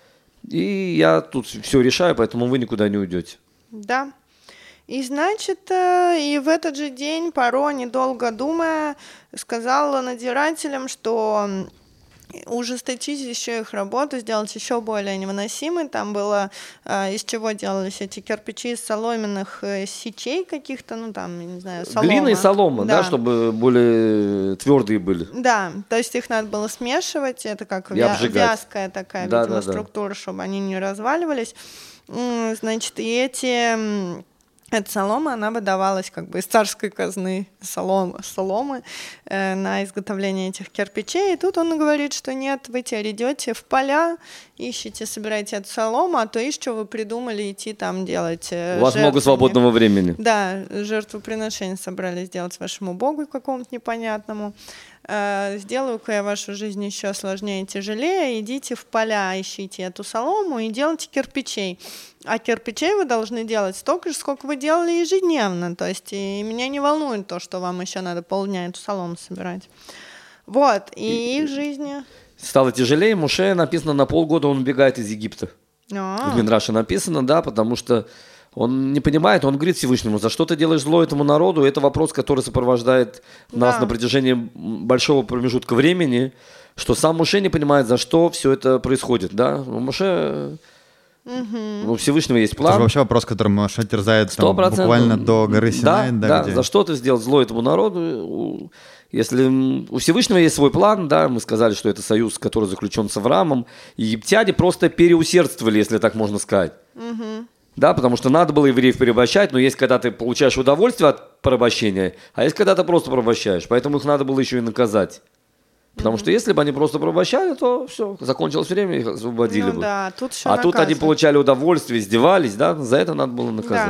И я тут все решаю, поэтому вы никуда не уйдете. Да. И значит, и в этот же день Паро, недолго думая, сказал надзирателям, что ужесточить еще их работу, сделать еще более невыносимой. Там было, из чего делались эти кирпичи, из соломенных сечей каких-то, я не знаю, солома. Глина и солома, да, чтобы более твердые были. Да, то есть их надо было смешивать, это как вязкая такая, видимо, структура, чтобы они не разваливались. Значит, и эта солома, она выдавалась как бы из царской казны соломы на изготовление этих кирпичей. И тут он говорит, что нет, вы теперь идете в поля, ищете, собираете эту солому, а то из чего вы придумали идти там делать. У вас много свободного времени. Да, жертвоприношение собрались делать вашему Богу какому-то непонятному. Сделаю-ка я вашу жизнь еще сложнее и тяжелее, идите в поля, ищите эту солому и делайте кирпичей. А кирпичей вы должны делать столько же, сколько вы делали ежедневно. То есть и меня не волнует то, что вам еще надо полдня эту солому собирать. Вот, и их жизни... Стало тяжелее. Моше, написано, на полгода он убегает из Египта. В Мидраше написано, да, потому что он не понимает, он говорит Всевышнему, за что ты делаешь зло этому народу? Это вопрос, который сопровождает нас на протяжении большого промежутка времени, что сам Моше не понимает, за что все это происходит, да. Моше... У Всевышнего есть план. Это же вообще вопрос, который Моше терзает буквально до горы Синай. Да, за что ты сделал зло этому народу? Если у Всевышнего есть свой план, да, мы сказали, что это союз, который заключен с Авраамом, египтяне просто переусердствовали, если так можно сказать. Да, потому что надо было евреев порабощать, но есть, когда ты получаешь удовольствие от порабощения, а есть, когда ты просто порабощаешь. Поэтому их надо было еще и наказать. Потому что если бы они просто порабощали, то все, закончилось время, их освободили бы. Да, тут тут они получали удовольствие, издевались, да, за это надо было наказать. Да.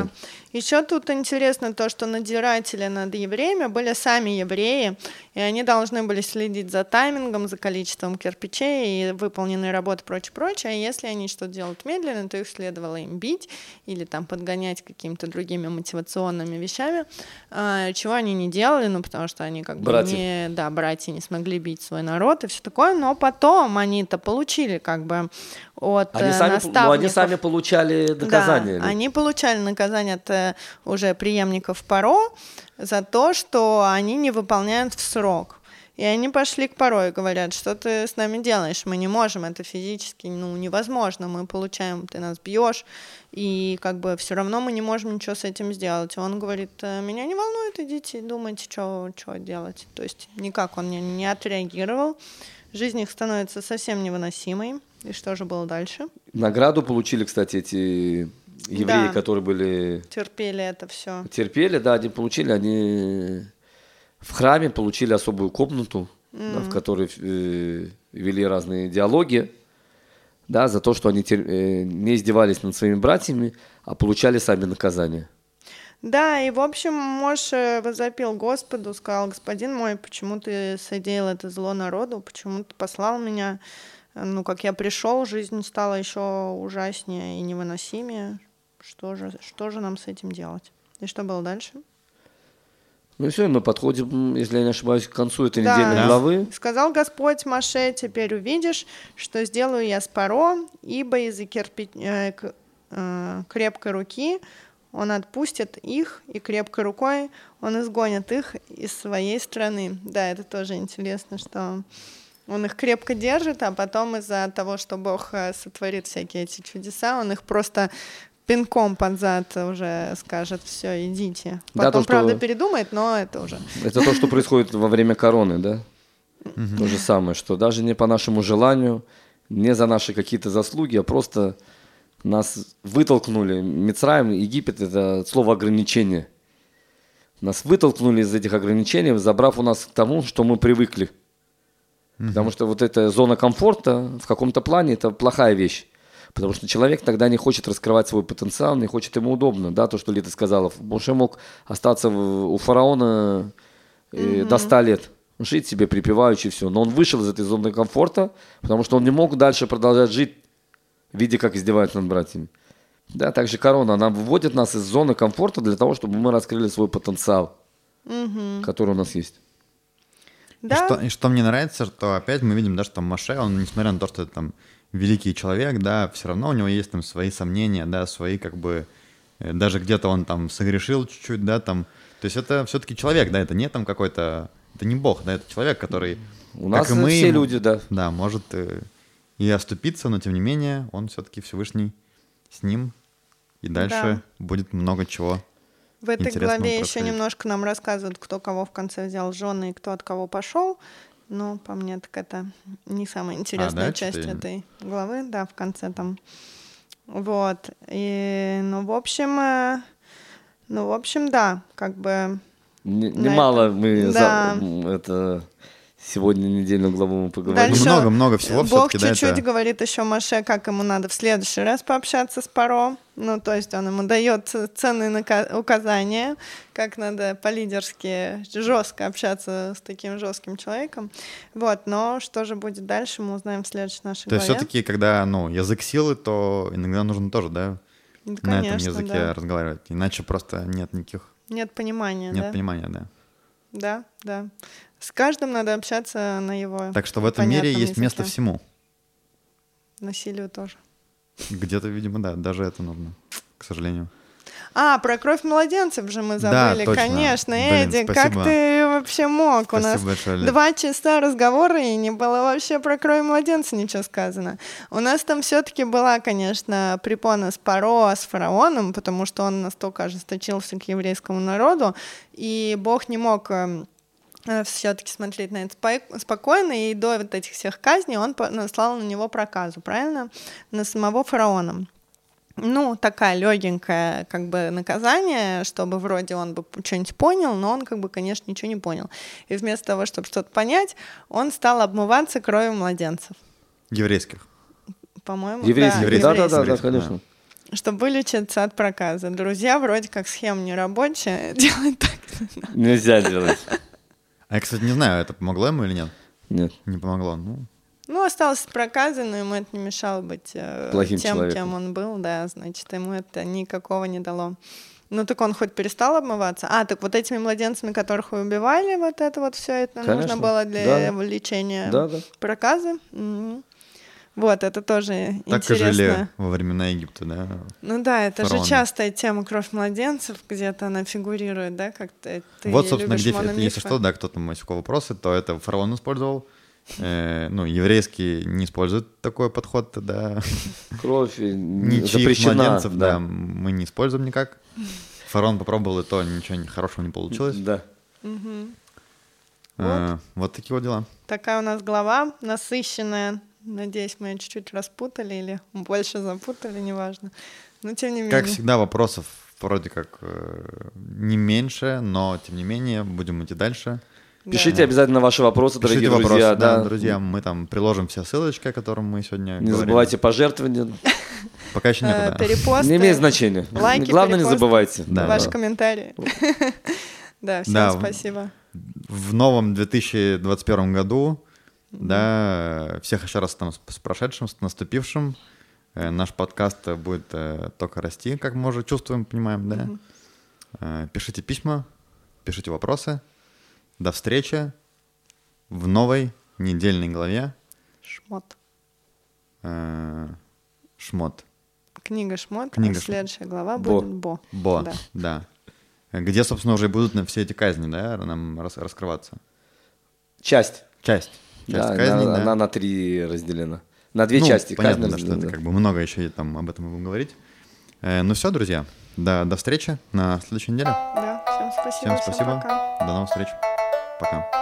Еще тут интересно то, что надзиратели над евреями были сами евреи, и они должны были следить за таймингом, за количеством кирпичей и выполненной работы, прочее. А если они что-то делают медленно, то их следовало им бить или там подгонять какими-то другими мотивационными вещами, чего они не делали, ну, потому что они как бы братья не смогли бить свой народ и все такое, но потом они-то получили как бы от наставников. Они сами получали наказание. Да, они получали наказание от уже преемников Паро за то, что они не выполняют в срок. И они пошли к Паро и говорят, что ты с нами делаешь, мы не можем, это физически невозможно, мы получаем, ты нас бьешь, и как бы все равно мы не можем ничего с этим сделать. И он говорит, меня не волнует, идите, думайте, что делать. То есть никак он не отреагировал, жизнь их становится совсем невыносимой. И что же было дальше? Награду получили, кстати, эти евреи, которые были... Терпели это все. Терпели, да, они в храме получили особую комнату, да, в которой вели разные диалоги, да, за то, что они не издевались над своими братьями, а получали сами наказание. Да, и в общем Моше возопил Господу, сказал, господин мой, почему ты содеял это зло народу, почему ты послал меня? Ну, как я пришел, жизнь стала еще ужаснее и невыносимее. Что же нам с этим делать? И что было дальше? Ну и все, мы подходим, если я не ошибаюсь, к концу этой недельной главы. Сказал Господь Моше, теперь увидишь, что сделаю я с Паро, ибо из-за крепкой руки он отпустит их, и крепкой рукой он изгонит их из своей страны. Да, это тоже интересно, что он их крепко держит, а потом из-за того, что Бог сотворит всякие эти чудеса, он их просто пинком под зад уже скажет, все, идите. Потом, правда, передумает, но это уже... Это то, что происходит во время короны, да? То же самое, что даже не по нашему желанию, не за наши какие-то заслуги, а просто нас вытолкнули. Мицраим, Египет — это слово ограничение. Нас вытолкнули из этих ограничений, забрав у нас к тому, что мы привыкли. Потому что вот эта зона комфорта в каком-то плане — это плохая вещь. Потому что человек тогда не хочет раскрывать свой потенциал, не хочет, ему удобно. Да, то, что Лита сказала. Моше мог остаться у фараона до 100 лет, жить себе припеваючи, все. Но он вышел из этой зоны комфорта, потому что он не мог дальше продолжать жить, видя, как издеваются над братьями. Да, также корона, она выводит нас из зоны комфорта для того, чтобы мы раскрыли свой потенциал, который у нас есть. Да. И что мне нравится, что опять мы видим, да, что Моше, он, несмотря на то, что это там великий человек, да, все равно у него есть там свои сомнения, да, свои как бы, даже где-то он там согрешил чуть-чуть, да, там, то есть это все-таки человек, да, это не там какой-то, это не Бог, да, это человек, который, у нас как и мы, все люди, да. Да, может и оступиться, но тем не менее он все-таки Всевышний с ним, и дальше будет много чего. В этой главе еще немножко нам рассказывают, кто кого в конце взял жены и кто от кого пошел. Но по мне так это не самая интересная часть этой главы, да, в конце там. Вот. И, ну, в общем, да, как бы... Немало мы сегодня недельную главу мы поговорим. Дальше много всего Бог все-таки, чуть-чуть да, говорит еще Моше, как ему надо в следующий раз пообщаться с Паро. Ну, то есть он ему дает ценные указания, как надо по-лидерски жестко общаться с таким жестким человеком. Вот, но что же будет дальше, мы узнаем в следующей нашей главе. То есть все-таки, когда, язык силы, то иногда нужно тоже, да, на этом языке разговаривать. Иначе просто нет никаких... Нет понимания, Нет понимания, да. Да. С каждым надо общаться на его. Так что в этом мире есть место всему. Насилию тоже. Где-то, видимо, да, даже это нужно, к сожалению. Про кровь младенцев же мы забыли. Да, точно. Конечно, Блин, Эдди, спасибо. как ты вообще мог? Спасибо У нас большое, 2 часа разговора, и не было вообще про кровь младенца ничего сказано. У нас там все-таки была, конечно, препона с Паро, с фараоном, потому что он настолько ожесточился к еврейскому народу, и Бог не мог все-таки смотреть на это спокойно, и до вот этих всех казней он наслал на него проказу, правильно? На самого фараона. Ну, такая легенькая, как бы, наказание, чтобы вроде он бы что-нибудь понял, но он, как бы, конечно, ничего не понял. И вместо того, чтобы что-то понять, он стал обмываться кровью младенцев. Еврейских. По-моему, еврейских, да, конечно. Чтобы вылечиться от проказа. Друзья, вроде как схема нерабочая, делать так. Нельзя делать. А я, кстати, не знаю, это помогло ему или нет? Нет. Не помогло. Ну, остался с проказой, но ему это не мешало быть Плохим тем, человеком. кем он был, да, значит, ему это никакого не дало. Ну, так он хоть перестал обмываться? Так вот этими младенцами, которых вы убивали, вот это вот все это Конечно. нужно было для лечения проказа? Угу. Вот, это тоже так интересно. Так и жили во времена Египта, да? Ну да, это фараоны. же частая тема кровь младенцев, где-то она фигурирует, да, как-то ты вот, собственно, любишь где, мономифы. если что, да, кто-то у кого вопросы, то это фараон использовал. Еврейский не использует такой подход, да. Кровь ничьих запрещена. Младенцев, да, мы не используем никак. Фараон попробовал, и то ничего хорошего не получилось. Да. Вот такие вот дела. Такая у нас глава насыщенная. Надеюсь, мы ее чуть-чуть распутали или больше запутали, неважно. Но тем не менее. Как всегда, вопросов вроде как не меньше, но тем не менее будем идти дальше. Пишите обязательно ваши вопросы, дорогие Пишите друзья. Вопросы, да, друзья, мы там приложим все ссылочки, о которых мы сегодня Не забывайте пожертвования. Пока еще некуда. Перепосты. Не имеет значения. Лайки, главное, не перепосты, забывайте. Ваши комментарии. Да, всем спасибо. В новом 2021 году, да, всех еще раз там с прошедшим, с наступившим. Наш подкаст будет только расти, как мы уже чувствуем, понимаем, да. Пишите письма, пишите вопросы. До встречи в новой недельной главе. Шмот. Шмот. Книга Шмот, Книга следующая глава будет Бо. Бо, да. Где, собственно, уже будут все эти казни, да, нам раскрываться. Часть казней, да. Она на 3 разделена. На 2 части. Понятно, да, что это как бы много еще там об этом мы будем говорить. Ну все, друзья, до встречи на следующей неделе. Да, всем спасибо. Всем спасибо. До новых встреч. Пока.